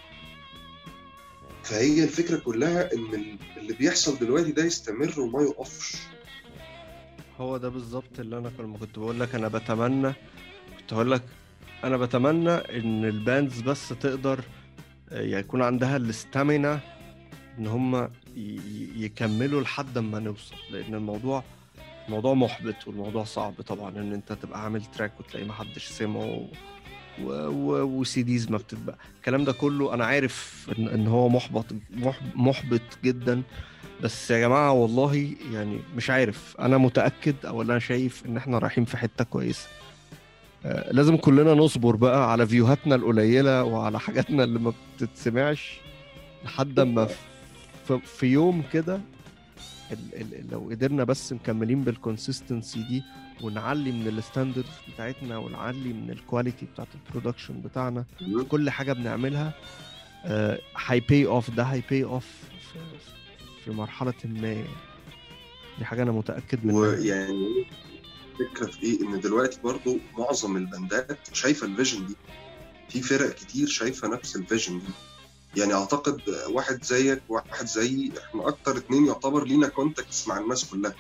فهي الفكره كلها ان اللي بيحصل دلوقتي ده يستمر وما يقفش. هو ده بالظبط اللي انا كنت بقول لك، كنت هقول لك انا بتمنى ان الباندز بس تقدر يعني يكون عندها الاستامينا ان هم يكملوا لحد ما نوصل، لان الموضوع محبط، والموضوع صعب طبعا ان انت تبقى عامل تراك وتلاقي ما حدش سمعه، وسي ديز ما بتتباع، الكلام ده كله انا عارف ان هو محبط جدا. بس يا جماعة والله يعني مش عارف، انا متأكد او انا شايف ان احنا رايحين في حتة كويسة. لازم كلنا نصبر بقى على فيوهاتنا القليلة وعلى حاجاتنا اللي ما بتتسمعش، لحد ما في يوم كده لو قدرنا بس مكملين بالكونسيستنسي دي، ونعلي من الستاندردز بتاعتنا، ونعلي من الكواليتي بتاعت البرودكشن بتاعنا في كل حاجة بنعملها، هاي باي اوف، ده هاي باي اوف في مرحلة ما. دي حاجة أنا متأكد منها. ويعني الفكرة في إيه؟ إن دلوقتي برضو معظم البندات شايفة الفيجن دي، في فرق كتير شايفة نفس الفيجن دي. يعني أعتقد واحد زيك وواحد زيي، إحنا أكتر اتنين يعتبر لينا كونتاكتس مع الناس كلها،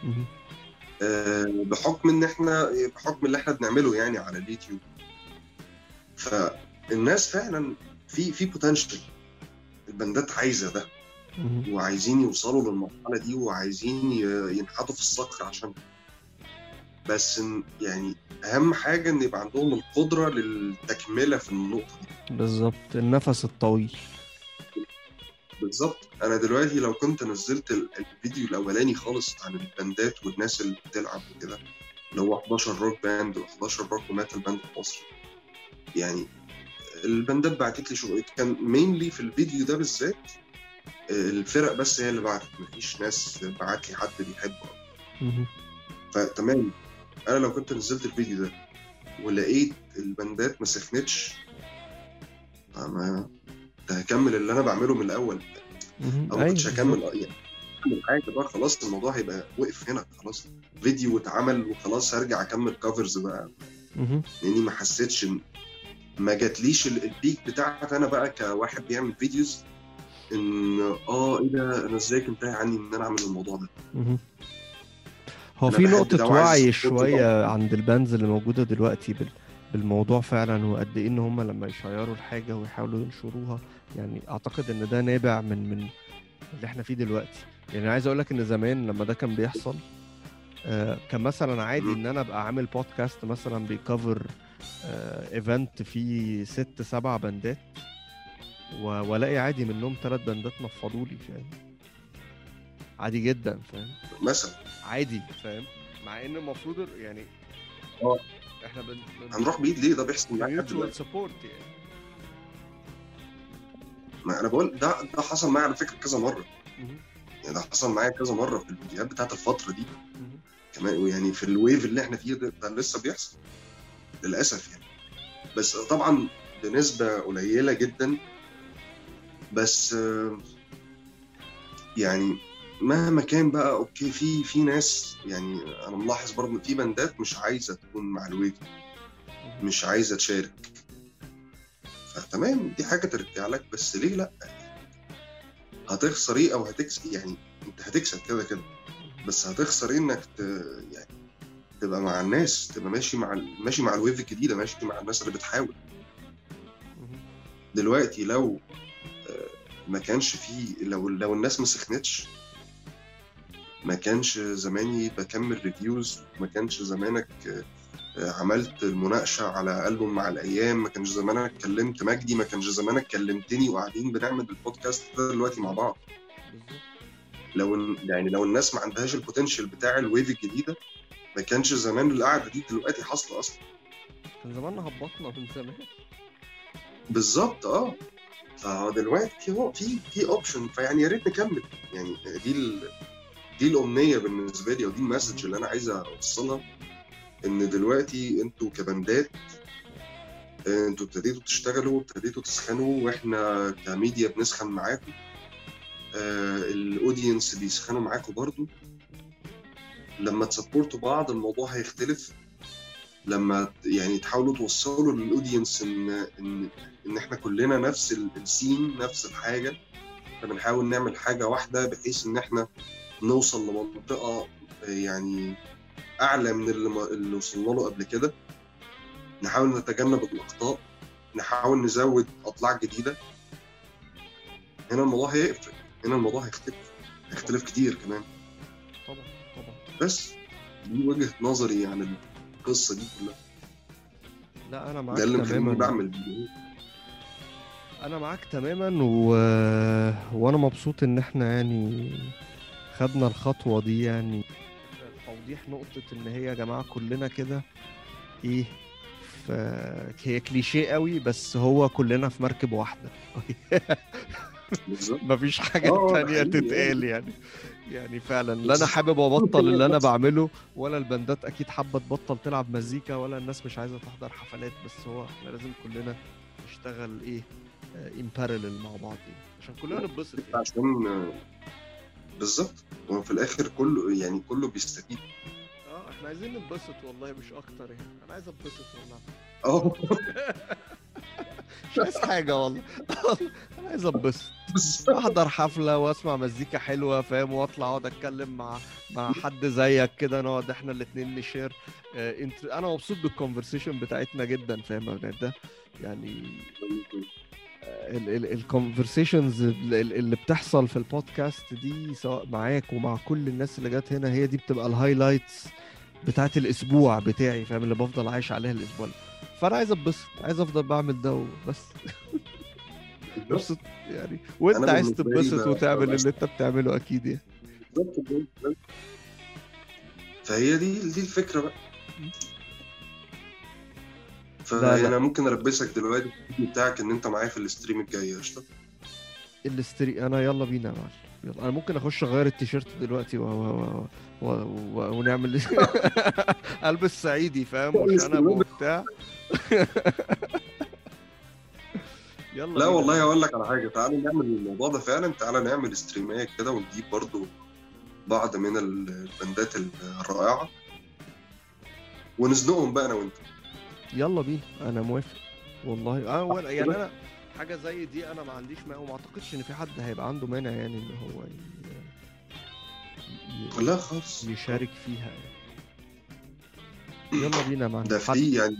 بحكم اللي إحنا بنعمله يعني على اليوتيوب. فالناس فعلا في بوتنشال، البندات عايزة ده، وعايزين يوصلوا للمرحلة دي، وعايزين ينحطوا في الصخر عشان، بس يعني اهم حاجه ان يبقى عندهم القدره للتكمله في النقطه دي. بالظبط، النفس الطويل. بالظبط. انا دلوقتي لو كنت نزلت الفيديو الاولاني خالص عن الباندات والناس اللي بتلعب وكده، اللي هو 11 روك باند و11 روك وميتال باند في مصر، يعني الباندات بعتت لي شغل، كان مينلي في الفيديو ده بالذات الفرق بس هي اللي بعتت، مفيش ناس بعت لي حد بيحبه. فتمام، انا لو كنت نزلت الفيديو ده ولقيت الباندات ما سخنتش، ده هكمل اللي انا بعمله من الاول، او ما كنتش هكمل يعني. اعمل حاجه بقى خلاص، الموضوع هيبقى وقف هنا خلاص، فيديو اتعمل وخلاص هرجع اكمل كفرز بقى، لاني ما حسيتش ما جاتليش البيك بتاعت انا بقى كواحد بيعمل فيديوز ان ايه ده انا ازاي كنت تايه عني ان انا اعمل الموضوع ده. هو أنا في بحب نقطة ده وعايز وعي أسبورت شوية عند البانز اللي موجودة دلوقتي بالموضوع فعلا، وقد ايه ان هم لما يشيروا الحاجة ويحاولوا ينشروها، يعني اعتقد ان ده نابع من اللي احنا فيه دلوقتي. يعني عايز اقولك ان زمان لما ده كان بيحصل كان مثلا عادي ان انا ابقى عامل بودكاست مثلا بيكفر ايفنت فيه 6-7 بندات، والاقي عادي منهم 3 بندات نفضوا لي، فاهم؟ عادي جدا، فاهم؟ مثلا عادي، فاهم؟ مع ان المفروض يعني احنا هنروح بعيد ليه؟ ده بيحصل معايا mutual support يعني. ما انا بقول ده حصل معايا على فكره كذا مره، يعني ده حصل معايا كذا مره في الفيديوهات بتاعت الفتره دي كمان، يعني في الويف اللي احنا فيه ده لسه بيحصل للاسف يعني، بس طبعا بنسبه قليله جدا. بس يعني مهما كان بقى اوكي، في ناس يعني انا ملاحظ برضه في بندات مش عايزه تكون مع الويف، مش عايزه تشارك، فتمام دي حاجه ترجع لك، بس ليه لا؟ هتخسر ايه او هتكسب؟ يعني انت هتكسب كده كده، بس هتخسر ايه؟ انك يعني تبقى مع الناس، تبقى ماشي مع الويف الجديده، ماشي مع الناس اللي بتحاول. دلوقتي لو ما كانش فيه، لو الناس ما سخنتش، ما كانش زماني بكمل ريفيوز، ما كانش زمانك عملت المناقشه على ألبوم مع الايام، ما كانش زمانك كلمت مجدي، ما كانش زمانك كلمتني وقاعدين بنعمل البودكاست ده دلوقتي مع بعض. لو الناس ما عندهاش البوتنشال بتاع الويف الجديده، ما كانش زمان القعده دي دلوقتي حاصله اصلا، كان زماننا هبطنا من زمان. بالظبط. فدلوقتي هو في اوبشن، فيعني يا ريت نكمل، يعني دي الامنيه بالنسبه لي، ودي المسج اللي انا عايز اوصلها، ان دلوقتي انتوا كبندات انتوا ابتديتوا تشتغلوا، ابتديتوا تسخنوا، واحنا كميديا بنسخن معاكم، الاودينس بيسخنوا معاكم برضو. لما تسبورتوا بعض الموضوع هيختلف، لما يعني تحاولوا توصلوا للاودينس ان احنا كلنا نفس السين، نفس الحاجه، فبنحاول نعمل حاجه واحده بحيث ان احنا نوصل لمنطقه يعني اعلى من اللي وصلنا له قبل كده، نحاول نتجنب الاخطاء، نحاول نزود اطلاع جديده. هنا الموضوع هيقفل، هنا الموضوع هيختلف كتير كمان. طبعا. بس دي وجهه نظري عن القصه دي كلها. لا انا معاك ده اللي تماما، مخليني بعمل فيديو. انا معاك تماما وانا مبسوط ان احنا يعني خدنا الخطوه دي، يعني توضيح نقطه ان هي يا جماعه كلنا كده ايه، هي كليشيه قوي، بس هو كلنا في مركب واحده. مفيش حاجه تانية تتقال يعني فعلا لا انا حابب ابطل اللي انا بعمله، ولا البندات اكيد حابه تبطل تلعب مزيكا، ولا الناس مش عايزه تحضر حفلات، بس هو احنا لازم كلنا نشتغل ايه ان باراليل مع بعض عشان كلنا نتبسط يعني. عشان بالظبط، وفي الاخر كله بيستفيد. احنا عايزين نتبسط والله، مش اكتر يعني. انا عايز اتبسط والله. مش عايز حاجه والله. انا عايز اتبسط، احضر حفله واسمع مزيكا حلوه، فاهم، واطلع اقعد اتكلم مع حد زيك كده، نقعد احنا الاثنين نشير. انا مبسوط بالكونفرسيشن بتاعتنا جدا، فاهم ده يعني الكونفرسيشنز اللي بتحصل في البودكاست دي، سواء معاك ومع كل الناس اللي جت هنا، هي دي بتبقى الهايلايتس بتاعت الاسبوع بتاعي، فاهم، اللي بفضل عايش عليها الاسبوع. فانا عايز اتبسط، عايز افضل بعمل ده وبس. بس يعني وانت عايز تتبسط وتعمل اللي انت بتعمله اكيد يعني. فهي دي الفكره بقى. فانا ممكن اربسك دلوقتي بتاعك ان انت معايا في الاستريم الجاي. قشطه انا يلا بينا يا معلم، يلا. انا ممكن اخش اغير التيشيرت دلوقتي ونعمل البس صعيدي، فاهم، وشنب وبتاع. يلا لا بينا. والله اقول لك على حاجه، تعالى نعمل الموضوع ده فعلا، تعالى نعمل استريمات كده ونجيب برضو بعض من البندات الرائعه ونزنقهم بقى انا وانت. يلا بينا، انا موافق والله. ولا يعني انا حاجه زي دي انا ما عنديش مانع، وما اعتقدش ان في حد هيبقى عنده مانع يعني ان هو لا خالص يشارك فيها يعني. يلا بينا مع ده في يعني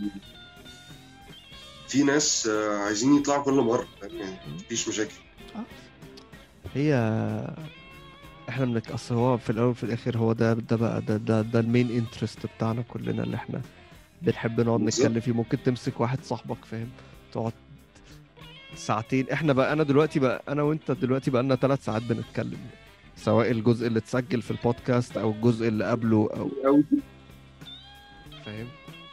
في ناس عايزين يطلعوا كل مره، يعني مفيش مشاكل. هي احنا اصل هو في الاول وفي الاخر هو ده بقى ده المين انترست بتاعنا كلنا اللي احنا بنحب نقعد بالظبط. نتكلم فيه. ممكن تمسك واحد صاحبك فاهم تقعد ساعتين. احنا بقى انا وانت دلوقتي بقى لنا 3 ساعات بنتكلم، سواء الجزء اللي اتسجل في البودكاست او الجزء اللي قبله او فاهم.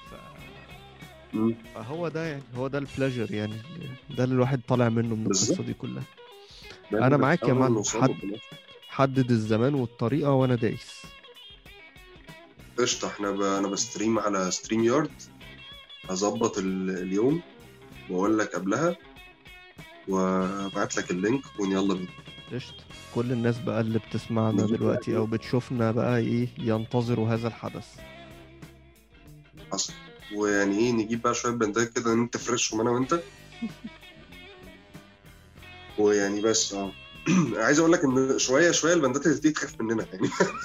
فهو ده يعني هو ده البلاجر يعني، ده اللي الواحد طالع منه من القصة دي كلها. انا معاك يا معلم، حدد الزمان والطريقة وانا دايس قشطة. انا بستريم على ستريم يارد، هظبط اليوم واقول لك قبلها وابعت لك اللينك ويلا بينا. قشطة. كل الناس بقى اللي بتسمعنا دلوقتي او بتشوفنا بقى ايه ينتظروا هذا الحدث. حصل. ويعني ايه نجيب بقى شوية بندات كده انت فريش وانا وانت ويعني بس عايز اقول لك ان شوية البندات اللي تيجي تخاف مننا يعني.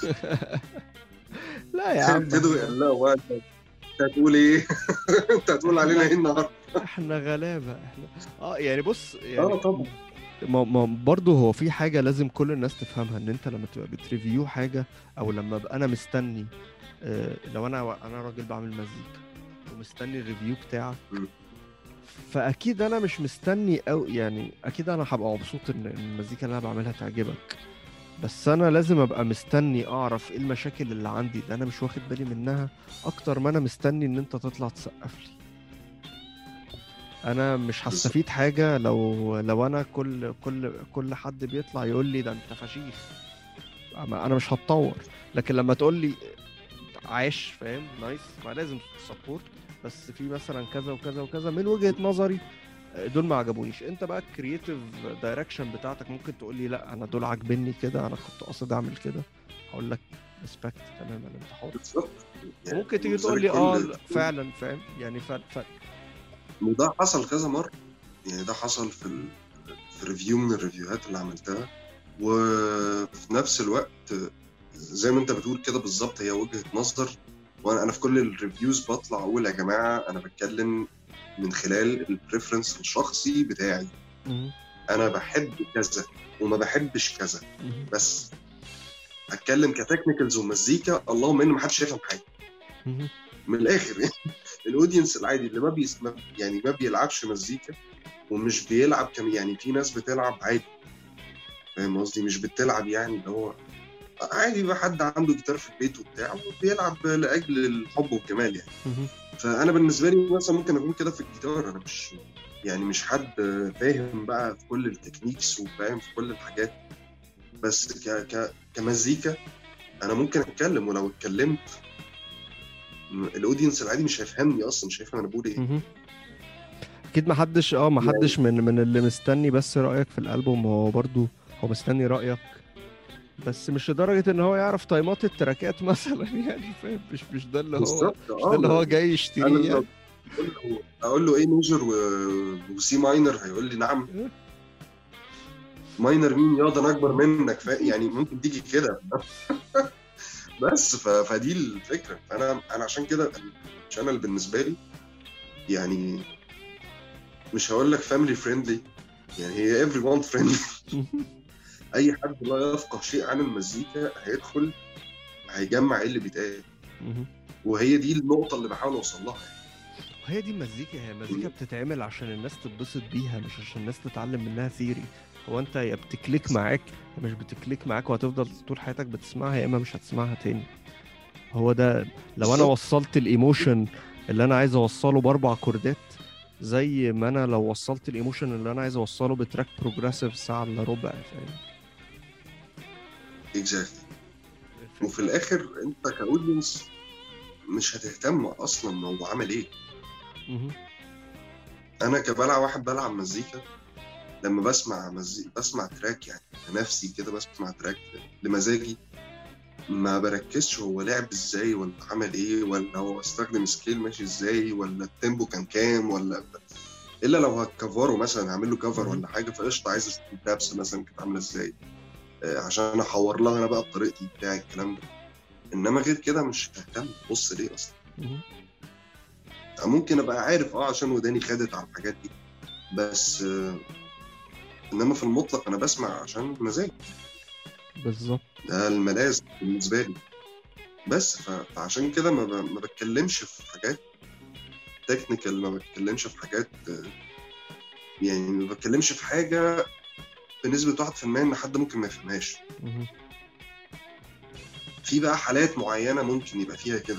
لا يا عم لا وقت انت هتقول ايه؟ انت هتقول علينا ايه النهارده؟ احنا غلابه احنا يعني بص يعني طبعا. ما برضه هو في حاجه لازم كل الناس تفهمها، ان انت لما تبقى بتريفيو حاجه او لما ابقى انا مستني لو انا راجل بعمل مزيكا ومستني الريفيو بتاعك، فاكيد انا مش مستني او يعني اكيد انا هبقى مبسوط ان المزيكا اللي انا بعملها تعجبك، بس انا لازم ابقى مستني اعرف ايه المشاكل اللي عندي اللي انا مش واخد بالي منها، اكتر ما انا مستني ان انت تطلع تسقف لي. انا مش هستفيد حاجه لو انا كل حد بيطلع يقول لي ده انت فشيخ، انا مش هتطور. لكن لما تقول لي عايش فاهم نايس، ما لازم سبورت، بس في مثلا كذا وكذا وكذا من وجهه نظري دول ما عجبونيش، انت بقى الكرييتيف دايركشن بتاعتك ممكن تقول لي لا انا دول عاجبني كده، انا كنت قاصد اعمل كده، هقول لك ريسبكت تماما انت حر. يعني ممكن تيجي تقول لي فعلا فاهم يعني وده حصل كذا مره، يعني ده حصل في ريفيو من الريفيوهات اللي عملتها، وفي نفس الوقت زي ما انت بتقول كده بالظبط هي وجهه نظر. وانا في كل الريفيوز بطلع اقول يا جماعه انا بتكلم من خلال البريفرنس الشخصي بتاعي، انا بحب كذا وما بحبش كذا، بس هتكلم كتكنيكالز ومزيكا اللهم ان ما حدش يفهم حاجه من الاخر. يعني الاودينس العادي اللي ما بيلعبش مزيكا ومش بيلعب يعني في ناس بتلعب عادي فاهم قصدي، مش بتلعب يعني اللي هو عادي بقى حد عنده جيتار في البيت وبتاع وبيلعب لاجل الحب والجمال يعني. فانا بالنسبه لي مثلا ممكن اكون كده في الجيتار، انا مش حد فاهم بقى في كل التكنيكس وفاهم في كل الحاجات، بس كمزيكا انا ممكن اتكلم، ولو اتكلمت الاودينس العادي مش هيفهمني اصلا، مش هيفهم انا بقول ايه. اكيد ما حدش من اللي مستني بس رايك في الالبوم، هو برضو هو مستني رايك بس مش لدرجه ان هو يعرف تايمات التراكات مثلا يعني فاهم، مش ده اللي هو ده اللي هو جاي يشتريه يعني. اقول له ايه ميجر وسي ماينر هيقول لي نعم. ماينر مين يا ده انا اكبر منك يعني ممكن تيجي كده. بس فدي الفكره. انا عشان كده الشانل بالنسبه لي يعني مش هقول لك فاميلي فريندلي، يعني هي everyone friendly. اي حد لا يفقه شيء عن المزيكا هيدخل هيجمع ايه اللي بيتقال، وهي دي النقطه اللي بحاول اوصل لها. وهي دي المزيكا، هي مزيكا بتتعمل عشان الناس تتبسط بيها مش عشان الناس تتعلم منها ثيوري. هو انت يا بتكليك معاك يا مش بتكليك معاك، وهتفضل طول حياتك بتسمعها يا اما مش هتسمعها تاني. هو ده لو انا وصلت الايموشن اللي انا عايز اوصله ب4 كوردات، زي ما انا لو وصلت الايموشن اللي انا عايز اوصله بتراك بروجريسيف ساعه الا ربع فاهم. اكزاكتلي. وفي الاخر انت كاودينس مش هتهتم اصلا هو عمل ايه. انا واحد بلعب مزيكا لما بسمع تراك يعني نفسي كده، بسمع تراك لمزاجي، ما بركزش هو لعب ازاي ولا عمل ايه ولا هو استخدم سكيل ماشي ازاي ولا التيمبو كان كام ولا الا لو هكفره مثلا هعمل له كفر ولا حاجه فقشطه عايز اشوف التابس مثلا كانت عامله ازاي عشان احور لها انا بقى بطريقتي بتاع الكلام ده. انما غير كده مش ههتم بص ليه اصلا. ممكن ابقى عارف عشان وداني خدت على الحاجات دي بس انما في المطلق انا بسمع عشان مزاج بالظبط. ده الملاذ بالنسبه لي بس فعشان كده ما بتكلمش في حاجات تكنيكال، ما بتكلمش في حاجات يعني ما بتكلمش في حاجه بنسبه 1% ان حد ممكن ما يفهمهاش. في بقى حالات معينه ممكن يبقى فيها كده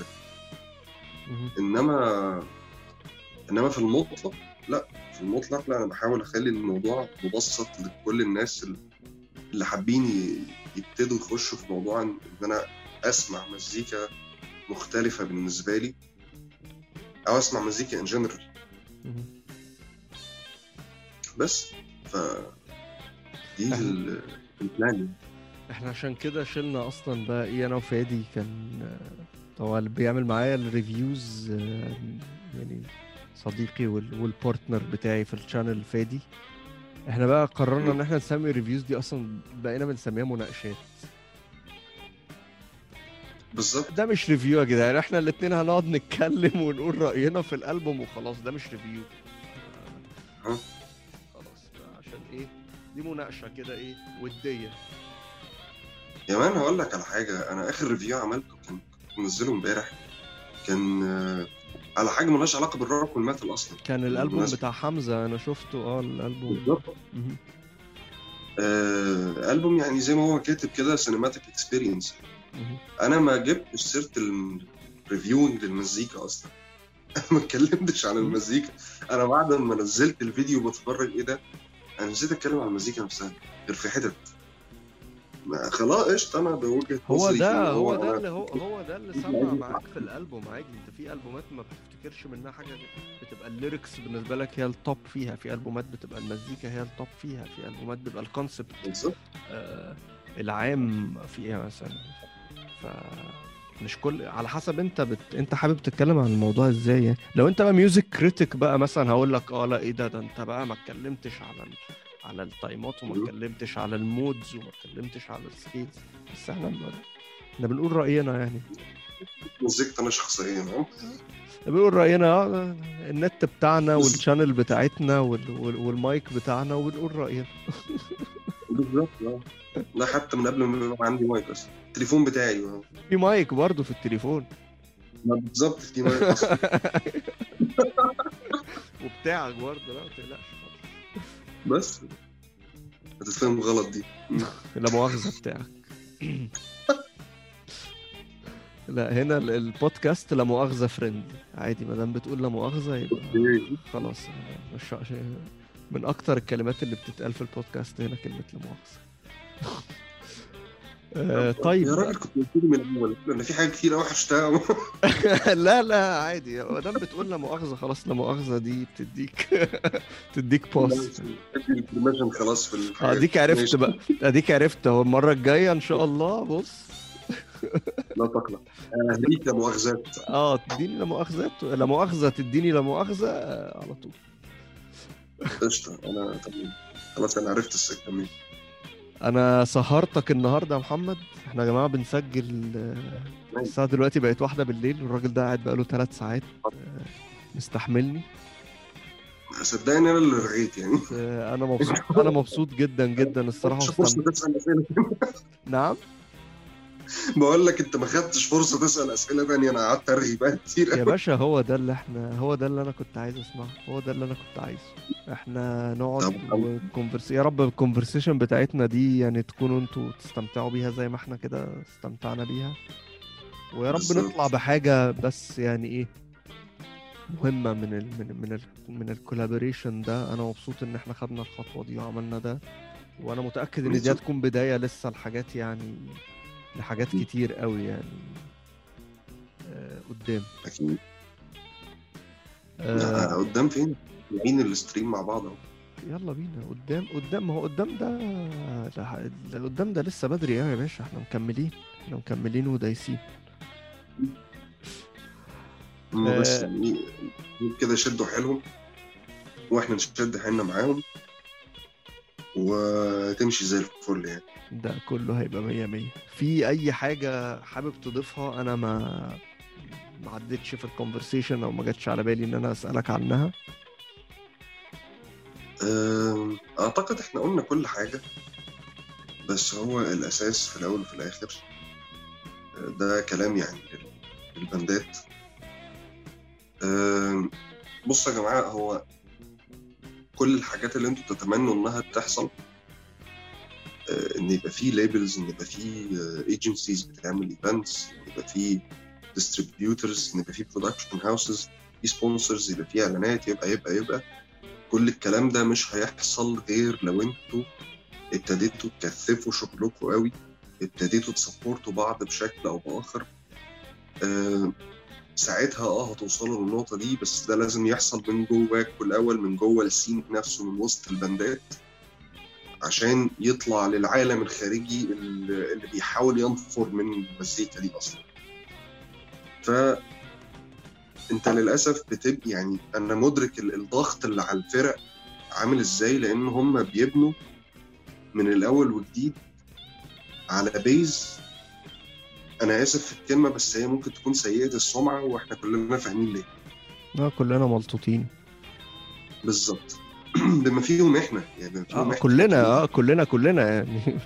انما في المطلق لا، في المطلق لا، انا بحاول اخلي الموضوع مبسط لكل الناس اللي حابين يبتدوا يخشوا في موضوع ان انا اسمع مزيكا مختلفه بالنسبه لي او اسمع مزيكا ان جنرال بس. ف دي البلان. احنا عشان كده شلنا اصلا بقى ايه، انا وفادي كان هو اللي بيعمل معايا الريفيوز يعني صديقي والبارتنر بتاعي في الشانل فادي. احنا بقى قررنا ان احنا نسمي الريفيوز دي اصلا بقينا بنسميها مناقشات. بالظبط. ده مش ريفيو يا جدعان، احنا الاثنين هنقعد نتكلم ونقول رأينا في الالبوم وخلاص، ده مش ريفيو. خلاص عشان ايه، دي مناقشة كده ايه ودية. يا مان هقول لك على حاجة، انا اخر ريفيو عملته كان منزله امبارح، كان على حاجة ملهاش علاقة بالروك والميتال اصلا. كان الالبوم بتاع حمزة، انا شفته الالبوم بالظبط. ألبوم يعني زي ما هو كاتب كده سينماتيك اكسبيرينس. انا ما جبتش سيره الريفيوينج للمزيكا اصلا. ما اتكلمتش عن المزيكا. انا بعد ما نزلت الفيديو بتفرج ايه ده، انا نسيت اتكلم عن المزيكا نفسها غير في حتت خلاص قشطه. انا بوجهه نظري هو ده اللي سمع معاك في الالبوم عادي. انت في البومات ما بتفتكرش منها حاجه، بتبقى الليركس بالنسبه لك هي التوب فيها، في البومات بتبقى المزيكا هي التوب فيها، في البومات بيبقى الكونسبت العام فيها مثلا. مش كل على حسب انت حابب تتكلم عن الموضوع ازاي يعني. لو انت بقى ميوزك كريتيك بقى مثلا هقول لك لا ايه ده انت بقى ما اتكلمتش على التايمات وما اتكلمتش على المودز وما اتكلمتش على السكيلز. بس احنا بنقول راينا يعني. موسيقتنا شخصيا بنقول راينا النت بتاعنا والشانل بتاعتنا والمايك بتاعنا وبنقول راينا. بالظبط. لا حتى من قبل ما يبقى عندي مايك اصلا التليفون بتاعي في مايك برضه في التليفون. بالظبط في مايك اصلا. وبتاعك برضه لا ما تقلقش. بس هتتفهم غلط دي. لا مؤاخذة بتاعك. لا هنا البودكاست لا مؤاخذة فريند عادي، ما دام بتقول لا مؤاخذة يبقى خلاص. مش من اكتر الكلمات اللي بتتقال في البودكاست هنا كلمة لا مؤاخذة. طيب يا راجل كنت قلت لي من الاول ان في حاجه كتير قوي هشتغل. لا عادي، ما دام بتقول لا مؤاخذة خلاص. لا مؤاخذة دي تديك بوست الانفورميشن خلاص في الحاجات. اديك عرفت بقى، اديك عرفت اهو. المرة الجاية ان شاء الله بص لا تقلق ليك لا مؤاخذات. تديني لا مؤاخذات، لا مؤاخذة تديني لا مؤاخذة على طول. قشطة. انا تمام خلاص، انا عرفت السكة منين. انا سهرتك النهارده يا محمد. احنا يا جماعه بنسجل الساعه دلوقتي بقت 1 بالليل والراجل ده قاعد بقاله 3 ساعات مستحملني. صدقني انا اللي رغيت يعني. انا مبسوط جدا جدا الصراحه. فرصه تسال اسئله. نعم بقول لك انت ما خدتش فرصه تسال اسئله ثانيه، انا قعدت ارغي بقى كتير يا باشا. هو ده اللي انا كنت عايز اسمعه، هو ده اللي انا كنت عايزه. احنا نقعد يا رب الكونفرسيشن بتاعتنا دي يعني تكونوا انتوا تستمتعوا بيها زي ما احنا كده استمتعنا بيها، ويا رب نطلع بحاجه بس يعني ايه مهمه من الكولابوريشن ده. انا مبسوط ان احنا خدنا الخطوه دي وعملنا ده، وانا متاكد ان دي هتكون بدايه لسه الحاجات يعني لحاجات كتير قوي يعني قدام. اكيد. قدام فين؟ مين الستريم مع بعض اهو. يلا بينا قدام. ما هو قدام ده لسه بدري قوي يا باشا، احنا مكملين. احنا مكملين ودايسين. هم بس يعني كده شدوا حيلهم واحنا نشد حيلنا معاهم وتمشي زي الفل يعني. ده كله هيبقى 100. في اي حاجة حابب تضيفها انا ما عدتش في الكونفرسيشن او ما جاتش على بالي ان انا اسألك عنها؟ اعتقد احنا قلنا كل حاجة، بس هو الاساس في الاول وفي الاخر ده كلام يعني البندات. بصوا يا جماعة، هو كل الحاجات اللي انتوا تتمنوا انها تحصل، ان يبقى فيه ليبلز، ان يبقى فيه ايجنسيز بتعمل ايفنتس، ان يبقى فيه ديستريبيوترز، ان يبقى فيه برودكشن هاوسز، في سبونسرز، يبقى فيه اعلانات، يبقى كل الكلام ده مش هيحصل غير لو انتوا ابتديتوا تكثفوا شغلكم قوي، ابتديتوا تسبورتوا بعض بشكل او باخر. ساعتها هتوصلوا للنقطة دي، بس ده لازم يحصل من جواكوا الأول، من جوه السين نفسه، من وسط البندات، عشان يطلع للعالم الخارجي اللي بيحاول ينفر من المزيكا دي أصلا. فأنت للأسف بتبقى يعني، أنا مدرك الضغط اللي على الفرق عامل إزاي، لأن هم بيبنوا من الأول وجديد على بيز، أنا آسف في الكلمة بس هي ممكن تكون سيئة السمعة وإحنا كلنا فاهمين ليه. كلنا ملطوطين بالظبط. بما فيهم احنا يعني، بما فيهم احنا كلنا يعني.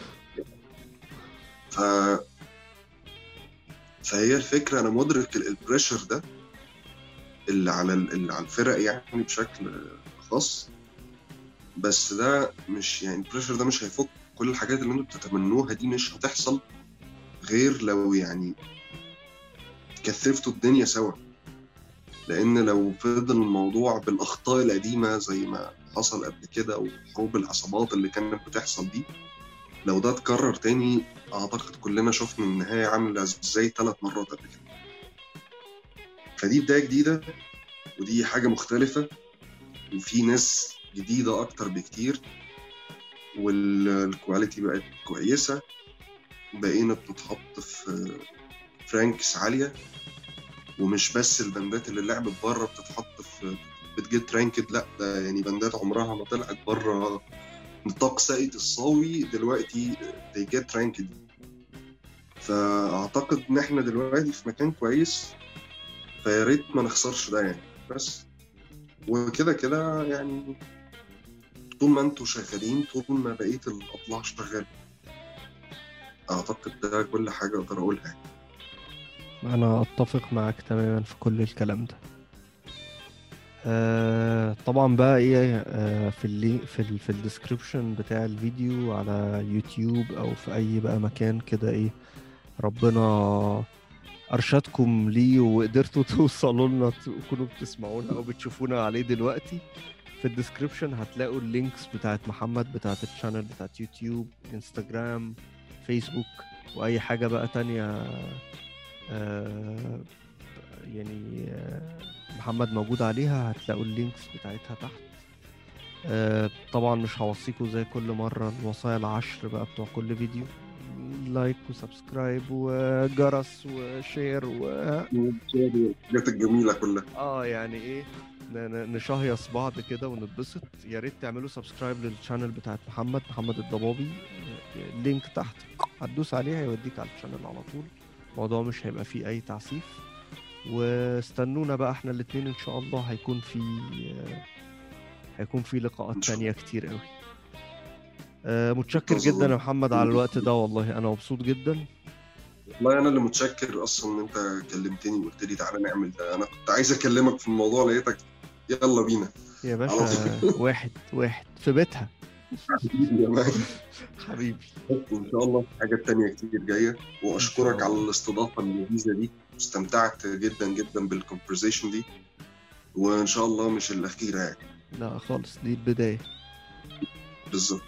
فهي الفكره، انا مدرك البريشر ده اللي على الفرق يعني بشكل خاص، بس ده مش يعني البريشر ده مش هيفك كل الحاجات اللي انتوا بتتمنوها دي، مش هتحصل غير لو يعني كثفتوا الدنيا سوا. لان لو فضل الموضوع بالاخطاء القديمه زي ما حصل قبل كده وحروب العصابات اللي كانت بتحصل دي، لو ده اتكرر تاني اعتقد كلنا شفنا النهايه عامله ازاي 3 مرات قبل كده. فدي بدايه جديده ودي حاجه مختلفه وفي ناس جديده اكتر بكتير، والكواليتي بقت كويسه، بقينا بنتحط في فرانكس عاليه، ومش بس البندات اللي لعبت بره بتتحط في بتجيت رانكد، لا ده يعني بندات عمرها ما طلعت بره نطاق ساقية الصاوي دلوقتي they get ranked. فأعتقد إن إحنا دلوقتي في مكان كويس، فيا ريت ما نخسرش ده يعني. بس وكده كده يعني طول ما انتوا شغالين، طول ما بقية الأضلاع شغال، أعتقد ده كل حاجة أقدر أقولها. انا اتفق معاك تماما في كل الكلام ده. طبعا بقى ايه، في الديسكريبشن بتاع الفيديو على يوتيوب او في اي بقى مكان كده، ايه ربنا ارشدكم ليه وقدرتوا توصلوا لنا تكونوا بتسمعونا او بتشوفونا عليه دلوقتي، في الديسكريبشن هتلاقوا اللينكس بتاعت محمد، بتاعت الشانل بتاعت يوتيوب، انستجرام، فيسبوك، واي حاجة بقى تانية يعني محمد موجود عليها، هتلاقوا اللينكس بتاعتها تحت. طبعا مش هوصيكوا زي كل مرة الوصايا العشر بقى بتوع كل فيديو، لايك وسبسكرايب وجرس وشير الحاجات الجميلة كلها. يعني ايه، نشهيص بعض كده ونتبسط. يا ريت تعملوا سبسكرايب للشانل بتاعت محمد الضبابي، اللينك تحت هتدوس عليه هيوديك على الشانل على طول. الموضوع مش هيبقى فيه اي تعسيف، واستنونا بقى احنا الاتنين ان شاء الله هيكون في لقاءات تانية كتير قوي. متشكر جدا يا محمد على الوقت ده، والله انا مبسوط جدا. والله انا اللي متشكر اصلا ان انت كلمتني وقلت لي تعالى نعمل ده، انا كنت عايز اكلمك في الموضوع لقيتك يلا بينا يا باشا. واحد في بيتها. حبيبي ان شاء الله حاجات تانية كتير جاية، واشكرك على الاستضافة اللذيذة دي، استمتعت جدا جدا بالكونفرزيشن دي، وان شاء الله مش الاخيرة يعني. لا خالص، دي البداية بالظبط.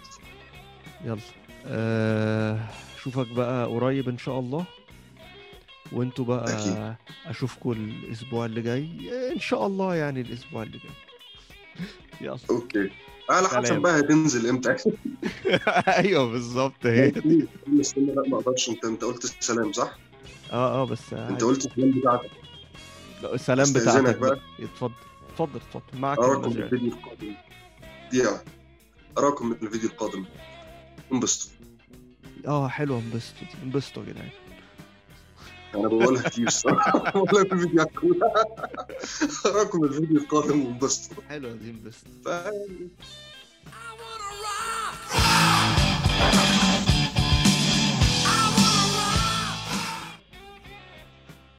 يلا اشوفك بقى قريب ان شاء الله، وانتوا بقى أكيد. اشوفكم الاسبوع اللي جاي ان شاء الله، يعني الاسبوع اللي جاي. يلا اوكي، على حسب سلام. بقى هتنزل امتى. ايوه بالظبط هي دي. استنى، لا ما اقدرش، انت قلت السلام صح؟ اه بس انت عادي. قلت السلام بتاعتك. السلام استاذنك بتاعتك بقى، بقى، اتفضل اتفضل اتفضل، معك اراكم المزرعة. الفيديو القادم. دقيقة، اراكم الفيديو القادم، انبسطوا. حلوه، انبسطوا دي، انبسطوا يا جدعان. انا بقولها كتير الصراحة ولا في الفيديو كلها. اراكم الفيديو القادم وانبسطوا. حلوه دي، انبسطوا. ف